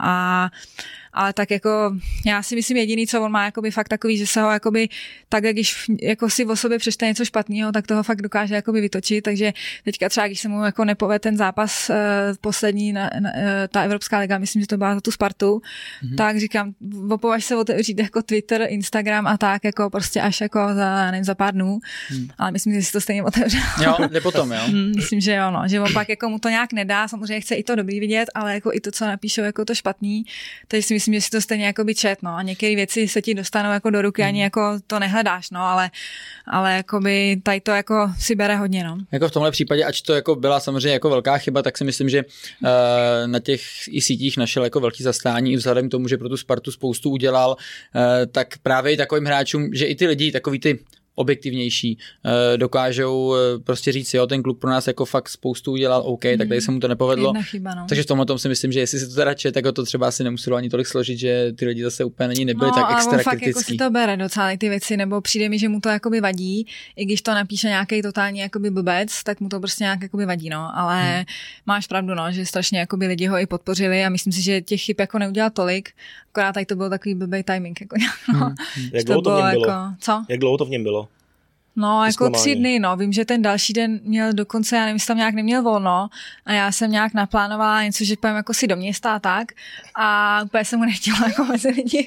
Ale tak jako já si myslím jediný, co on má jakoby fakt takový, že se ho jakoby tak, když jako si o sobě přečte něco špatného, tak toho fakt dokáže jakoby vytočit, takže teďka třeba, když se mu jako nepovede ten zápas poslední ta Evropská liga, myslím, že to byla za tu Spartu, tak říkám, opovaž se otevřít jako Twitter, Instagram a tak jako prostě až jako za pár dnů, ale myslím, že si to stejně otevře. Jo, jde potom, jo. Myslím, že jo, no, že opak jako mu to nějak nedá, samozřejmě chce i to dobrý vidět, ale jako i to, co napíšou, jako to špatný, takže si myslím, že si to stejně jako by čet, no, a některé věci se ti dostanou jako do ruky, ani jako to nehledáš, no, ale jakoby tady to jako si bere hodně, no. Jako v tomhle případě, ač to jako byla samozřejmě jako velká chyba, tak si myslím, že na těch i sítích našel jako velký zastání i vzhledem k tomu, že pro tu Spartu spoustu udělal, tak právě i takovým hráčům, že i ty lidi, takový ty objektivnější, dokážou prostě říct, jo, ten kluk pro nás jako fakt spoustu udělal, OK, tak tady se mu to nepovedlo. Chyba, no. Takže v tomhle tom si myslím, že jestli se to teda čet, tak to třeba asi nemuselo ani tolik složit, že ty lidi zase úplně nebyli tak extra fakt kritický. Jako si to bere docela ty věci, nebo přijde mi, že mu to jakoby vadí, i když to napíše nějaký totální jakoby blbec, tak mu to prostě nějak jakoby vadí, no, ale máš pravdu, no, že strašně jakoby lidi ho i podpořili a myslím si, že těch chyb jako neudělal tolik, akorát tady to byl takový blbej timing, jako no. Jak dlouho to v něm bylo? Jako, co? Jak dlouho to v něm bylo? No, jako 3 dny, no. Vím, že ten další den měl dokonce, já nevím, jestli tam nějak neměl volno a já jsem nějak naplánovala něco, že půjdem jako si do města a tak a úplně jsem mu nechtěla jako mezi lidi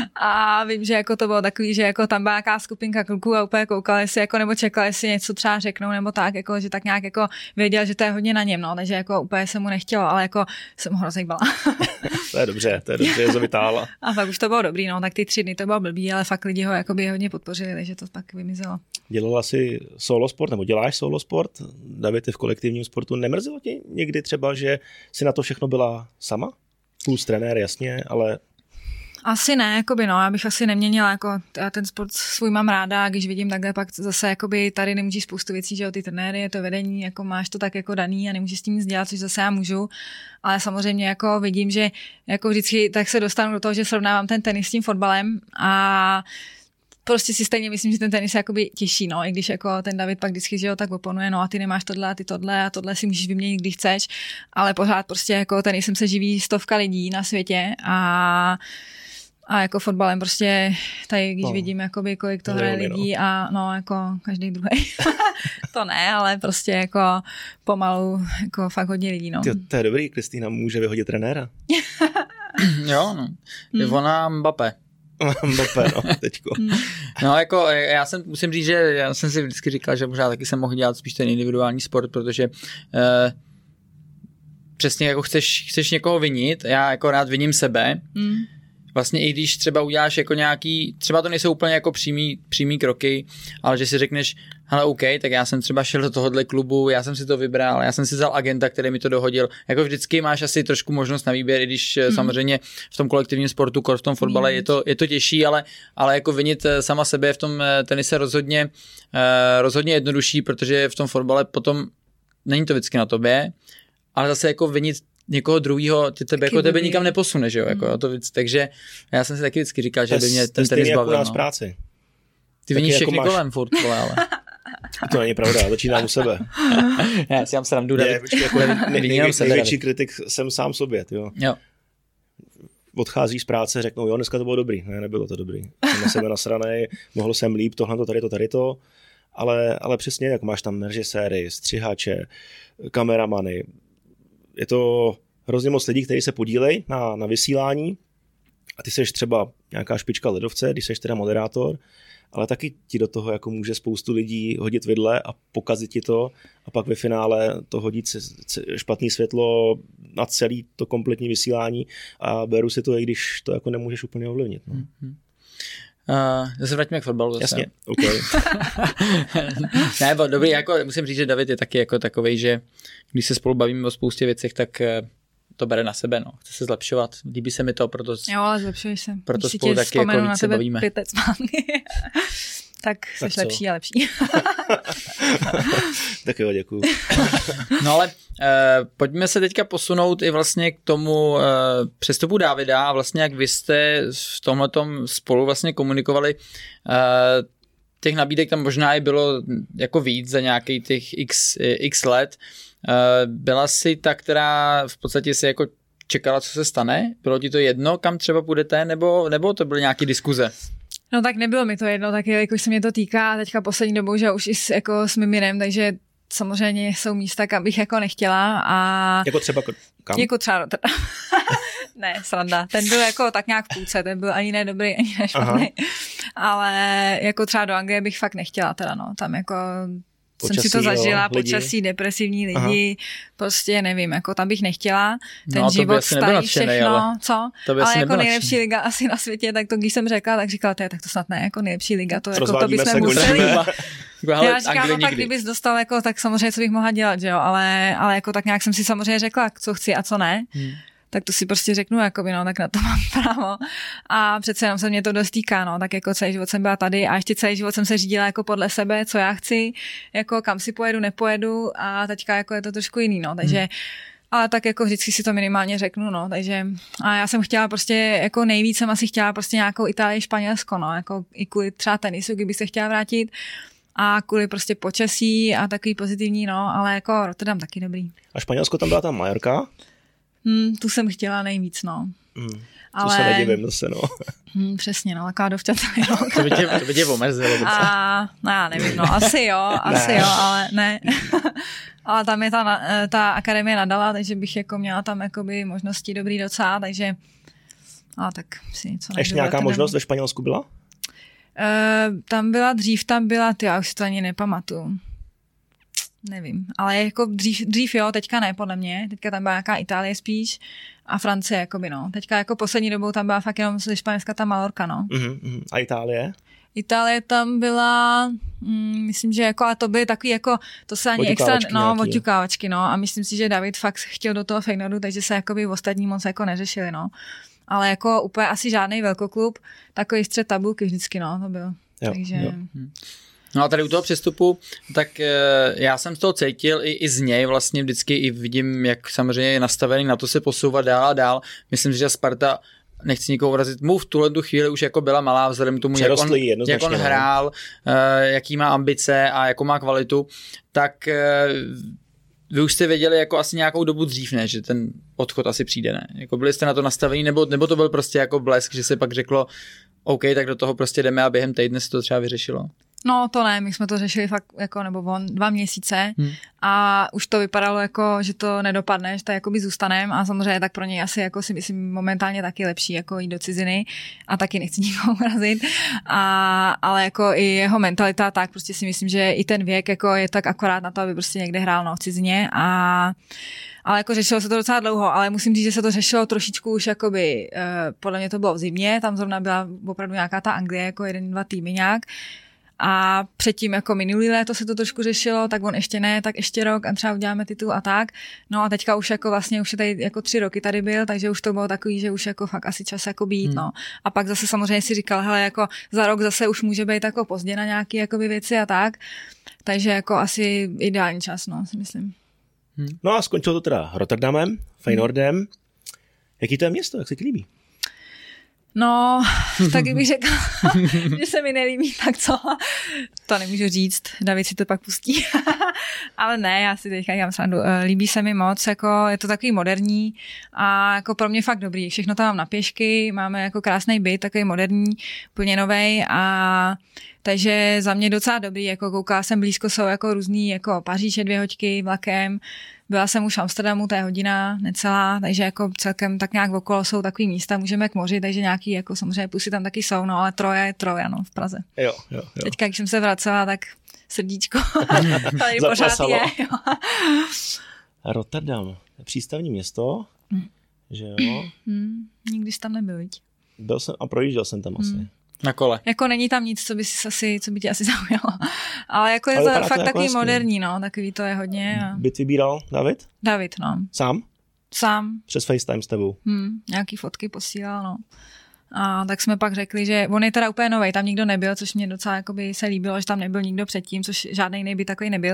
a vím, že jako to bylo takový, že jako tam byla nějaká skupinka kluků a úplně koukali si jako nebo čekali si něco třeba řeknou nebo tak, jako, že tak nějak jako věděl, že to je hodně na něm, no, takže jako úplně se mu nechtělo, ale jako jsem ho rozejbala. To je dobře, je zavytála. A pak už to bylo dobrý, no, tak ty 3 dny to bylo blbý, ale fakt lidi ho jakoby hodně podpořili, takže to pak vymizelo. Dělala si solo sport, nebo děláš solo sport? David, ty v kolektivním sportu. Nemrzelo ti někdy třeba, že si na to všechno byla sama? Plus trenér, jasně, ale... Asi ne, jakoby no, já bych asi neměnila, jako já ten sport svůj mám ráda a když vidím takhle, pak zase jakoby tady nemůžeš spoustu věcí, že jo, ty trenéry, je to vedení, jako máš to tak jako daný a nemůžeš s tím nic dělat, což zase já můžu, ale samozřejmě jako vidím, že jako vždycky tak se dostanu do toho, že srovnávám ten tenis s tím fotbalem a prostě si stejně myslím, že ten tenis je jakoby těžší, no, i když jako ten David pak vždycky, že jo, tak oponuje, no a ty nemáš tohle a ty tohle a tohle si můžeš vyměnit, když chceš, ale pořád prostě jako tenisem se živí 100 lidí na světě a jako fotbalem prostě tady, když vidím, jakoby, kolik to hraje lidí a no, jako každý druhý. To ne, ale prostě jako pomalu jako fakt hodně lidí, no. To je dobrý, Kristýna může vyhodit trenéra. Jo, no. Je ona Mbappé. Mbappé, no, teďko. No jako musím říct, že já jsem si vždycky říkal, že možná taky jsem mohl dělat spíš ten individuální sport, protože přesně jako chceš někoho vinit, já jako rád viním sebe, vlastně i když třeba uděláš jako nějaký, třeba to nejsou úplně jako přímý kroky, ale že si řekneš, hele OK, tak já jsem třeba šel do tohohle klubu, já jsem si to vybral, já jsem si vzal agenta, který mi to dohodil. Jako vždycky máš asi trošku možnost na výběr, i když samozřejmě v tom kolektivním sportu, v tom fotbale je to těžší, ale jako vinit sama sebe v tom tenise rozhodně jednodušší, protože v tom fotbale potom není to vždycky na tobě, ale zase jako vinit někoho druhýho, tebe nikam neposune, že jo, jako to víc, takže já jsem si taky vždycky říkal, že by mě ten tenis bavil. Jako práci. Ty viníš všechny jako kolem furt, ale. To není pravda, začínám u sebe. Já si vám se jdu David. Největší kritik jsem sám sobě, tyjo. Jo. Odchází z práce, řeknou, jo, dneska to bylo dobrý. Ne, nebylo to dobrý. Jsem na sebe nasranej, mohl jsem líp, tohle, tady to. Ale přesně, jak máš tam režiséry, střihače, kameramany, je to hrozně moc lidí, kteří se podílejí na vysílání a ty seš třeba nějaká špička ledovce, když seš teda moderátor, ale taky ti do toho jako může spoustu lidí hodit vidle a pokazit ti to a pak ve finále to hodit špatný světlo na celý to kompletní vysílání a beru si to, i když to jako nemůžeš úplně ovlivnit. No. Zase vraťme k fotbalu zase. Jasně, okay. Ne, dobrý, jako musím říct, že David je taky jako takovej, že když se spolu bavíme o spoustě věcech, tak to bere na sebe, no. Chce se zlepšovat, líbí se mi to, proto jo, ale zlepšuješ se. Proto spolu taky jako víc se bavíme. Tak jsi lepší a lepší. Tak jo, děkuju. No ale pojďme se teďka posunout i vlastně k tomu přestupu Davida a vlastně jak vy jste v tomhletom spolu vlastně komunikovali. Těch nabídek tam možná i bylo jako víc za nějakých těch x let. Byla jsi ta, která v podstatě si jako čekala, co se stane? Bylo ti to jedno, kam třeba půjdete, nebo to byly nějaké diskuze? No tak nebylo mi to jedno, tak jakož se mě to týká teďka poslední dobou, že už i s Miminem, takže samozřejmě jsou místa, kam bych jako nechtěla a... Jako třeba kam? Jako třeba... Ne, sranda. Ten byl jako tak nějak v půlce, ten byl ani ne dobrý, ani ne špatný. Ale jako třeba do Anglie bych fakt nechtěla teda, no. Tam jako... Počasí, jsem si to zažila, počasí, depresivní lidi, prostě nevím, jako tam bych nechtěla, ten život starý, všechno, co? Ale jako nejlepší liga asi na světě, tak to když jsem řekla, tak říkala, tak to snad ne, jako nejlepší liga, to jako to bychom museli. Já říkám, no tak kdybys dostal, jako, tak samozřejmě, co bych mohla dělat, že jo, ale jako tak nějak jsem si samozřejmě řekla, co chci a co ne. Tak to si prostě řeknu, jakoby, no, tak na to mám právo. A přece jenom se mě to dostýká, no, tak jako celý život jsem byla tady a ještě celý život jsem se řídila jako podle sebe, co já chci, jako kam si pojedu, nepojedu a teďka jako je to trošku jiný, no, takže ale tak jako vždycky si to minimálně řeknu, no, takže a já jsem chtěla prostě, jako nejvíc jsem asi chtěla prostě nějakou Itálii, Španělsko, no, jako i kvůli třeba tenisu, kdyby se chtěla vrátit a kvůli prostě počasí a takový pozitivní, no, ale jako Rotterdam taky dobrý. A Španělsko tam byla tam Majorka? Tu jsem chtěla nejvíc, no. To se nedivím zase, no. Přesně, no, taková dovčata. To by tě omezilo. Já nevím, no, asi jo, ale ne. Ale tam je ta akademie nadala, takže bych jako měla tam jakoby možnosti dobrý docela, takže ale tak si něco ještě nějaká možnost ve Španělsku byla? Tam byla dřív, já už si to ani nepamatuju. Nevím, ale jako dřív jo, teďka ne, podle mě. Teďka tam byla nějaká Itálie spíš a Francie, jakoby, no. Teďka jako poslední dobou tam byla fakt jenom ze Španělska ta Mallorca, no. A Itálie? Itálie tam byla, myslím, že jako, a to byly takový jako, to se ani extra, no, odťukávačky, no. A myslím si, že David fakt chtěl do toho Feyenoordu, takže se jakoby ostatní moc jako neřešili, no. Ale jako úplně asi žádný velkoklub, takový střed tabulky vždycky, no, to byl. Jo, takže... Jo. No a tady u toho přestupu, tak já jsem z toho cítil i z něj vlastně vždycky i vidím, jak samozřejmě je nastavený na to se posouvat dál a dál. Myslím si, že Sparta, nechci nikoho urazit, mu v tuhle chvíli už jako byla malá vzhledem k tomu, jak on hrál, jaký má ambice a jakou má kvalitu, tak vy už jste věděli jako asi nějakou dobu dřív, ne, že ten odchod asi přijde, ne? Jako byli jste na to nastavení, nebo to byl prostě jako blesk, že se pak řeklo, OK, tak do toho prostě jdeme a během týdne se to třeba vyřešilo? No to ne, my jsme to řešili fakt jako, nebo 2 měsíce a už to vypadalo jako, že to nedopadne, že to jakoby zůstanem a samozřejmě tak pro něj asi jako si myslím momentálně taky lepší jako jít do ciziny a taky nechci nikoho urazit, ale jako i jeho mentalita, tak prostě si myslím, že i ten věk jako je tak akorát na to, aby prostě někde hrál v cizině ale jako řešilo se to docela dlouho, ale musím říct, že se to řešilo trošičku už jakoby, podle mě to bylo v zimě, tam zrovna byla opravdu nějaká ta Anglie, jako 1-2 týmy nějak. A předtím jako minulý léto se to trošku řešilo, tak on ještě ne, tak ještě rok a třeba uděláme titul a tak. No a teďka už jako vlastně už je tady jako 3 roky tady byl, takže už to bylo takový, že už jako fakt asi čas jako být, no. A pak zase samozřejmě si říkal, hele, jako za rok zase už může být jako pozdě na nějaký jakoby věci a tak. Takže jako asi ideální čas, no, si myslím. No a skončilo to teda Rotterdamem, Feyenoordem. Jaký to je město, jak se ti líbí? No, tak bych řekla, že se mi nelíbí, tak co? To nemůžu říct, David si to pak pustí. Ale ne, já si teďka dělám srandu. Líbí se mi moc, jako je to takový moderní a jako pro mě fakt dobrý. Všechno tam mám na pěšky, máme jako krásný byt, takový moderní, plně novej a takže za mě docela dobrý, jako koukala jsem blízko, jsou jako různý, jako Paříže 2 hoďky vlakem, byla jsem už v Amsterdamu, to je hodina necelá, takže jako celkem tak nějak okolo jsou takový místa, můžeme k moři, takže nějaký jako samozřejmě pusy tam taky jsou, no ale Troja je Troja, no, v Praze. Jo. Teďka, když jsem se vracela, tak srdíčko tady pořád je. Jo. Rotterdam, přístavní město, že jo? Nikdy jsi tam nebyl, viď? Byl jsem a projížděl jsem tam asi. Na kole. Jako není tam nic, co by tě asi zaujalo. Ale jako je to fakt jako takový hezky. Moderní, no, takový to je hodně. A... Byt vybíral David? David, no. Sám. Přes FaceTime s tebou? Nějaký fotky posílal, no. A tak jsme pak řekli, že on je teda úplně novej, tam nikdo nebyl, což mě docela jakoby se líbilo, že tam nebyl nikdo předtím, což žádný jiný byt takový nebyl.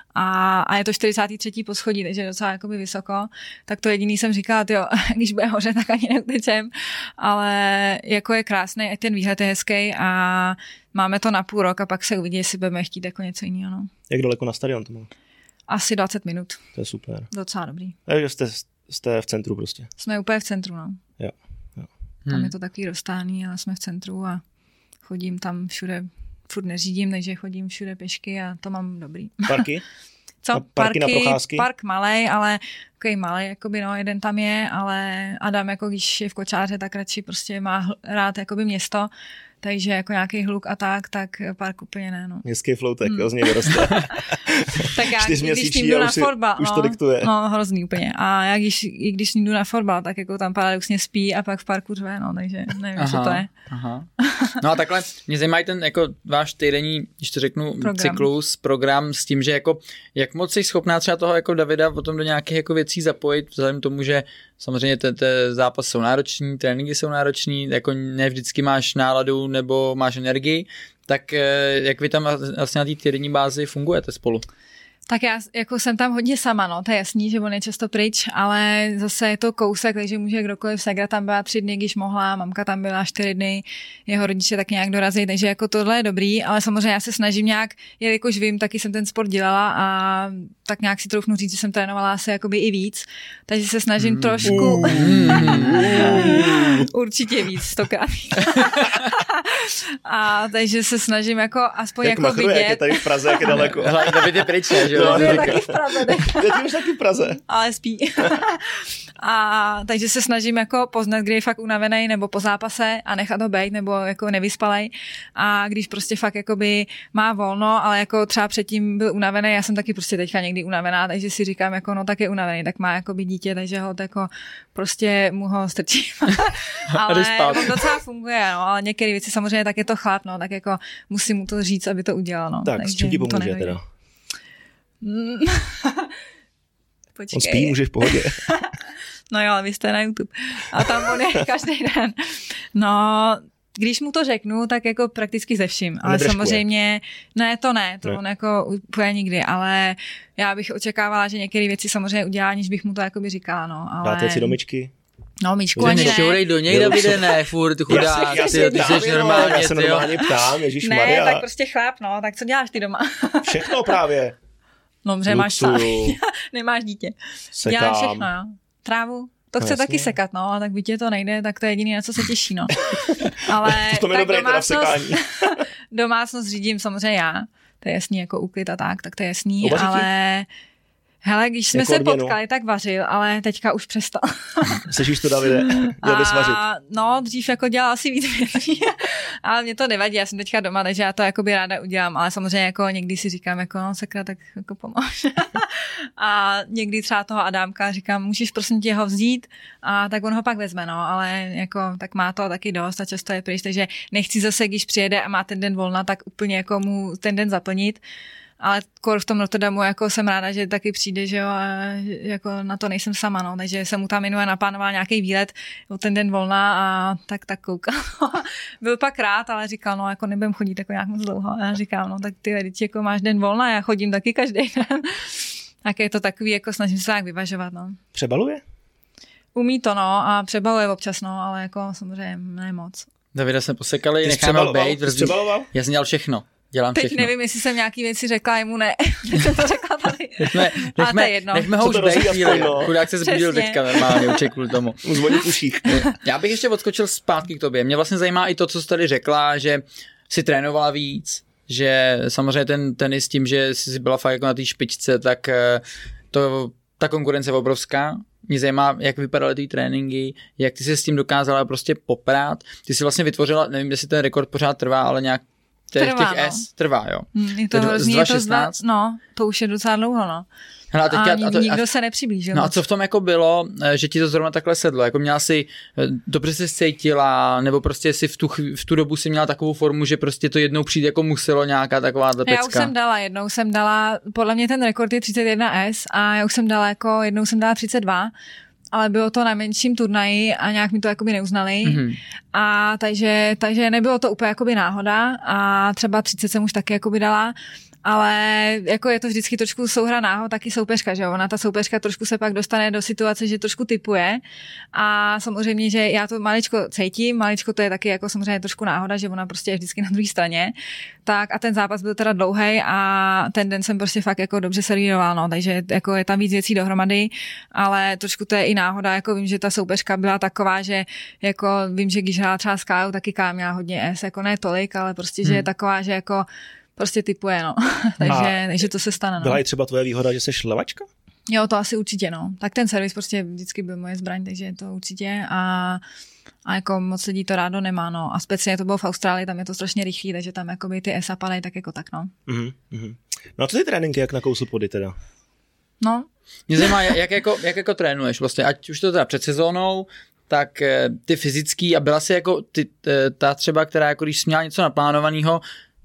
A je to 43. poschodí, takže docela jakoby vysoko. Tak to jediný jsem říkala, tyjo, když bude hoře, tak ani neutečem. Ale jako je krásný, a ten výhled je hezký a máme to na půl rok a pak se uvidí, jestli budeme chtít jako něco jiného. No. Jak daleko na stadion to má? Asi 20 minut. To je super. Docela dobrý. Takže jste v centru prostě. Jsme úplně v centru, no. Jo. Tam je to takový roztáný, ale jsme v centru a chodím tam všude, furt neřídím, takže chodím všude pěšky a to mám dobrý. Parky? Co? Parky na procházky? Park malej, ale takový malej, jakoby, no, jeden tam je, ale Adam, jako když je v kočáře, tak radši prostě má rád jakoby město, takže jako nějaký hluk a tak park úplně ne, no. Městský floutek, z něj vyroste. Tak já, když s ním jdu na fotbal, už to diktuje. No, hrozný úplně. A já když s ním jdu na fotbal, tak jako tam paradoxně spí a pak v parku řve, no, takže nevím, co to je. Aha. No a takhle, mě zajímá ten jako váš týdenní, když to řeknu, program s tím, že jako, jak moc jsi schopná třeba toho jako Davida potom do nějakých jako věcí zapojit, vzhledem tomu, že samozřejmě ty zápasy jsou náročný, tréninky jsou náročný, jako ne vždycky máš náladu nebo máš energii, tak jak vy tam vlastně na té týdenní bázi fungujete spolu? Tak já jako jsem tam hodně sama, no, to je jasný, že on je často pryč, ale zase je to kousek, takže může kdokoliv. Segra tam byla 3 dny, když mohla, mamka tam byla 4 dny, jeho rodiče tak nějak dorazí, takže jako tohle je dobrý, ale samozřejmě já se snažím nějak, jelikož vím, taky jsem ten sport dělala a tak nějak si troufnu říct, že jsem trénovala asi jakoby i víc, takže se snažím trošku, určitě víc, 100krát. A takže se snažím jako aspoň jak jako vidět. Jak je tady v Praze, jak je daleko. David je pryč, že jo? Je taky v Praze. Je už taky v Praze. Ale spí. A takže se snažím jako poznat, kdy je fakt unavený nebo po zápase a nechat ho bejt nebo jako nevyspalej. A když prostě fakt jakoby má volno, ale jako třeba předtím byl unavený, já jsem taky prostě teďka někdy unavená, takže si říkám jako no tak je unavený, tak má jakoby dítě, takže ho jako prostě mu ho strčím. Ale on docela funguje, no, ale některé věci samozřejmě tak je to chlap, no, tak jako musím mu to říct, aby to udělal, no. Tak s čím ti pomůže teda? Počkej. On spí, můžeš v pohodě. No jo, ale vy jste na YouTube. A tam on je každý den. No, když mu to řeknu, tak jako prakticky ze vším. Ale samozřejmě, to on jako úplně nikdy, ale já bych očekávala, že některé věci samozřejmě udělá, aniž bych mu to jakoby říkala, no. Ale... Dáte si do myčky? No, myčku ani ne. Nešťourej do něj, Davide, ne, furt chudák, ty jsi normálně, já se normálně ptám, ježišmarja. Ne, tak prostě chlap, no, tak co děláš ty doma? Všechno právě. No, že máš nemáš dítě. Sekám. Děláš všechno, jo. Trávu, To chce taky sekat, no, tak byť to nejde, tak to je jediný, na co se těší, no. Ale to je dobré teda v sekání. Domácnost řídím samozřejmě já, to je jasný, jako úklid a tak to je jasný, Uvaříky? Ale hele, když jsme se potkali, tak vařil, ale teďka už přestal. Slyšíš to, Davide? Měl bys vařit. No, dřív jako dělal asi víc věcí, ale mě to nevadí, já jsem teďka doma, takže já to jakoby ráda udělám, ale samozřejmě jako někdy si říkám, jako no, sakra, tak jako pomož. A někdy třeba toho Adámka říkám, můžeš prosím tě ho vzít, a tak on ho pak vezme, no, ale jako tak má to taky dost a často je pryč, takže nechci zase, když přijede a má ten den volna, tak úplně jako mu ten den zaplnit. Ale kor v tom Rotterdamu jako jsem ráda, že taky přijde, že jo, a jako na to nejsem sama, no, takže jsem mu tam minule naplánovala nějaký výlet, ten den volna a tak koukal. Byl pak rád, ale říkal, no, jako nebudem chodit jako nějak moc dlouho. A já říkám, no, tak ty teď jako máš den volna, já chodím taky každý den. Tak je to takový, jako snažím se tak vyvažovat, no. Přebaluje? Umí to, no, a přebaluje občas, no, ale jako samozřejmě ne moc. Davida jsme posekali, necháme ho bejt. Já jsem dělal všechno. Dělám teď všechno. Nevím, jestli jsem nějaký věci řekla, jemu ne. Teď jsem to řekla tady. Nechme ho už bejt chvíli. Chudák se zbudil teďka normálně, uček kvůli tomu. Zvoní v uších. Já bych ještě odskočil zpátky k tobě. Mě vlastně zajímá i to, co jsi tady řekla, že jsi trénovala víc, že samozřejmě ten tenis tím, že jsi byla fakt jako na té špičce, tak ta konkurence je obrovská. Mě zajímá, jak vypadaly ty tréninky, jak ty se s tím dokázala prostě poprát. Ty jsi vlastně vytvořila, nevím, jestli ten rekord pořád trvá, ale nějak trvá, jo. Je to hrozný, no, to už je docela dlouho, no. Hele, a nikdo se nepřiblížil. No a co v tom jako bylo, že ti to zrovna takhle sedlo? Jako měla si, dobře se cítila, nebo prostě si v tu dobu si měla takovou formu, že prostě to jednou přijde jako muselo nějaká taková pecka? Já už jednou jsem dala, podle mě ten rekord je 31S a já už jsem dala jednou jsem dala 32, ale bylo to na menším turnaji a nějak mi to jakoby neuznali. Mm-hmm. A takže nebylo to úplně jakoby náhoda a třeba 30 jsem už taky jakoby dala, ale jako je to vždycky trošku souhra náhod, taky soupeřka, že jo? Ona ta soupeřka trošku se pak dostane do situace, že trošku tipuje a samozřejmě, že já to maličko cítím, maličko to je taky jako samozřejmě trošku náhoda, že ona prostě je vždycky na druhé straně. Tak a ten zápas byl teda dlouhej a ten den jsem prostě fakt jako dobře servíroval, no, takže jako je tam víc věcí dohromady, ale trošku to je i náhoda, jako vím, že ta soupeřka byla taková, že jako vím, že když hrála třeba s Kájou, taky Kája měla hodně S, jako ne tolik, ale prostě, že je taková, že jako prostě typuje, no. takže to se stane, no. Byla i třeba tvoje výhoda, že jsi levačka? Jo, to asi určitě, no. Tak ten servis prostě vždycky byl moje zbraň, takže to určitě a jako moc lidí to rádo nemá, no. A speciálně to bylo v Austrálii, tam je to strašně rychlý, takže tam jakoby ty ESA padají tak jako tak, no. Mm-hmm. No a co ty tréninky, jak nakousl pody teda? No. Mě zajímá, jak jako trénuješ vlastně, ať už to teda před sezónou, tak ty fyzický a byla si jako ta třeba, která jako když jsi měla něco naplánovaného,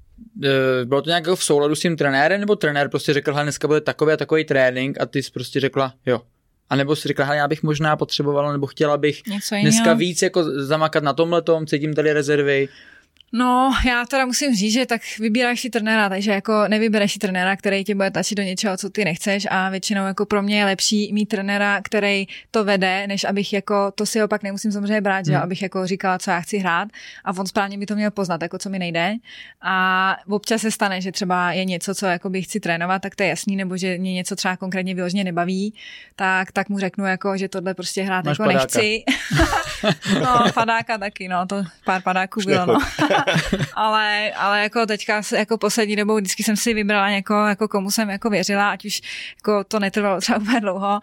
bylo to nějak v souladu s tím trenérem, nebo trenér prostě řekl, hele, dneska bude takový a takový trénink a ty jsi prostě řekla, jo. A nebo si řekla, hele, já bych možná potřebovala, nebo chtěla bych dneska víc jako zamakat na tomhletom, cítím tady rezervy. No, já teda musím říct, že tak vybíráš si trenéra, takže jako nevybereš si trenéra, který tě bude tlačit do něčeho, co ty nechceš a většinou jako pro mě je lepší mít trenéra, který to vede, než abych jako, to si opak nemusím samozřejmě brát, že abych jako říkala, co já chci hrát a on správně by to měl poznat, jako co mi nejde a občas se stane, že třeba je něco, co jako bych chci trénovat, tak to je jasný, nebo že mě něco třeba konkrétně vyloženě nebaví, tak mu řeknu jako, že tohle prostě hrát máš jako padáka. Nechci. No, padáka taky, no, to pár padáků bylo, no. ale jako teďka jako poslední dobou vždycky jsem si vybrala někoho, jako komu jsem jako věřila, ať už jako to netrvalo třeba úplně dlouho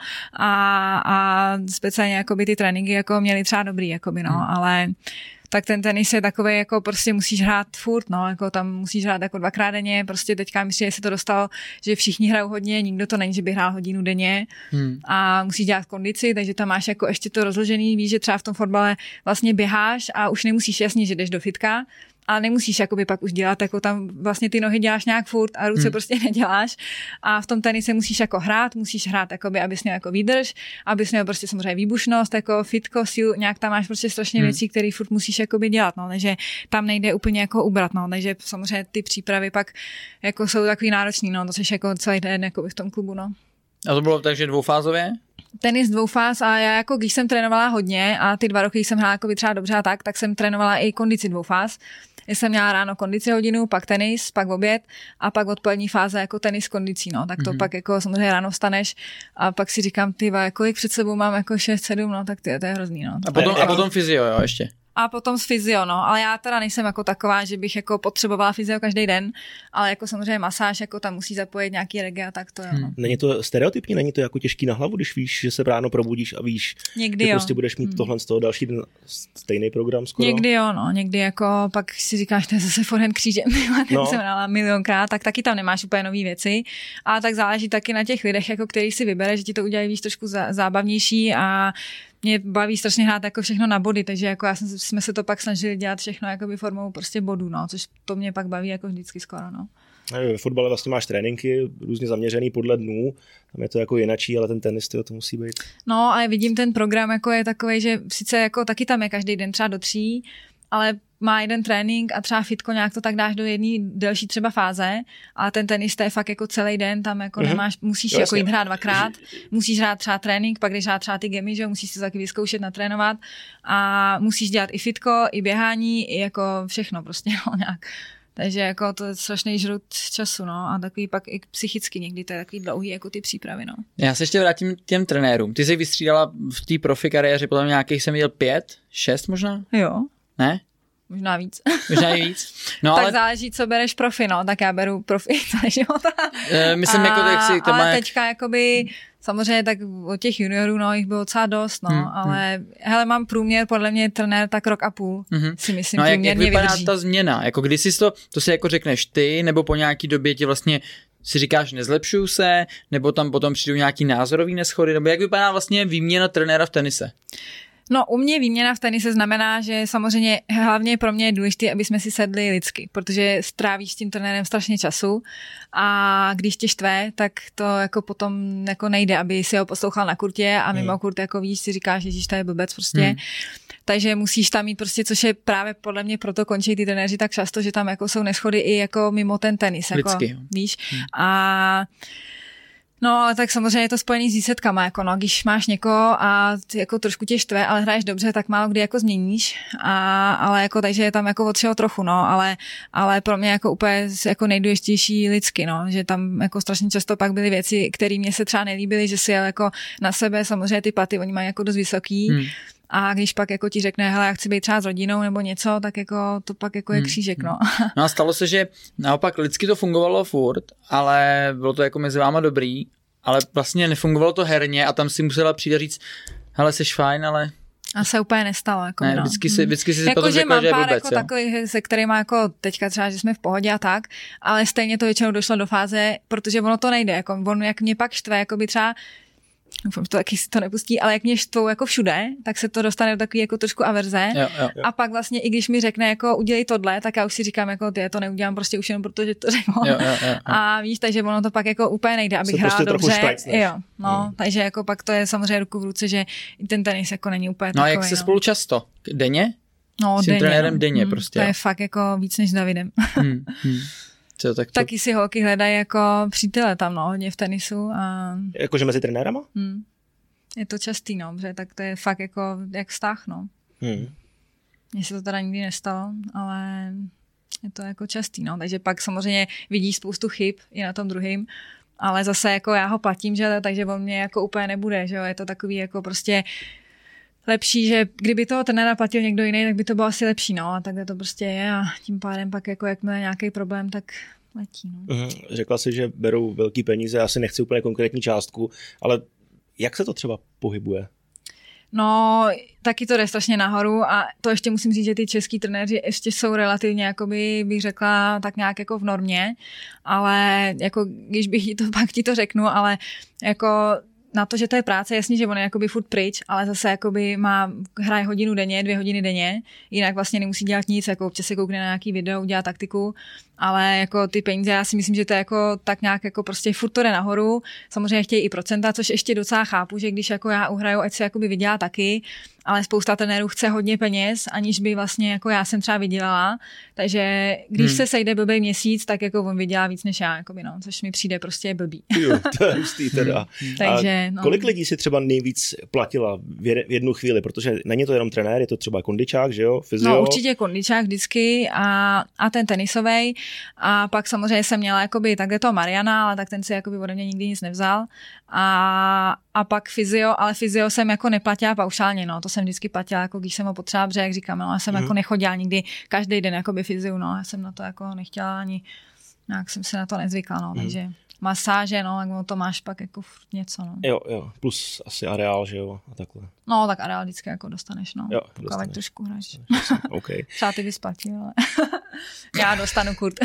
a speciálně jakoby ty tréninky jako měly třeba dobrý, jakoby, no, ale tak ten tenis je takový, jako prostě musíš hrát furt, no, jako tam musíš hrát jako 2x denně, prostě teďka myslím, že se to dostalo, že všichni hrajou hodně, nikdo to není, že by hrál hodinu denně a musíš dělat kondici, takže tam máš jako ještě to rozložený, víš, že třeba v tom fotbale vlastně běháš a už nemusíš jasně, že jdeš do fitka, ale nemusíš jakoby pak už dělat, jako tam vlastně ty nohy děláš nějak furt a ruce prostě neděláš a v tom tenise musíš hrát jakoby, abys měl jako výdrž, abys měl prostě samozřejmě výbušnost, jako fitko, sílu, nějak tam máš prostě strašně věcí, které furt musíš jakoby dělat, no, takže tam nejde úplně jako ubrat, no, takže samozřejmě ty přípravy pak jako jsou takový náročný, no, to jsi jako celý den jakoby v tom klubu, no. A to bylo takže dvoufázově? Tenis dvoufáz a já jako když jsem trénovala hodně a ty 2 roky jsem hrála jako třeba dobře a tak jsem trénovala i kondici dvoufáz. Já jsem měla ráno kondici hodinu, pak tenis, pak oběd a pak odpolední fáze jako tenis kondicí, no. Tak to pak jako samozřejmě ráno vstaneš a pak si říkám, kolik před sebou mám jako 6-7, no, tak to je hrozný, no. A potom fyzio, jo, ještě. A potom s fyzio, no, ale já teda nejsem jako taková, že bych jako potřebovala fyzio každý den, ale jako samozřejmě masáž, jako tam musí zapojit nějaký rege a tak to je, no. Není to stereotypní, není to jako těžký na hlavu, když víš, že se ráno probudíš a víš, někdy že prostě budeš mít tohle z toho další den stejný program skoro? Někdy jo, no, někdy jako pak si říkáš, to je zase forehand křížem, ten jsem hrála milionkrát, tak taky tam nemáš úplně nový věci, ale tak záleží taky na těch lidech, jako který si vybere, že ti to udělají víc trošku zábavnější a mě baví strašně hrát jako všechno na body, takže jako jsme se to pak snažili dělat všechno jakoby formou prostě bodů, no, což to mě pak baví jako vždycky skoro, no. Ve fotbale vlastně máš tréninky různě zaměřený podle dnů, tam je to jako jinačí, ale ten tenis to musí být. No, ale vidím ten program jako je takovej, že sice jako taky tam je každý den třeba do 3, ale má jeden trénink a třeba fitko nějak to tak dáš do jedné delší třeba fáze, ale ten tenis to je fakt jako celý den, tam jako nemáš, musíš jako jít hrát 2krát, musíš hrát třeba trénink, pak když hrát třeba ty gemy, že musíš to taky vyzkoušet, natrénovat a musíš dělat i fitko, i běhání, i jako všechno prostě, no, nějak. Takže jako to je strašný žrut času, no, a takový pak i psychicky někdy to je takový dlouhý jako ty přípravy, no. Já se ještě vrátím k těm trenérům. Ty jsi vystřídala v té profi kariéře, potom nějakých jsem viděl 5, 6 možná? Jo. Ne? Možná víc. Možná i víc. No, tak ale záleží, co bereš profi, no, tak já beru profi celý život. Myslím, jako jak si to ale má... teďka jakoby, samozřejmě tak od těch juniorů, no, jich bylo docela dost, no, ale hele, mám průměr, podle mě trenér tak 1,5 roku, si myslím, no, průměrně jak vypadá vydrží. ta změna? Jako když si to si jako řekneš ty, nebo po nějaký době ti vlastně si říkáš nezlepšuju se, nebo tam potom přijdou nějaký názorový neschody, nebo jak vypadá vlastně výměna trenéra v tenise? No, u mě výměna v tenise znamená, že samozřejmě hlavně pro mě je důležité, aby jsme si sedli lidsky, protože strávíš s tím trenérem strašně času a když tě štve, tak to jako potom jako nejde, aby si ho poslouchal na kurtě a mimo kurt jako víš, si říkáš, že to je blbec prostě. Takže musíš tam mít prostě, což je právě podle mě proto končí ty trenéři tak často, že tam jako jsou neschody i jako mimo ten tenis. Jako, lidsky. Víš? A no, ale tak samozřejmě je to spojený s výsledkama, jako no, když máš někoho a jako trošku tě štve, ale hraješ dobře, tak málo kdy jako změníš, ale jako takže je tam jako od všeho trochu, no, ale pro mě jako úplně jako nejdůležitější lidsky, no, že tam jako strašně často pak byly věci, které mě se třeba nelíbily, že si jel jako na sebe, samozřejmě ty platy, oni mají jako dost vysoký, a když pak jako ti řekne, hele, já chci být třeba s rodinou nebo něco, tak jako to pak jako je křížek, no. No a stalo se, že naopak lidsky to fungovalo furt, ale bylo to jako mezi váma dobrý, ale vlastně nefungovalo to herně a tam si musela přijít a říct, hele, jsi fajn, ale... A se úplně nestalo. Jako ne, vždycky si jako, potom řekla, že je blbec, jako takových, se kterýma jako teďka třeba, že jsme v pohodě a tak, ale stejně to většinou došlo do fáze, protože ono to nejde, jako on jak mě pak štve, jako by třeba to taky si to nepustí, ale jak mě štvou jako všude, tak se to dostane do takový jako trošku averze. Jo. A pak vlastně i když mi řekne jako udělej tohle, tak já už si říkám jako ty, to neudělám prostě už jenom proto, že to řekl. Jo. A víš, takže ono to pak jako úplně nejde, abych hrála prostě dobře. Jo, no, takže jako pak to je samozřejmě ruku v ruce, že ten tenis jako není úplně takový. No a jak se spolu často? Denně? No, s tím trenérem denně prostě. To je fakt jako víc než s Davidem. Tak to... Taky si holky hledají jako přítele tam, no, hodně v tenisu. A... Jakože mezi trenérama? Je to častý, no, protože tak to je fakt jako jak vztah, no. Mně se to teda nikdy nestalo, ale je to jako častý, no. Takže pak samozřejmě vidíš spoustu chyb i na tom druhým, ale zase jako já ho platím, že, takže on mě jako úplně nebude, že jo. Je to takový jako prostě lepší, že kdyby toho trenéra platil někdo jiný, tak by to bylo asi lepší, no. A takhle to prostě je a tím pádem pak jako jakmile nějaký problém, tak letí, no. Řekla jsi, že berou velký peníze, já si nechci úplně konkrétní částku, ale jak se to třeba pohybuje? No, taky to jde strašně nahoru a to ještě musím říct, že ty český trenéři ještě jsou relativně, jakoby bych řekla, tak nějak jako v normě, ale jako, když bych pak ti to řeknu, ale jako na to, že to je práce, jasně, že on je jakoby furt pryč, ale zase jakoby hraje hodinu denně, 2 hodiny denně, jinak vlastně nemusí dělat nic, jako občas se koukne na nějaký video, udělá taktiku, ale jako ty peníze, já si myslím, že to je jako tak nějak jako prostě furt to jde nahoru, samozřejmě chtějí i procenta, což ještě docela chápu, že když jako já uhraju, ať se jakoby vydělá taky, ale spousta trenérů chce hodně peněz, aniž by vlastně jako já jsem třeba vydělala, takže když se sejde blbý měsíc, tak jako on vydělá víc než já, jakoby, no, což mi přijde prostě blbý. Jo, to je hustý teda. Takže, no. Kolik lidí si třeba nejvíc platila v jednu chvíli, protože není to jenom trenér, je to třeba kondičák, že jo, fyzio? No určitě kondičák vždycky a ten tenisovej a pak samozřejmě jsem měla jakoby takhle toho Mariana, ale tak ten si jakoby ode mě nikdy nic nevzal a pak fyzio, ale fyzio jsem jako neplatila paušálně, no, to jsem vždycky platila, jako když jsem ho potřeba, protože jak říkám, no, já jsem jako nechodila nikdy každý den jakoby fyziu, no, já jsem na to jako nechtěla ani, nějak jsem se na to nezvykla, no, takže masáže, no, tak to máš pak jako něco, no. Jo, plus asi areál, že jo, a takhle. No, tak areál vždycky jako dostaneš, no. Jo, dostaneš. Trošku hraješ. Okay. Třeba ty vysplatí, ale já dostanu kurt.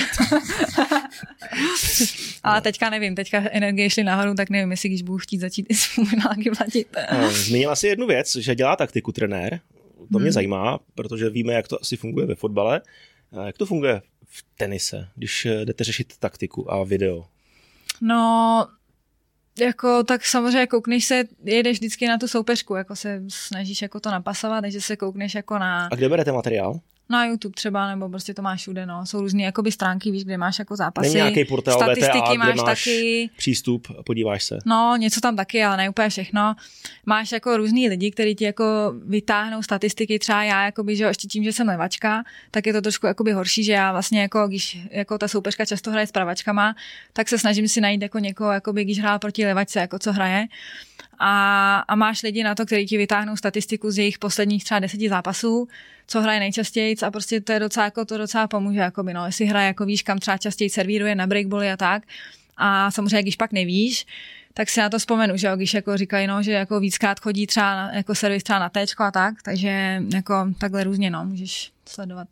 Ale teďka nevím, teďka energie šly nahoru, tak nevím, jestli když budu chtít začít i vzpomínálky platit. Zmínila si jednu věc, že dělá taktiku trenér. To mě zajímá, protože víme, jak to asi funguje ve fotbale. Jak to funguje v tenise, když jdete řešit taktiku a video? No, jako tak samozřejmě koukneš se, jedeš vždycky na tu soupeřku, jako se snažíš jako to napasovat, takže se koukneš jako na... A kde berete materiál? Na YouTube třeba, nebo prostě to máš všude, no. Jsou různý jakoby stránky, víš, kde máš jako zápasy. Není nějaký portál statistiky VTA, máš kde máš taky přístup, podíváš se. No, něco tam taky, ale ne úplně všechno. Máš jako různý lidi, kteří ti jako vytáhnou statistiky, třeba já, jakoby, že ještě tím, že jsem levačka, tak je to trošku jakoby horší, že já vlastně jako, když jako ta soupeřka často hraje s pravačkama, tak se snažím si najít jako někoho, jakoby, když hrál proti levačce, jako co hraje. A máš lidi na to, kteří ti vytáhnou statistiku z jejich posledních třeba 10 zápasů, co hraje nejčastěji a prostě to je docela, jako to docela pomůže, jakoby, no, jestli hraje, jako víš, kam třeba častěji servíruje na breakbally a tak. A samozřejmě, když pak nevíš, tak si na to vzpomenu, že jo, když jako říkají, no, že jako víckrát chodí třeba jako servis třeba na téčko a tak, takže jako takhle různě, no, můžeš sledovat.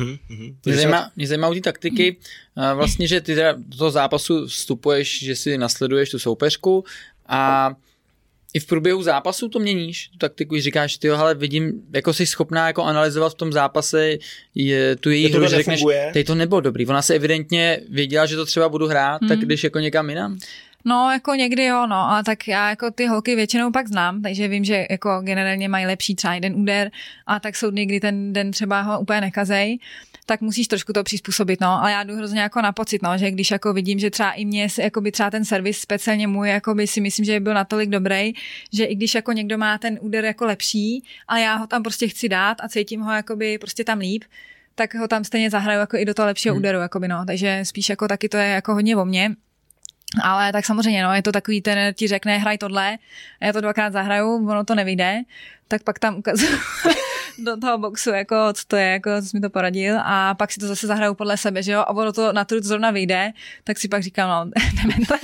Mě zajímají ty taktiky, vlastně, že ty teda do toho zápasu vstupuješ, že si nasleduješ tu soupeřku a i v průběhu zápasu to měníš, tu taktiku, když říkáš, ty hele, vidím, jako jsi schopná jako analyzovat v tom zápase tu její hru, že řekneš, teď to nebylo dobrý, ona se evidentně věděla, že to třeba budu hrát, tak když jako někam jinam. No, jako někdy jo, no, ale tak já jako ty holky většinou pak znám, takže vím, že jako generálně mají lepší třeba jeden úder a tak jsou dny, kdy ten den třeba ho úplně nekazej, tak musíš trošku to přizpůsobit, no, ale já jdu hrozně jako na pocit, no, že když jako vidím, že třeba i mě jakoby třeba ten servis speciálně můj, jakoby si myslím, že byl natolik dobrý, že i když jako někdo má ten úder jako lepší, ale já ho tam prostě chci dát a cítím ho jakoby prostě tam líp, tak ho tam stejně zahraju jako i do toho lepšího úderu, jakoby, no, takže spíš jako taky to je jako hodně o mně. Ale tak samozřejmě, no, je to takový, ten ti řekne, hraj tohle, a já to 2krát zahraju, ono to nevyjde, tak pak tam ukazuju do toho boxu, jako, co to je, jako, co jsi mi to poradil a pak si to zase zahraju podle sebe, že jo, a ono to na trud zrovna vyjde, tak si pak říkám, no, demente.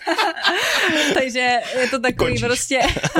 Takže je to takový Končíš. Prostě...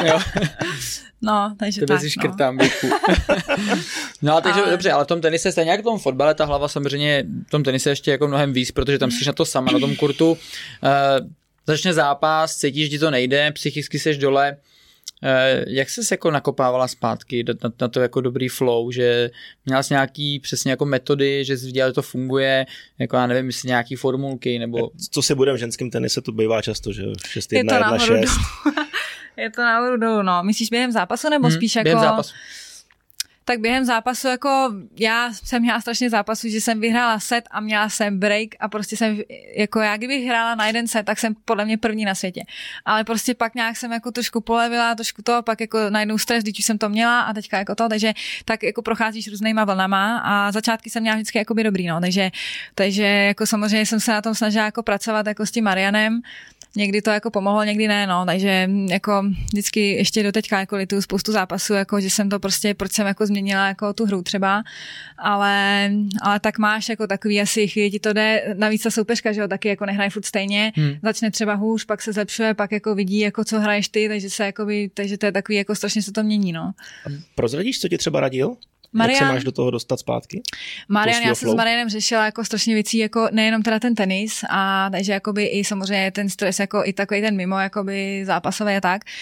No, takže tebe tak, si škrtám, no. No, ale takže dobře, ale v tom tenise stejně jak v tom fotbale, ta hlava samozřejmě v tom tenise ještě jako mnohem víc, protože tam jsi na to sama, na tom kurtu. Začne zápas, cítíš, že ti to nejde, psychicky seš dole. Jak ses jako nakopávala zpátky na to jako dobrý flow, že měla jsi nějaký přesně jako metody, že jsi viděla, že to funguje, jako já nevím, jestli nějaký formulky, nebo... Co se bude v ženském tenise, to bývá často, že 6-1, 1-6. Je to nahoru dolů, no. Myslíš během zápasu, nebo spíš jako... Během zápasu. Tak během zápasu, jako já jsem měla strašně zápasů, že jsem vyhrála set a měla jsem break a prostě jsem, jako já kdybych hrála na jeden set, tak jsem podle mě první na světě. Ale prostě pak nějak jsem jako trošku polevila, trošku to, pak jako najednou stres, když už jsem to měla a teďka jako to, takže tak jako procházíš různýma vlnama a začátky jsem měla vždycky jakoby dobrý, no, takže jako samozřejmě jsem se na tom snažila jako pracovat jako s tím Marianem. Někdy to jako pomohlo, někdy ne, no, takže jako vždycky ještě do teďka jako lituju spoustu zápasů, jako že jsem to prostě, proč jsem jako změnila jako tu hru třeba, ale tak máš jako takový asi chvíli ti to jde, navíc ta soupeřka, že jo, taky jako nehraje furt stejně, začne třeba hůř, pak se zlepšuje, pak jako vidí, jako co hraješ ty, takže to je takový, jako strašně se to mění, no. A prozradíš, co ti třeba radil? Marian, jak se máš do toho dostat zpátky? Marian, já jsem s Marianem řešila jako strašně věcí, jako nejenom teda ten tenis, a takže jakoby i samozřejmě ten stres, jako i takový ten mimo, jakoby zápasový a tak.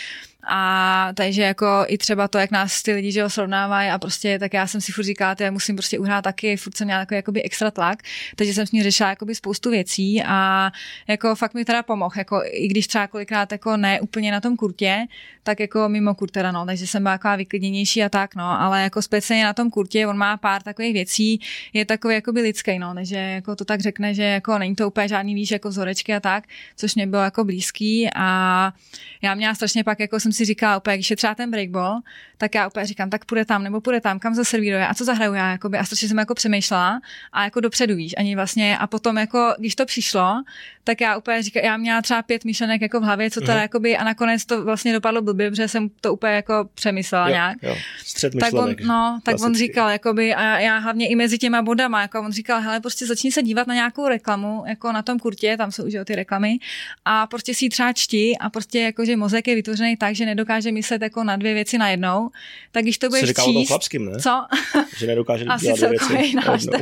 A takže jako i třeba to, jak nás ty lidi, že ho srovnávají a prostě tak já jsem si furt říkala, já musím prostě uhrát taky, furt jsem měla takový jakoby extra tlak, takže jsem s ní řešila jakoby spoustu věcí a jako fakt mi teda pomohl, jako i když třeba kolikrát jako ne úplně na tom kurtě, tak jako mimo kurt teda, no, takže jsem byla taková vyklidněnější a tak, no, ale jako speciálně na tom kurtě, on má pár takových věcí, je takový jakoby lidský, no, takže jako to tak řekne, že jako není to úplně žádný, víš, jako vzorečky a tak, což mě bylo jako blízký a já měla strašně pak, jako jsem si říkala úplně, když je třeba ten breakball, tak já úplně říkám, tak půjde tam, nebo půjde tam, kam zaservíruje a co zahraju já, jakoby, a strašně jsem jako přemýšlela a jako dopředu, víš, ani vlastně a potom jako, když to přišlo, tak já úplně říkám, já měla třeba 5 myšlenek jako v hlavě, co teda jakoby a nakonec to vlastně dopadlo blbě, protože jsem to úplně jako přemyslela nějak. Jo, střed myšlenek. Tak on říkal, jakoby, a já hlavně i mezi těma bodama, jako on říkal, hele, prostě začni se dívat na nějakou reklamu, jako na tom kurtě, tam jsou už ty reklamy, a prostě si ji třeba čti a prostě jako, že mozek je vytvořený tak, že nedokáže myslet jako na 2 věci najednou, tak když to budeš číst... o tom chlapským, ne? Co? Že nedokáže asi dělat 2 věci.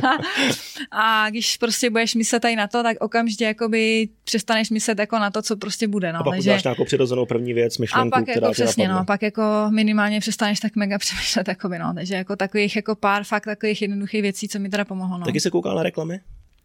A když prostě budeš myslet tady na to, tak okamžitě jakoby přestaneš myslet jako na to, co prostě bude. No. A pak uděláš nějakou přirozenou první věc, myšlenku, a pak která jako přesně, no, pak jako minimálně přestaneš tak mega přemýšlet, jakoby, no. Takže jako takových jako pár fakt takových jednoduchých věcí, co mi teda pomohlo. No. Taky se koukal na reklamy?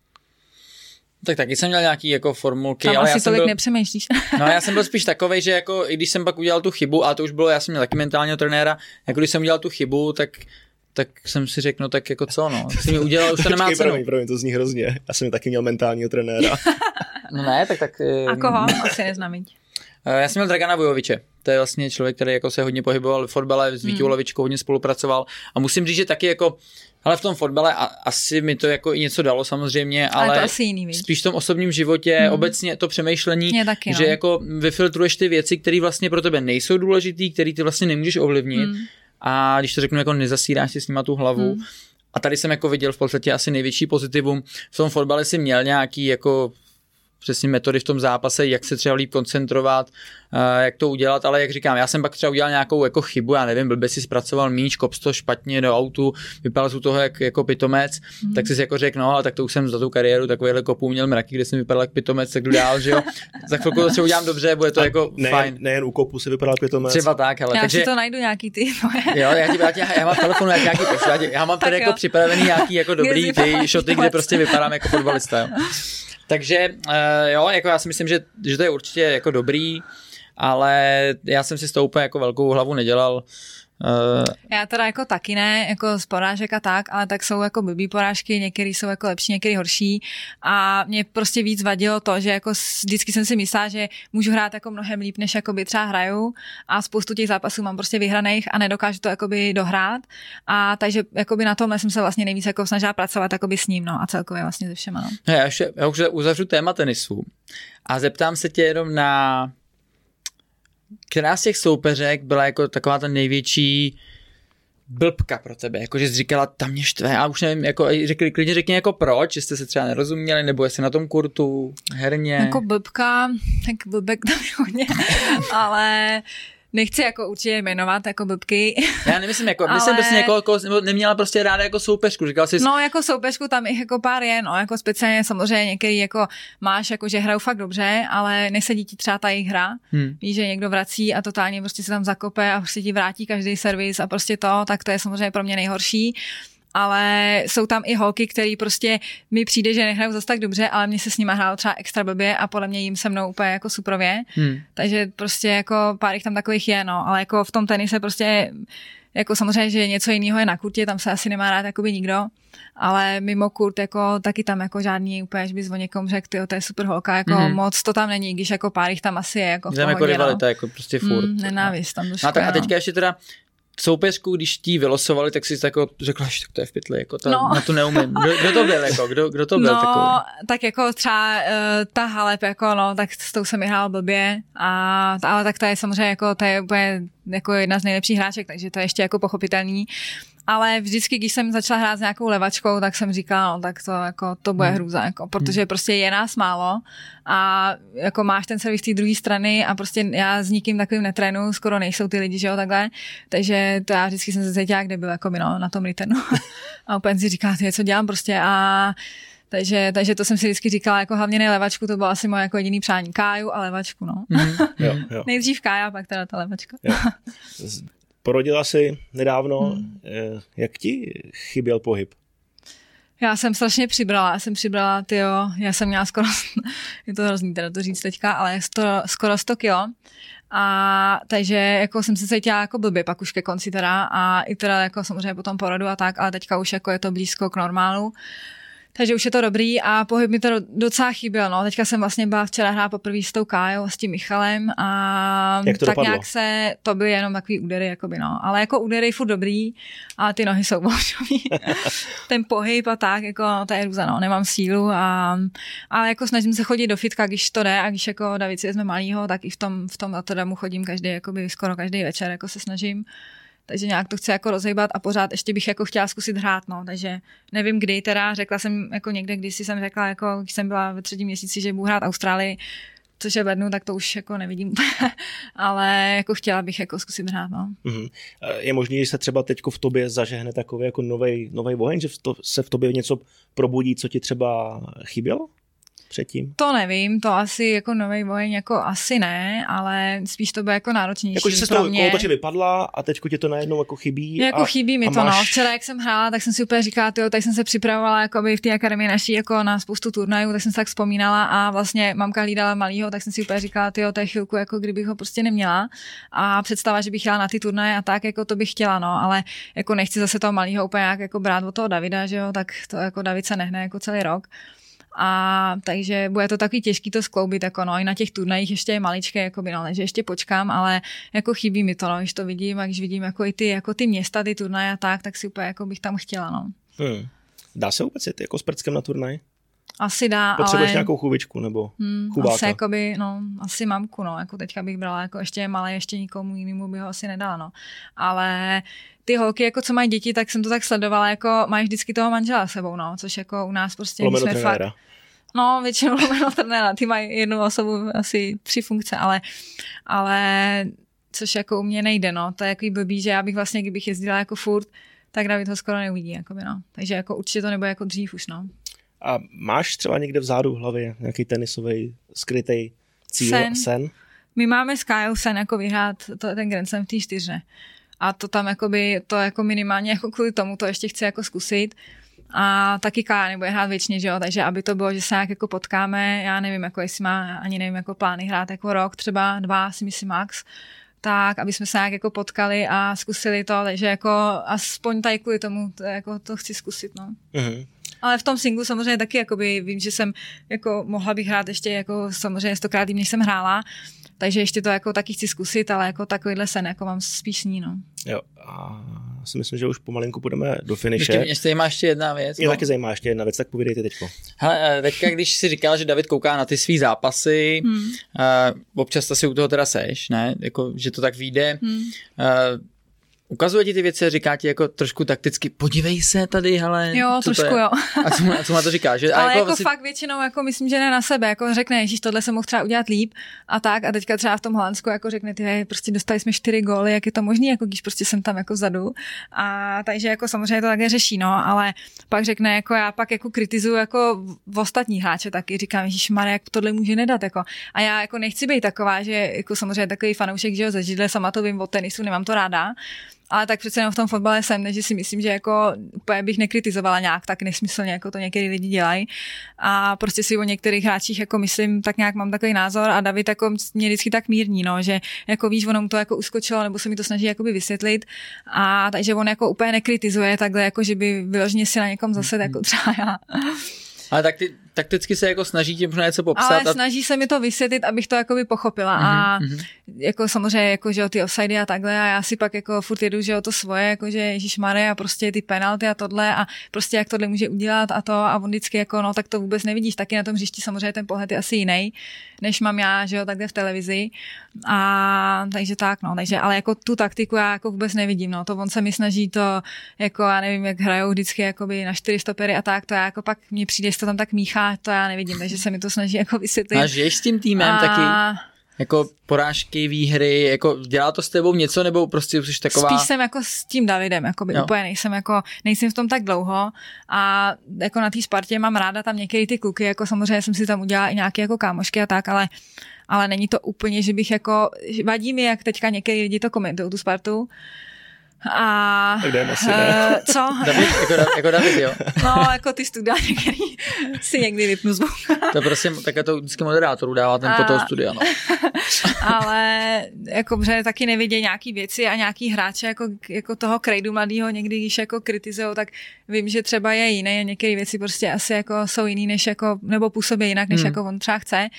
Tak taky jsem měl nějaký jako formulky, tam ale asi já jsem tolik byl, nepřemýšlíš. No, já jsem byl spíš takovej, že jako i když jsem pak udělal tu chybu, a to už bylo, já jsem měl taky mentálního trenéra, jako když jsem udělal tu chybu, tak jsem si řekl, no tak jako co, no. Jsi mi udělal, už to nemá cenu. Promiň, to zní hrozně. Já jsem taky měl mentálního trenéra. No ne, tak... A koho? Asi neznám. Já jsem měl Dragana Vujoviče. To je vlastně člověk, který jako se hodně pohyboval v fotbale, s Vítou Lavičkou hodně spolupracoval. A musím říct, že taky jako, ale v tom fotbale asi mi to jako i něco dalo samozřejmě, ale to asi jiný, spíš v tom osobním životě, obecně to přemýšlení, taky, že jako vyfiltruješ ty věci, které vlastně pro tebe nejsou důležitý, které ty vlastně nemůžeš ovlivnit. A když to řeknu, jako nezasíráš si s nima tu hlavu. A tady jsem jako viděl v podstatě asi největší pozitivum. V tom fotbale si měl nějaký jako přesně metody v tom zápase, jak se třeba líp koncentrovat, jak to udělat, ale jak říkám, já jsem pak třeba udělal nějakou jako chybu, já nevím, blbě si zpracoval míč, kops to špatně do autu, vypadal z toho jako pitomec, tak si jako řekl, no, ale tak to už jsem za tu kariéru takovýhle kopů měl mraky, kde jsem vypadal jako pitomec, tak jdu dál, že jo. Za chvilku to třeba udělám dobře, bude to jako fajn. Nejen u kopu si vypadal pitomec. Třeba tak, hele. Já takže si to najdu nějaký ty. Jo, já mám v telefonu nějaký pošlu, já mám tady jako připravený nějaký jako dobrý ty shoty, kde prostě vypadám jako fotbalista, jo. Takže jo, jako já si myslím, že to je určitě jako dobrý, ale já jsem si s tou úplně jako velkou hlavu nedělal. Já teda jako taky ne, jako z porážek a tak, ale tak jsou jako blbý porážky, některý jsou jako lepší, některý horší a mě prostě víc vadilo to, že jako vždycky jsem si myslela, že můžu hrát jako mnohem líp, než jakoby třeba hraju a spoustu těch zápasů mám prostě vyhraných a nedokážu to jakoby dohrát a takže jakoby na tomhle jsem se vlastně nejvíc jako snažila pracovat jakoby s ním, no a celkově vlastně se všema, no. Já už uzavřu téma tenisu a zeptám se tě jenom na která z těch soupeřek byla jako taková ta největší blbka pro tebe, jakože jsi říkala, tam mě štve a už nevím, jako klidně řekni jako proč, že jste se třeba nerozuměli, nebo jestli na tom kurtu, herně. Jako blbka, tak blbek tam je hodně, ale nechci jako určitě jmenovat jako blbky. Já nemyslím jako, myslím prostě někoho, neměla prostě ráda jako soupeřku, říkal jsi. No jako soupeřku tam jich jako pár je, no jako speciálně samozřejmě některý jako máš jako, že hrajou fakt dobře, ale nesedí ti třeba ta jejich hra. Víš, že někdo vrací a totálně prostě se tam zakope a prostě ti vrátí každý servis a prostě to, tak to je samozřejmě pro mě nejhorší. Ale jsou tam i holky, který prostě mi přijde, že nehrajou zase tak dobře, ale mě se s nima hrálo třeba extra blbě a podle mě jim se mnou úplně jako suprově. Takže prostě jako pár jich tam takových je, no, ale jako v tom tenise prostě jako samozřejmě, že něco jiného je na kurtě, tam se asi nemá rád jakoby nikdo, ale mimo kurt jako taky tam jako žádný úplně, že bys o někom řekl, tyjo, to je super holka, jako moc to tam není, když jako pár jich tam asi je jako v pohodě, jako rivalita, jako prostě furt. Nenávist tam trošku, no, tak a teďka ještě teda soupeřku, když ti vylosovali, tak si jako řekla, že tak to je v pytli, jako na to neumím. Kdo to byl, jako, kdo to byl takový? No, tak jako třeba ta Halep, jako no, tak s tou jsem hrál blbě, ale tak to je samozřejmě jako, to je úplně jako jedna z nejlepších hráček, takže to je ještě jako pochopitelný. Ale vždycky, když jsem začala hrát s nějakou levačkou, tak jsem říkala, no tak to, jako, to bude hrůza, jako, protože prostě je nás málo a jako máš ten servis z té druhé strany a prostě já s nikým takovým netrénu, skoro nejsou ty lidi, že jo, takhle, takže to já vždycky jsem se cítila, kde byl jako no, na tom returnu a úplně si říká, co dělám prostě a Takže to jsem si vždycky říkala, jako hlavně ne levačku, to bylo asi moje jako jediný přání. Káju a levačku, no. Jo. Nejdřív kája, pak teda ta levačka. Porodila jsi nedávno, jak ti chyběl pohyb? Já jsem strašně přibrala, já jsem měla skoro, je to hrozný teda to říct teďka, ale skoro 100 kilo. A takže jako jsem se cítila jako blbě pak už ke konci teda a i teda jako samozřejmě po tom porodu a tak, ale teďka už jako je to blízko k normálu. Takže už je to dobrý a pohyb mi to docela chyběl. No. Teďka jsem vlastně byla včera hrát poprvé s tou Kájou a s tím Michalem a jak to tak dopadlo? nějak to byly jenom takový údery, jakoby, no. Ale jako údery furt dobrý, ale ty nohy jsou božový. Ten pohyb a tak, jako to je růza, no. Nemám sílu ale jako snažím se chodit do fitka, když to jde a když jako David si vezme malýho, tak i v tom Rotterdamu chodím skoro každý večer, jako se snažím. Takže nějak to chci jako rozhýbat a pořád ještě bych jako chtěla zkusit hrát, no, takže nevím kdy teda, řekla jsem jako někde, když jsem řekla, jako když jsem byla ve 3. měsíci, že budu hrát Austrálii, což je v lednu, tak to už jako nevidím, ale jako chtěla bych jako zkusit hrát, no. Mm-hmm. Je možný, že se třeba teďko v tobě zažehne takový jako novej oheň, že se v tobě něco probudí, co ti třeba chybělo předtím? To nevím, to asi jako novej oheň jako asi ne, ale spíš to bude jako náročnější. Jako, že se z toho kolotoče vypadla a teďko ti to najednou jako chybí. Jako chybí mi to, no. Včera, jak jsem hrála, tak jsem si úplně říkala, tak jsem se připravovala jakoby v té akademii naší jako na spoustu turnajů, tak jsem se tak vzpomínala a vlastně mamka hlídala malýho, tak jsem si úplně říkala, to je chvilku, jako kdybych ho prostě neměla a představa, že bych jela na ty turnaje a tak, jako to bych chtěla, no, ale jako nechci zase toho malýho úplně jako brát od toho Davida, že jo, tak to jako David se nehne jako celý rok. A takže bude to takový těžký to skloubit, jako no, i na těch turnajích ještě je maličké, jakoby, no, že ještě počkám, ale jako chybí mi to, no, když to vidím a když vidím jako i ty města, ty turnaje a tak si úplně jako bych tam chtěla, no. Dá se vůbec jít jako s prckem na turnaj? Asi dá, potřebuješ nějakou chůvičku nebo chubáka? Asi jakoby, no, asi mamku, no, jako teďka bych brala, jako ještě malé, ještě nikomu jinému bych ho asi nedala, no. Ale ty holky, jako co mají děti, tak jsem to tak sledovala, jako mají vždycky toho manžela s sebou, no, což jako u nás prostě jsme fakt. No, většinou lomeno trenéra, ty mají jednu osobu, asi 3 funkce, ale což jako u mě nejde, no, to je jaký blbý, že já bych vlastně, kdybych jezdila jako furt, tak David ho skoro neuvidí, jakoby, no. Takže jako určitě to nebude jako dřív už, no. A máš třeba někde vzadu v hlavě nějaký tenisový skrytej cíl, sen? My máme s Kájou sen jako vyhrát ten Grand Slam v té 4. A to tam jakoby, to jako minimálně jako kvůli tomu to ještě chci jako zkusit. A taky Kája nebude hrát věčně, že jo, takže aby to bylo, že se nějak jako potkáme, já nevím, jako jestli má, ani nevím, jako plány hrát jako rok, třeba 2, si myslím max, tak, aby jsme se nějak jako potkali a zkusili to, takže jako aspoň tady kvůli tomu to chci zkusit, no. Mm-hmm. Ale v tom singlu samozřejmě taky jakoby, vím, že jsem jako mohla bych hrát ještě jako samozřejmě 100krát tím, než jsem hrála, takže ještě to jako taky chci zkusit, ale jako takovýhle sen jako mám spíš ní, no. Jo, a si myslím, že už pomalinku půjdeme do finiše. Mě zajímá ještě jedna věc. Mě taky zajímá ještě jedna věc, tak povídejte teďko. Hele, teďka, když jsi říkal, že David kouká na ty svý zápasy, občas asi u toho teda seš, ne? Jako, že to tak vyjde. Ukazuje ti ty věci a říká ti jako trošku takticky, podívej se tady, hele. Jo, trošku jo. A co má to říká? Že, ale jako fakt většinou jako myslím, že ne na sebe, jako řekne, ježiš, tohle jsem mohl třeba udělat líp a tak a teďka třeba v tom Holandsku jako řekne, ty prostě dostali jsme 4 góly, jak je to možný, jako když prostě jsem tam jako vzadu a takže jako samozřejmě to také řeší, no, ale pak řekne, jako já pak jako kritizuju jako v ostatní hráče taky, říkám, ježišmarja, jak tohle může nedat, jako a já jako nechci být taková, že jako samozřejmě takový fanoušek, že jo, ze židle, sama to vím od tenisu, nemám to ráda. Ale tak přece jenom v tom fotbale jsem, takže si myslím, že jako úplně bych nekritizovala nějak tak nesmyslně, jako to některý lidi dělají. A prostě si o některých hráčích jako myslím, tak nějak mám takový názor a David jako mě vždycky tak mírní, no, že jako víš, ono mu to jako uskočilo, nebo se mi to snaží jakoby vysvětlit. A takže on jako úplně nekritizuje takhle, jako že by vyloženě si na někom zase jako třeba já. Ale tak ty takticky se jako snaží tě možná něco popsat. Ale snaží se mi to vysvětlit, abych to jakoby pochopila. A jako samozřejmě, jako, že jo, ty offsidy a takhle a já si pak jako furt jedu, že jo, to svoje, jako, že ježišmarja a prostě ty penalty a tohle a prostě jak tohle může udělat a to a on vždycky jako, no tak to vůbec nevidíš. Taky na tom hřišti samozřejmě ten pohled je asi jiný, než mám já, že jo, takhle v televizi. A takže tak, no, takže, ale jako tu taktiku já jako vůbec nevidím, no, to on se mi snaží to, jako já nevím, jak hrajou vždycky jakoby na 4 stopery a tak, to já jako pak mně přijde, že to tam tak míchá, to já nevidím, takže se mi to snaží jako vysvětlit. A žiješ s tím týmem taky? jako porážky, výhry, jako dělá to s tebou něco, nebo prostě jsi taková... Spíš jsem jako s tím Davidem, jakoby úplně nejsem v tom tak dlouho a jako na té Spartě mám ráda tam některé ty kluky, jako samozřejmě jsem si tam udělala i nějaké jako kámošky a tak, ale není to úplně, že bych jako, vadí mi, jak teďka některý lidi to komentují, tu Spartu. A co? David, jako David, jo. No, jako ty studia, který si někdy vypnu zvuk. To prostě, tak to vždycky moderátorů dává ten po toho studia, no. Ale jako, že taky nevidí nějaký věci a nějaký hráče jako toho Krejdu mladýho někdy, když jako kritizujou, tak vím, že třeba je jiný a některé věci prostě asi jako jsou jiný, než jako, nebo působí jinak, než jako on třeba chce.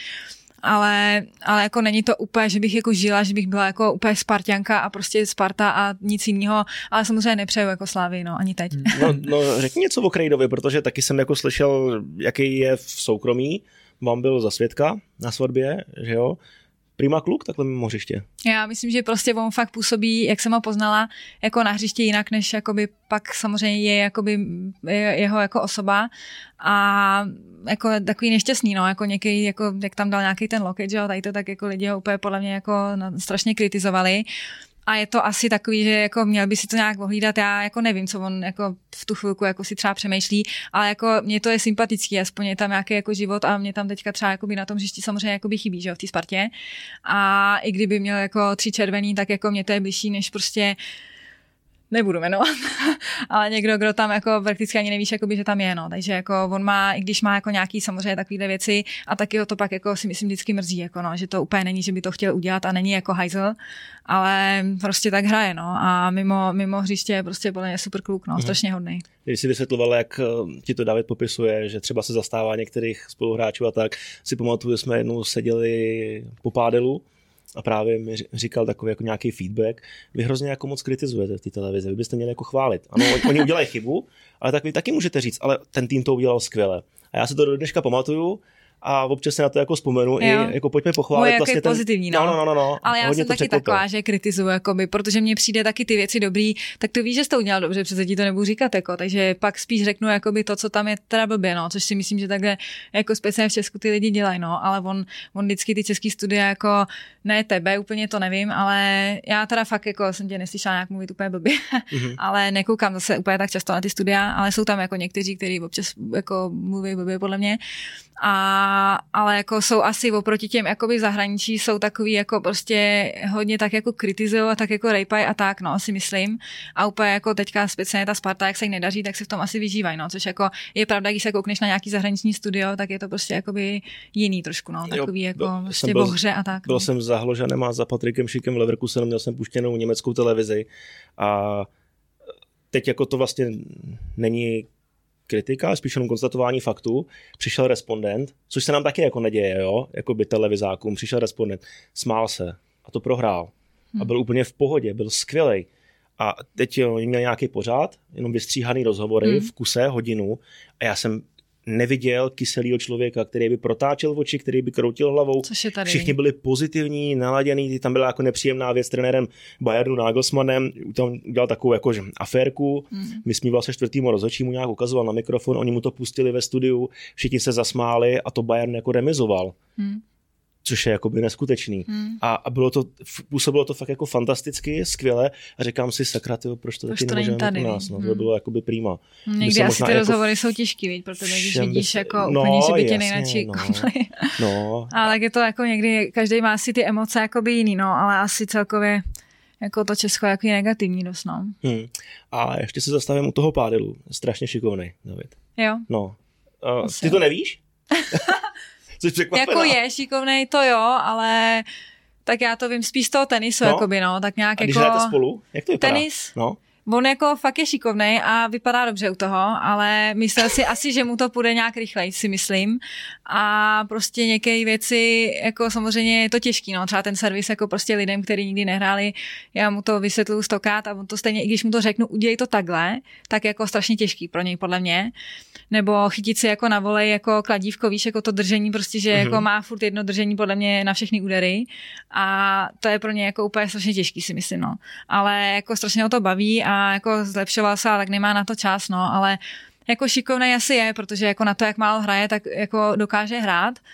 Ale jako není to úplně, že bych jako žila, že bych byla jako úplně Sparťanka a prostě Sparta a nic jiného, ale samozřejmě nepřeju jako Slávy, no, ani teď. No řekni něco o Krejdovi, protože taky jsem jako slyšel, jaký je v soukromí, vám byl za svědka na svatbě, že jo? Prima kluk, takhle mimo hřiště. Já myslím, že prostě on fakt působí, jak jsem ho poznala, jako na hřiště jinak, než jakoby pak samozřejmě je jakoby jeho jako osoba a jako takový nešťastný, no, jako něký, jako jak tam dal nějaký ten loket, že jo, tady to tak jako lidi ho úplně podle mě jako strašně kritizovali. A je to asi takový, že jako měl by si to nějak ohlídat, já jako nevím, co on jako v tu chvilku jako si třeba přemýšlí, ale jako mně to je sympatický, aspoň je tam nějaký jako život a mě tam teďka třeba na tom hřišti samozřejmě jako by chybí, že jo, v té Spartě. A i kdyby měl jako 3 červený, tak jako mě to je bližší, než prostě nebudu jmenovat, ale někdo, kdo tam jako prakticky ani nevíš, jakoby, že tam je, no. Takže jako on má, i když má jako nějaký samozřejmě takovýhle věci a taky ho to pak jako si myslím vždycky mrzí, jako no, že to úplně není, že by to chtěl udělat a není jako hajzl, ale prostě tak hraje, no. A mimo hřiště je prostě podle mě super kluk, no, strašně hodnej. Když si vysvětlovala, jak ti to David popisuje, že třeba se zastává některých spoluhráčů a tak, si pamatuju, jsme jednou seděli po pádelu a právě mi říkal takový jako nějaký feedback. Vy hrozně jako moc kritizujete v té televizi, vy byste měli jako chválit. Ano, oni udělají chybu, ale tak vy taky můžete říct, ale ten tým to udělal skvěle. A já si to do dneška pamatuju a občas se na to jako vzpomenu, i jako pojďme pochválit. Vlastně ten pozitivní, no. No. Ale já jsem taky taková, že kritizuju, jakoby, protože mně přijde taky ty věci dobrý, tak to víš, že jsi to udělal dobře, přece ti to nebudu říkat, jako, takže pak spíš řeknu jakoby to, co tam je teda blbě, no, což si myslím, že takhle jako speciálně v Česku ty lidi dělají, no, ale on vždycky ty český studia jako ne tebe, úplně to nevím, ale já teda fakt jako jsem tě neslyšela nějak mluvit úplně blbě, ale nekoukám zase úplně tak často na ty studia, ale jsou tam jako někteří, kteří občas jako mluví blbě podle mě. Ale jako jsou asi oproti těm jakoby zahraničí jsou takový jako prostě hodně tak jako kritizují a tak jako rejpaj a tak, no, si myslím. A úplně jako teďka speciálně ta Sparta, jak se jí nedaří, tak se v tom asi vyžívají, no, což jako je pravda, když se koukneš na nějaký zahraniční studio, tak je to prostě jakoby jiný trošku, no, takový jako prostě v hře a tak. Byl jsem za Hložanem a za Patrikem Šikem v Leverkusenu, měl jsem puštěnou německou televizi a teď jako to vlastně není kritika, ale spíš jenom konstatování faktu. Přišel respondent, což se nám taky jako neděje, jo, jako by televizákům, přišel respondent, smál se a to prohrál. A byl úplně v pohodě, byl skvělej. A teď jo, měl nějaký pořád, jenom vystříhaný rozhovory v kuse, hodinu a já jsem neviděl kyselýho člověka, který by protáčel oči, který by kroutil hlavou. Všichni byli pozitivní, naladěný, tam byla jako nepříjemná věc s trenérem Bayernu Nagelsmannem, tam udělal takovou jako aférku, vysmíval se 4. rozhodčímu, nějak ukazoval na mikrofon, oni mu to pustili ve studiu, všichni se zasmáli a to Bayern jako remizoval. Což je jakoby neskutečný. A působilo to fakt jako fantasticky, skvěle a říkám si, sakra, tyjo, proč to taky nemůžeme u nás, no, to bylo jakoby prima. Někdy asi ty rozhovory jsou těžký, víc, protože když vidíš jako úplně, že by tě nejradši ale tak je to jako někdy, každý má si ty emoce jakoby jiný, no, ale asi celkově jako to Česko je jako negativní dost, no. A ještě se zastavím u toho pádelu, strašně šikovnej, David. Jo. No. Ty to nevíš? Jako je šikovnej, to jo, ale tak já to vím spíš z toho tenisu, jakoby, no, tak nějak a když jako... hrajete spolu, jak to vypadá? Tenis, no. On jako fakt je šikovnej a vypadá dobře u toho, ale myslel si asi, že mu to půjde nějak rychleji, si myslím. A prostě některé věci, jako samozřejmě je to těžký, no, třeba ten servis jako prostě lidem, kteří nikdy nehráli, já mu to vysvětluju 100krát a on to stejně, i když mu to řeknu, udělej to takhle, tak jako strašně těžký pro něj, podle mě. Nebo chytit si jako na volej jako kladívko, víš, jako to držení, prostě, že jako má furt jedno držení podle mě na všechny údery a to je pro ně jako úplně strašně těžký, si myslím, no. Ale jako strašně ho to baví a jako zlepšoval se, ale tak nemá na to čas, no, ale jako šikovnej asi je, protože jako na to, jak málo hraje, tak jako dokáže hrát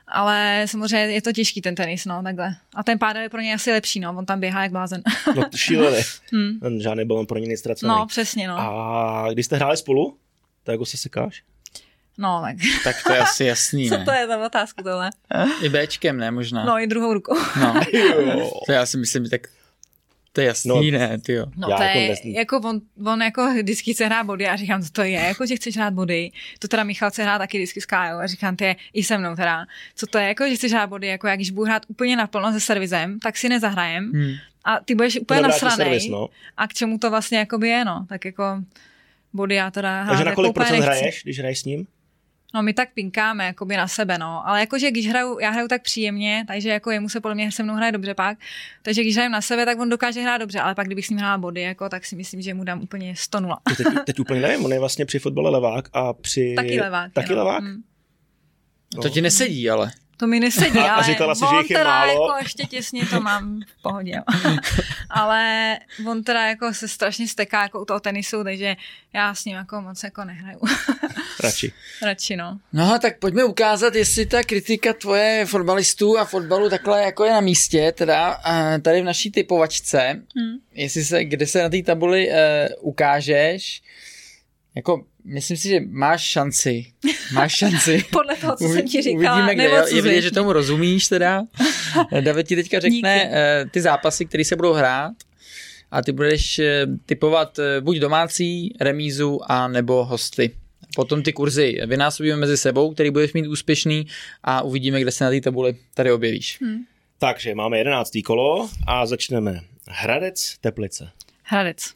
Ale samozřejmě je to těžký ten tenis, no, takhle. A ten pádel je pro něj asi lepší, no, on tam běhá jak blázen. No šílený. Žádný balon pro něj nestracený. No, přesně, no. A když jste hráli spolu, tak jako se sekáš? No, tak. Tak to je asi jasný, Co ne? to je za otázku tohle? I Bčkem, ne, možná? No, i druhou rukou. No. Jo. To já si myslím, tak to je jasný, No. ne, tyjo. No Já to jako je, nesmím. jako on jako vždycky chce hrát body a říkám, co to je, jako že chceš hrát body. To teda Michal chce hrát taky vždycky s Kájou a říkám, ty je i se mnou teda. Co to je, jako že chceš hrát body, jako jak když budu hrát úplně naplno se servizem, tak si nezahrajem a ty budeš úplně nasranej. servis, no. A k čemu to vlastně jakoby je, no. Tak jako body já teda hrát Takže na jako kolik úplně procent nechci. hraješ, když hraješ s ním? No my tak pinkáme jakoby na sebe, no. Ale jakože když já hraju tak příjemně, takže jako jemu se podle mě se mnou hraje dobře pak. Takže když hrajem na sebe, tak on dokáže hrát dobře, ale pak kdybych s ním hrála body, jako, tak si myslím, že mu dám úplně 100-0. Teď úplně nevím, on je vlastně při fotbale levák a při... Taky levák. Taky levák? No. To ti nesedí, ale. To mi nesedí, ale říkala si, že on jich je teda málo. jako ještě těsně to mám v pohodě. Ale on teda jako se strašně steká jako u toho tenisu, takže já s ním jako moc jako nehraju. Radši, no. No, tak pojďme ukázat, jestli ta kritika tvoje fotbalistů a fotbalu takhle jako je na místě, teda tady v naší typovačce, jestli kde se na té tabuli ukážeš, jako myslím si, že máš šanci. Podle toho, co jsem ti říkala. Uvidíme, kde je vidět, že tomu rozumíš teda. David ti teďka řekne ty zápasy, které se budou hrát a ty budeš typovat buď domácí, remízu a nebo hosty. Potom ty kurzy vynásobíme mezi sebou, který budeš mít úspěšný a uvidíme, kde se na té tabuli tady objevíš. Takže máme 11. kolo a začneme. Hradec, Teplice. Hradec.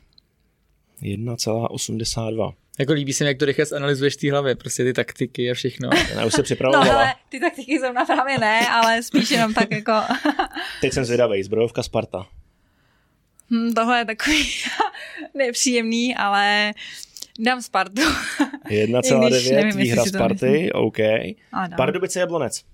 1,82. Jako líbí se mi, jak to rychle analyzuješ v té hlavě, prostě ty taktiky a všechno. Já už se připravovala. No ale ty taktiky zrovna právě ne, ale spíš jenom tak jako... Teď jsem zvědavej, Zbrojovka, Sparta. Tohle je takový nepříjemný, ale dám Spartu. 1,9 výhra Sparty, OK. Pardubice, Jablonec.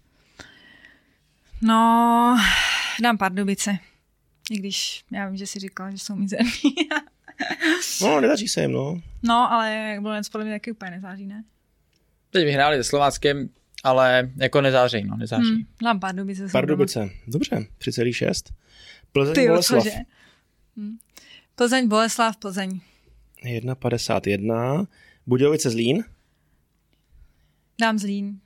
No, dám Pardubice. I když já vím, že jsi říkal, že jsou mizerní. No, nedaří se jim, no. No, ale Jablonec podle mě taky úplně nezáří, ne? Teď vyhráli se Slováckem, ale jako nezáří, no, nezáří. Dám Pardubice. Pardubice, dobře, 3,6. Plzeň, Boleslav. Plzeň, Boleslav, Plzeň. 1,51. Budějovice, Zlín. Dám Zlín.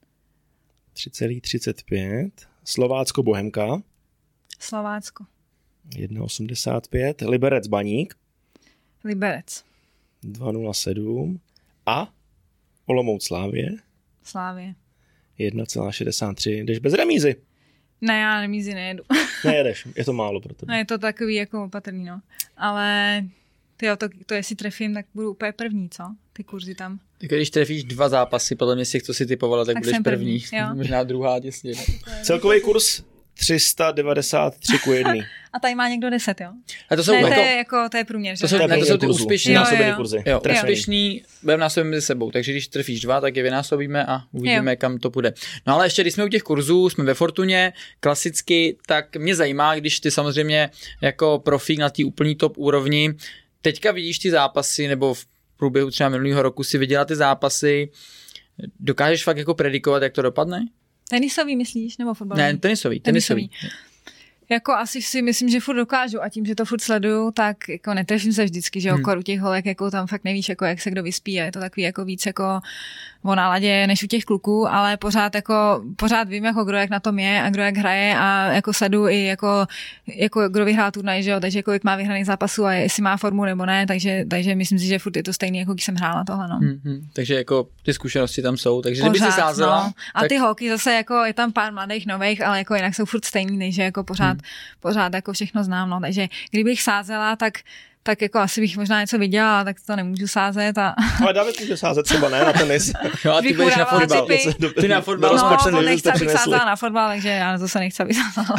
3,35. Slovácko, Bohemka. Slovácko. 1,85. Liberec, Baník. Liberec. 2,07. A Olomouc, Slávě. Slávě. 1,63. Jdeš bez remízy. Ne, já remízy nejedu. Nejedeš, je to málo pro tebe. No, je to takový jako opatrný, no. Ale tyjo, to jestli trefím, tak budu úplně první, co? Ty kurzy tam. Tak když trefíš 2 zápasy, podle mě z těch, co si typovala, tak budeš první. Možná druhá těsně. Celkový kurz 393:1. A tady má někdo 10, jo? A to jsou to je průměr, že? To jsou ty úspěšní kurzy. Jo, úspěšný budeme násobit mezi sebou, takže když trefíš 2, tak je vynásobíme a uvidíme, kam to půjde. No ale ještě, když jsme u těch kurzů, jsme ve Fortuně, klasicky, tak mě zajímá, když ty samozřejmě jako profík na té úplný top úrovni, teďka vidíš ty zápasy, nebo v průběhu třeba minulého roku si viděla ty zápasy, dokážeš fakt jako predikovat, jak to dopadne? Tenisový myslíš, nebo fotbalový? Ne, tenisový. Jako asi si myslím, že furt dokážu a tím, že to furt sleduju, tak jako netrefím se vždycky, že u těch holek jako tam fakt nevíš, jako jak se kdo vyspí a je to takový jako víc jako o náladě než u těch kluků, ale pořád vím, jako kdo jak na tom je a kdo jak hraje a jako sleduju i jako kdo vyhrál turnaj, že jo, takže kolik má vyhraných zápasů a jestli má formu nebo ne, takže myslím si, že furt je to stejný, jako když jsem hrála tohle, no. Takže jako ty zkušenosti tam jsou, takže kdyby si sázela. No. A tak... ty holky zase jako je tam pár mladých nových, ale jako jinak jsou furt stejný, takže jako pořád jako všechno znám, no. Takže kdybych sázela, tak jako asi bych možná něco viděla, tak to nemůžu sázet. Ale David může sázet třeba, ne, na tenis. Jo, a ty budeš na fotbal. Ty na fotbal. No, on nechce, abych sázela na fotbal, takže já zase nechci, abych sázela.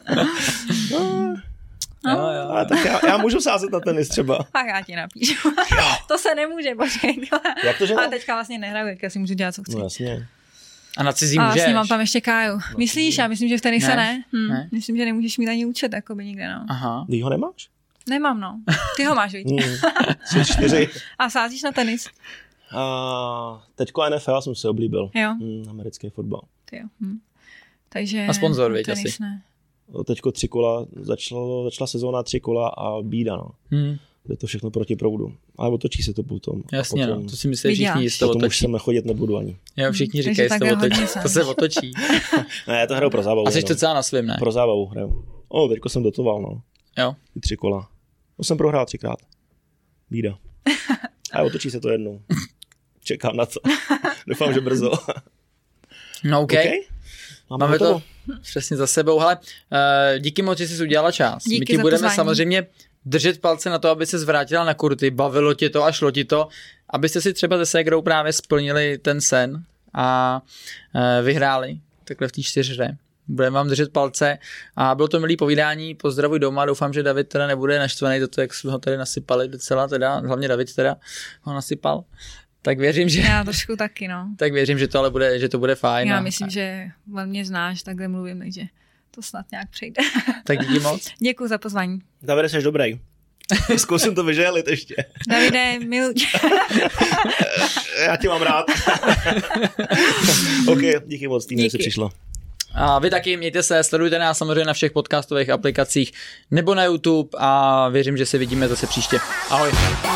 Jo. Ale tak já můžu sázet na tenis třeba. Tak já ti napíšu. To se nemůže, počkej. Jak to, že ale teďka vlastně nehraju, já si můžu dělat, co chci. No jasně. A na cizí můžeš. A vlastně mám tam ještě Káju. Myslíš? Já myslím, že v tenise ne. Ne. Myslím, že nemůžeš mít ani účet, jakoby nikde, no. Aha. Ty ho nemáš? Nemám, no. Ty ho máš, víš? Jsi 4. A sázíš na tenis? Teďko NFL jsem se oblíbil. Jo. Americký fotbal. Ty jo. Takže a sponzor, víš, asi. Teďko 3 kola, začala sezóna 3 kola a bída, no. Je to všechno proti proudu. Ale otočí se to potom. Jasně, potom, no, to si myslí všichni, že to otočí. Potom už sem chodit nebudu ani. Jo, všichni říkají, že to otočí. To se otočí. Ne, já to hraju pro zábavu. A jsi to celá na svým, ne? Pro zábavu hraju. Teďko jsem dotoval, no. Jo. 3 kola. To jsem prohrál 3krát. Bída. A otočí se to jednou. Čekám na to. Doufám, že brzo. No okay. Máme to přesně za sebou. Hele, díky moc, že jsi udělala čas. Díky my ti budeme pozvání. Samozřejmě držet palce na to, aby se zvrátila na kurty, bavilo tě to a šlo ti to, abyste si třeba se ségrou právě splnili ten sen a vyhráli takhle v té 4hře. Budeme vám držet palce a bylo to milý povídání, pozdravuj doma, doufám, že David teda nebude naštvaný za to, jak jsme ho tady nasypali docela, teda, hlavně David teda ho nasypal. Tak věřím, že... Já trošku taky, no. Tak věřím, že to ale bude, že to bude fajn. Já myslím, že mě znáš, takhle mluvím, takže to snad nějak přejde. Tak díky moc. Děkuji za pozvání. Davide, jsi dobrý. Zkusím to vyželit ještě. Davide, miluji. Já tě mám rád. OK, díky moc, týdne, že jsi přišla. A vy taky mějte se, sledujte nás samozřejmě na všech podcastových aplikacích nebo na YouTube a věřím, že se vidíme zase příště. Ahoj.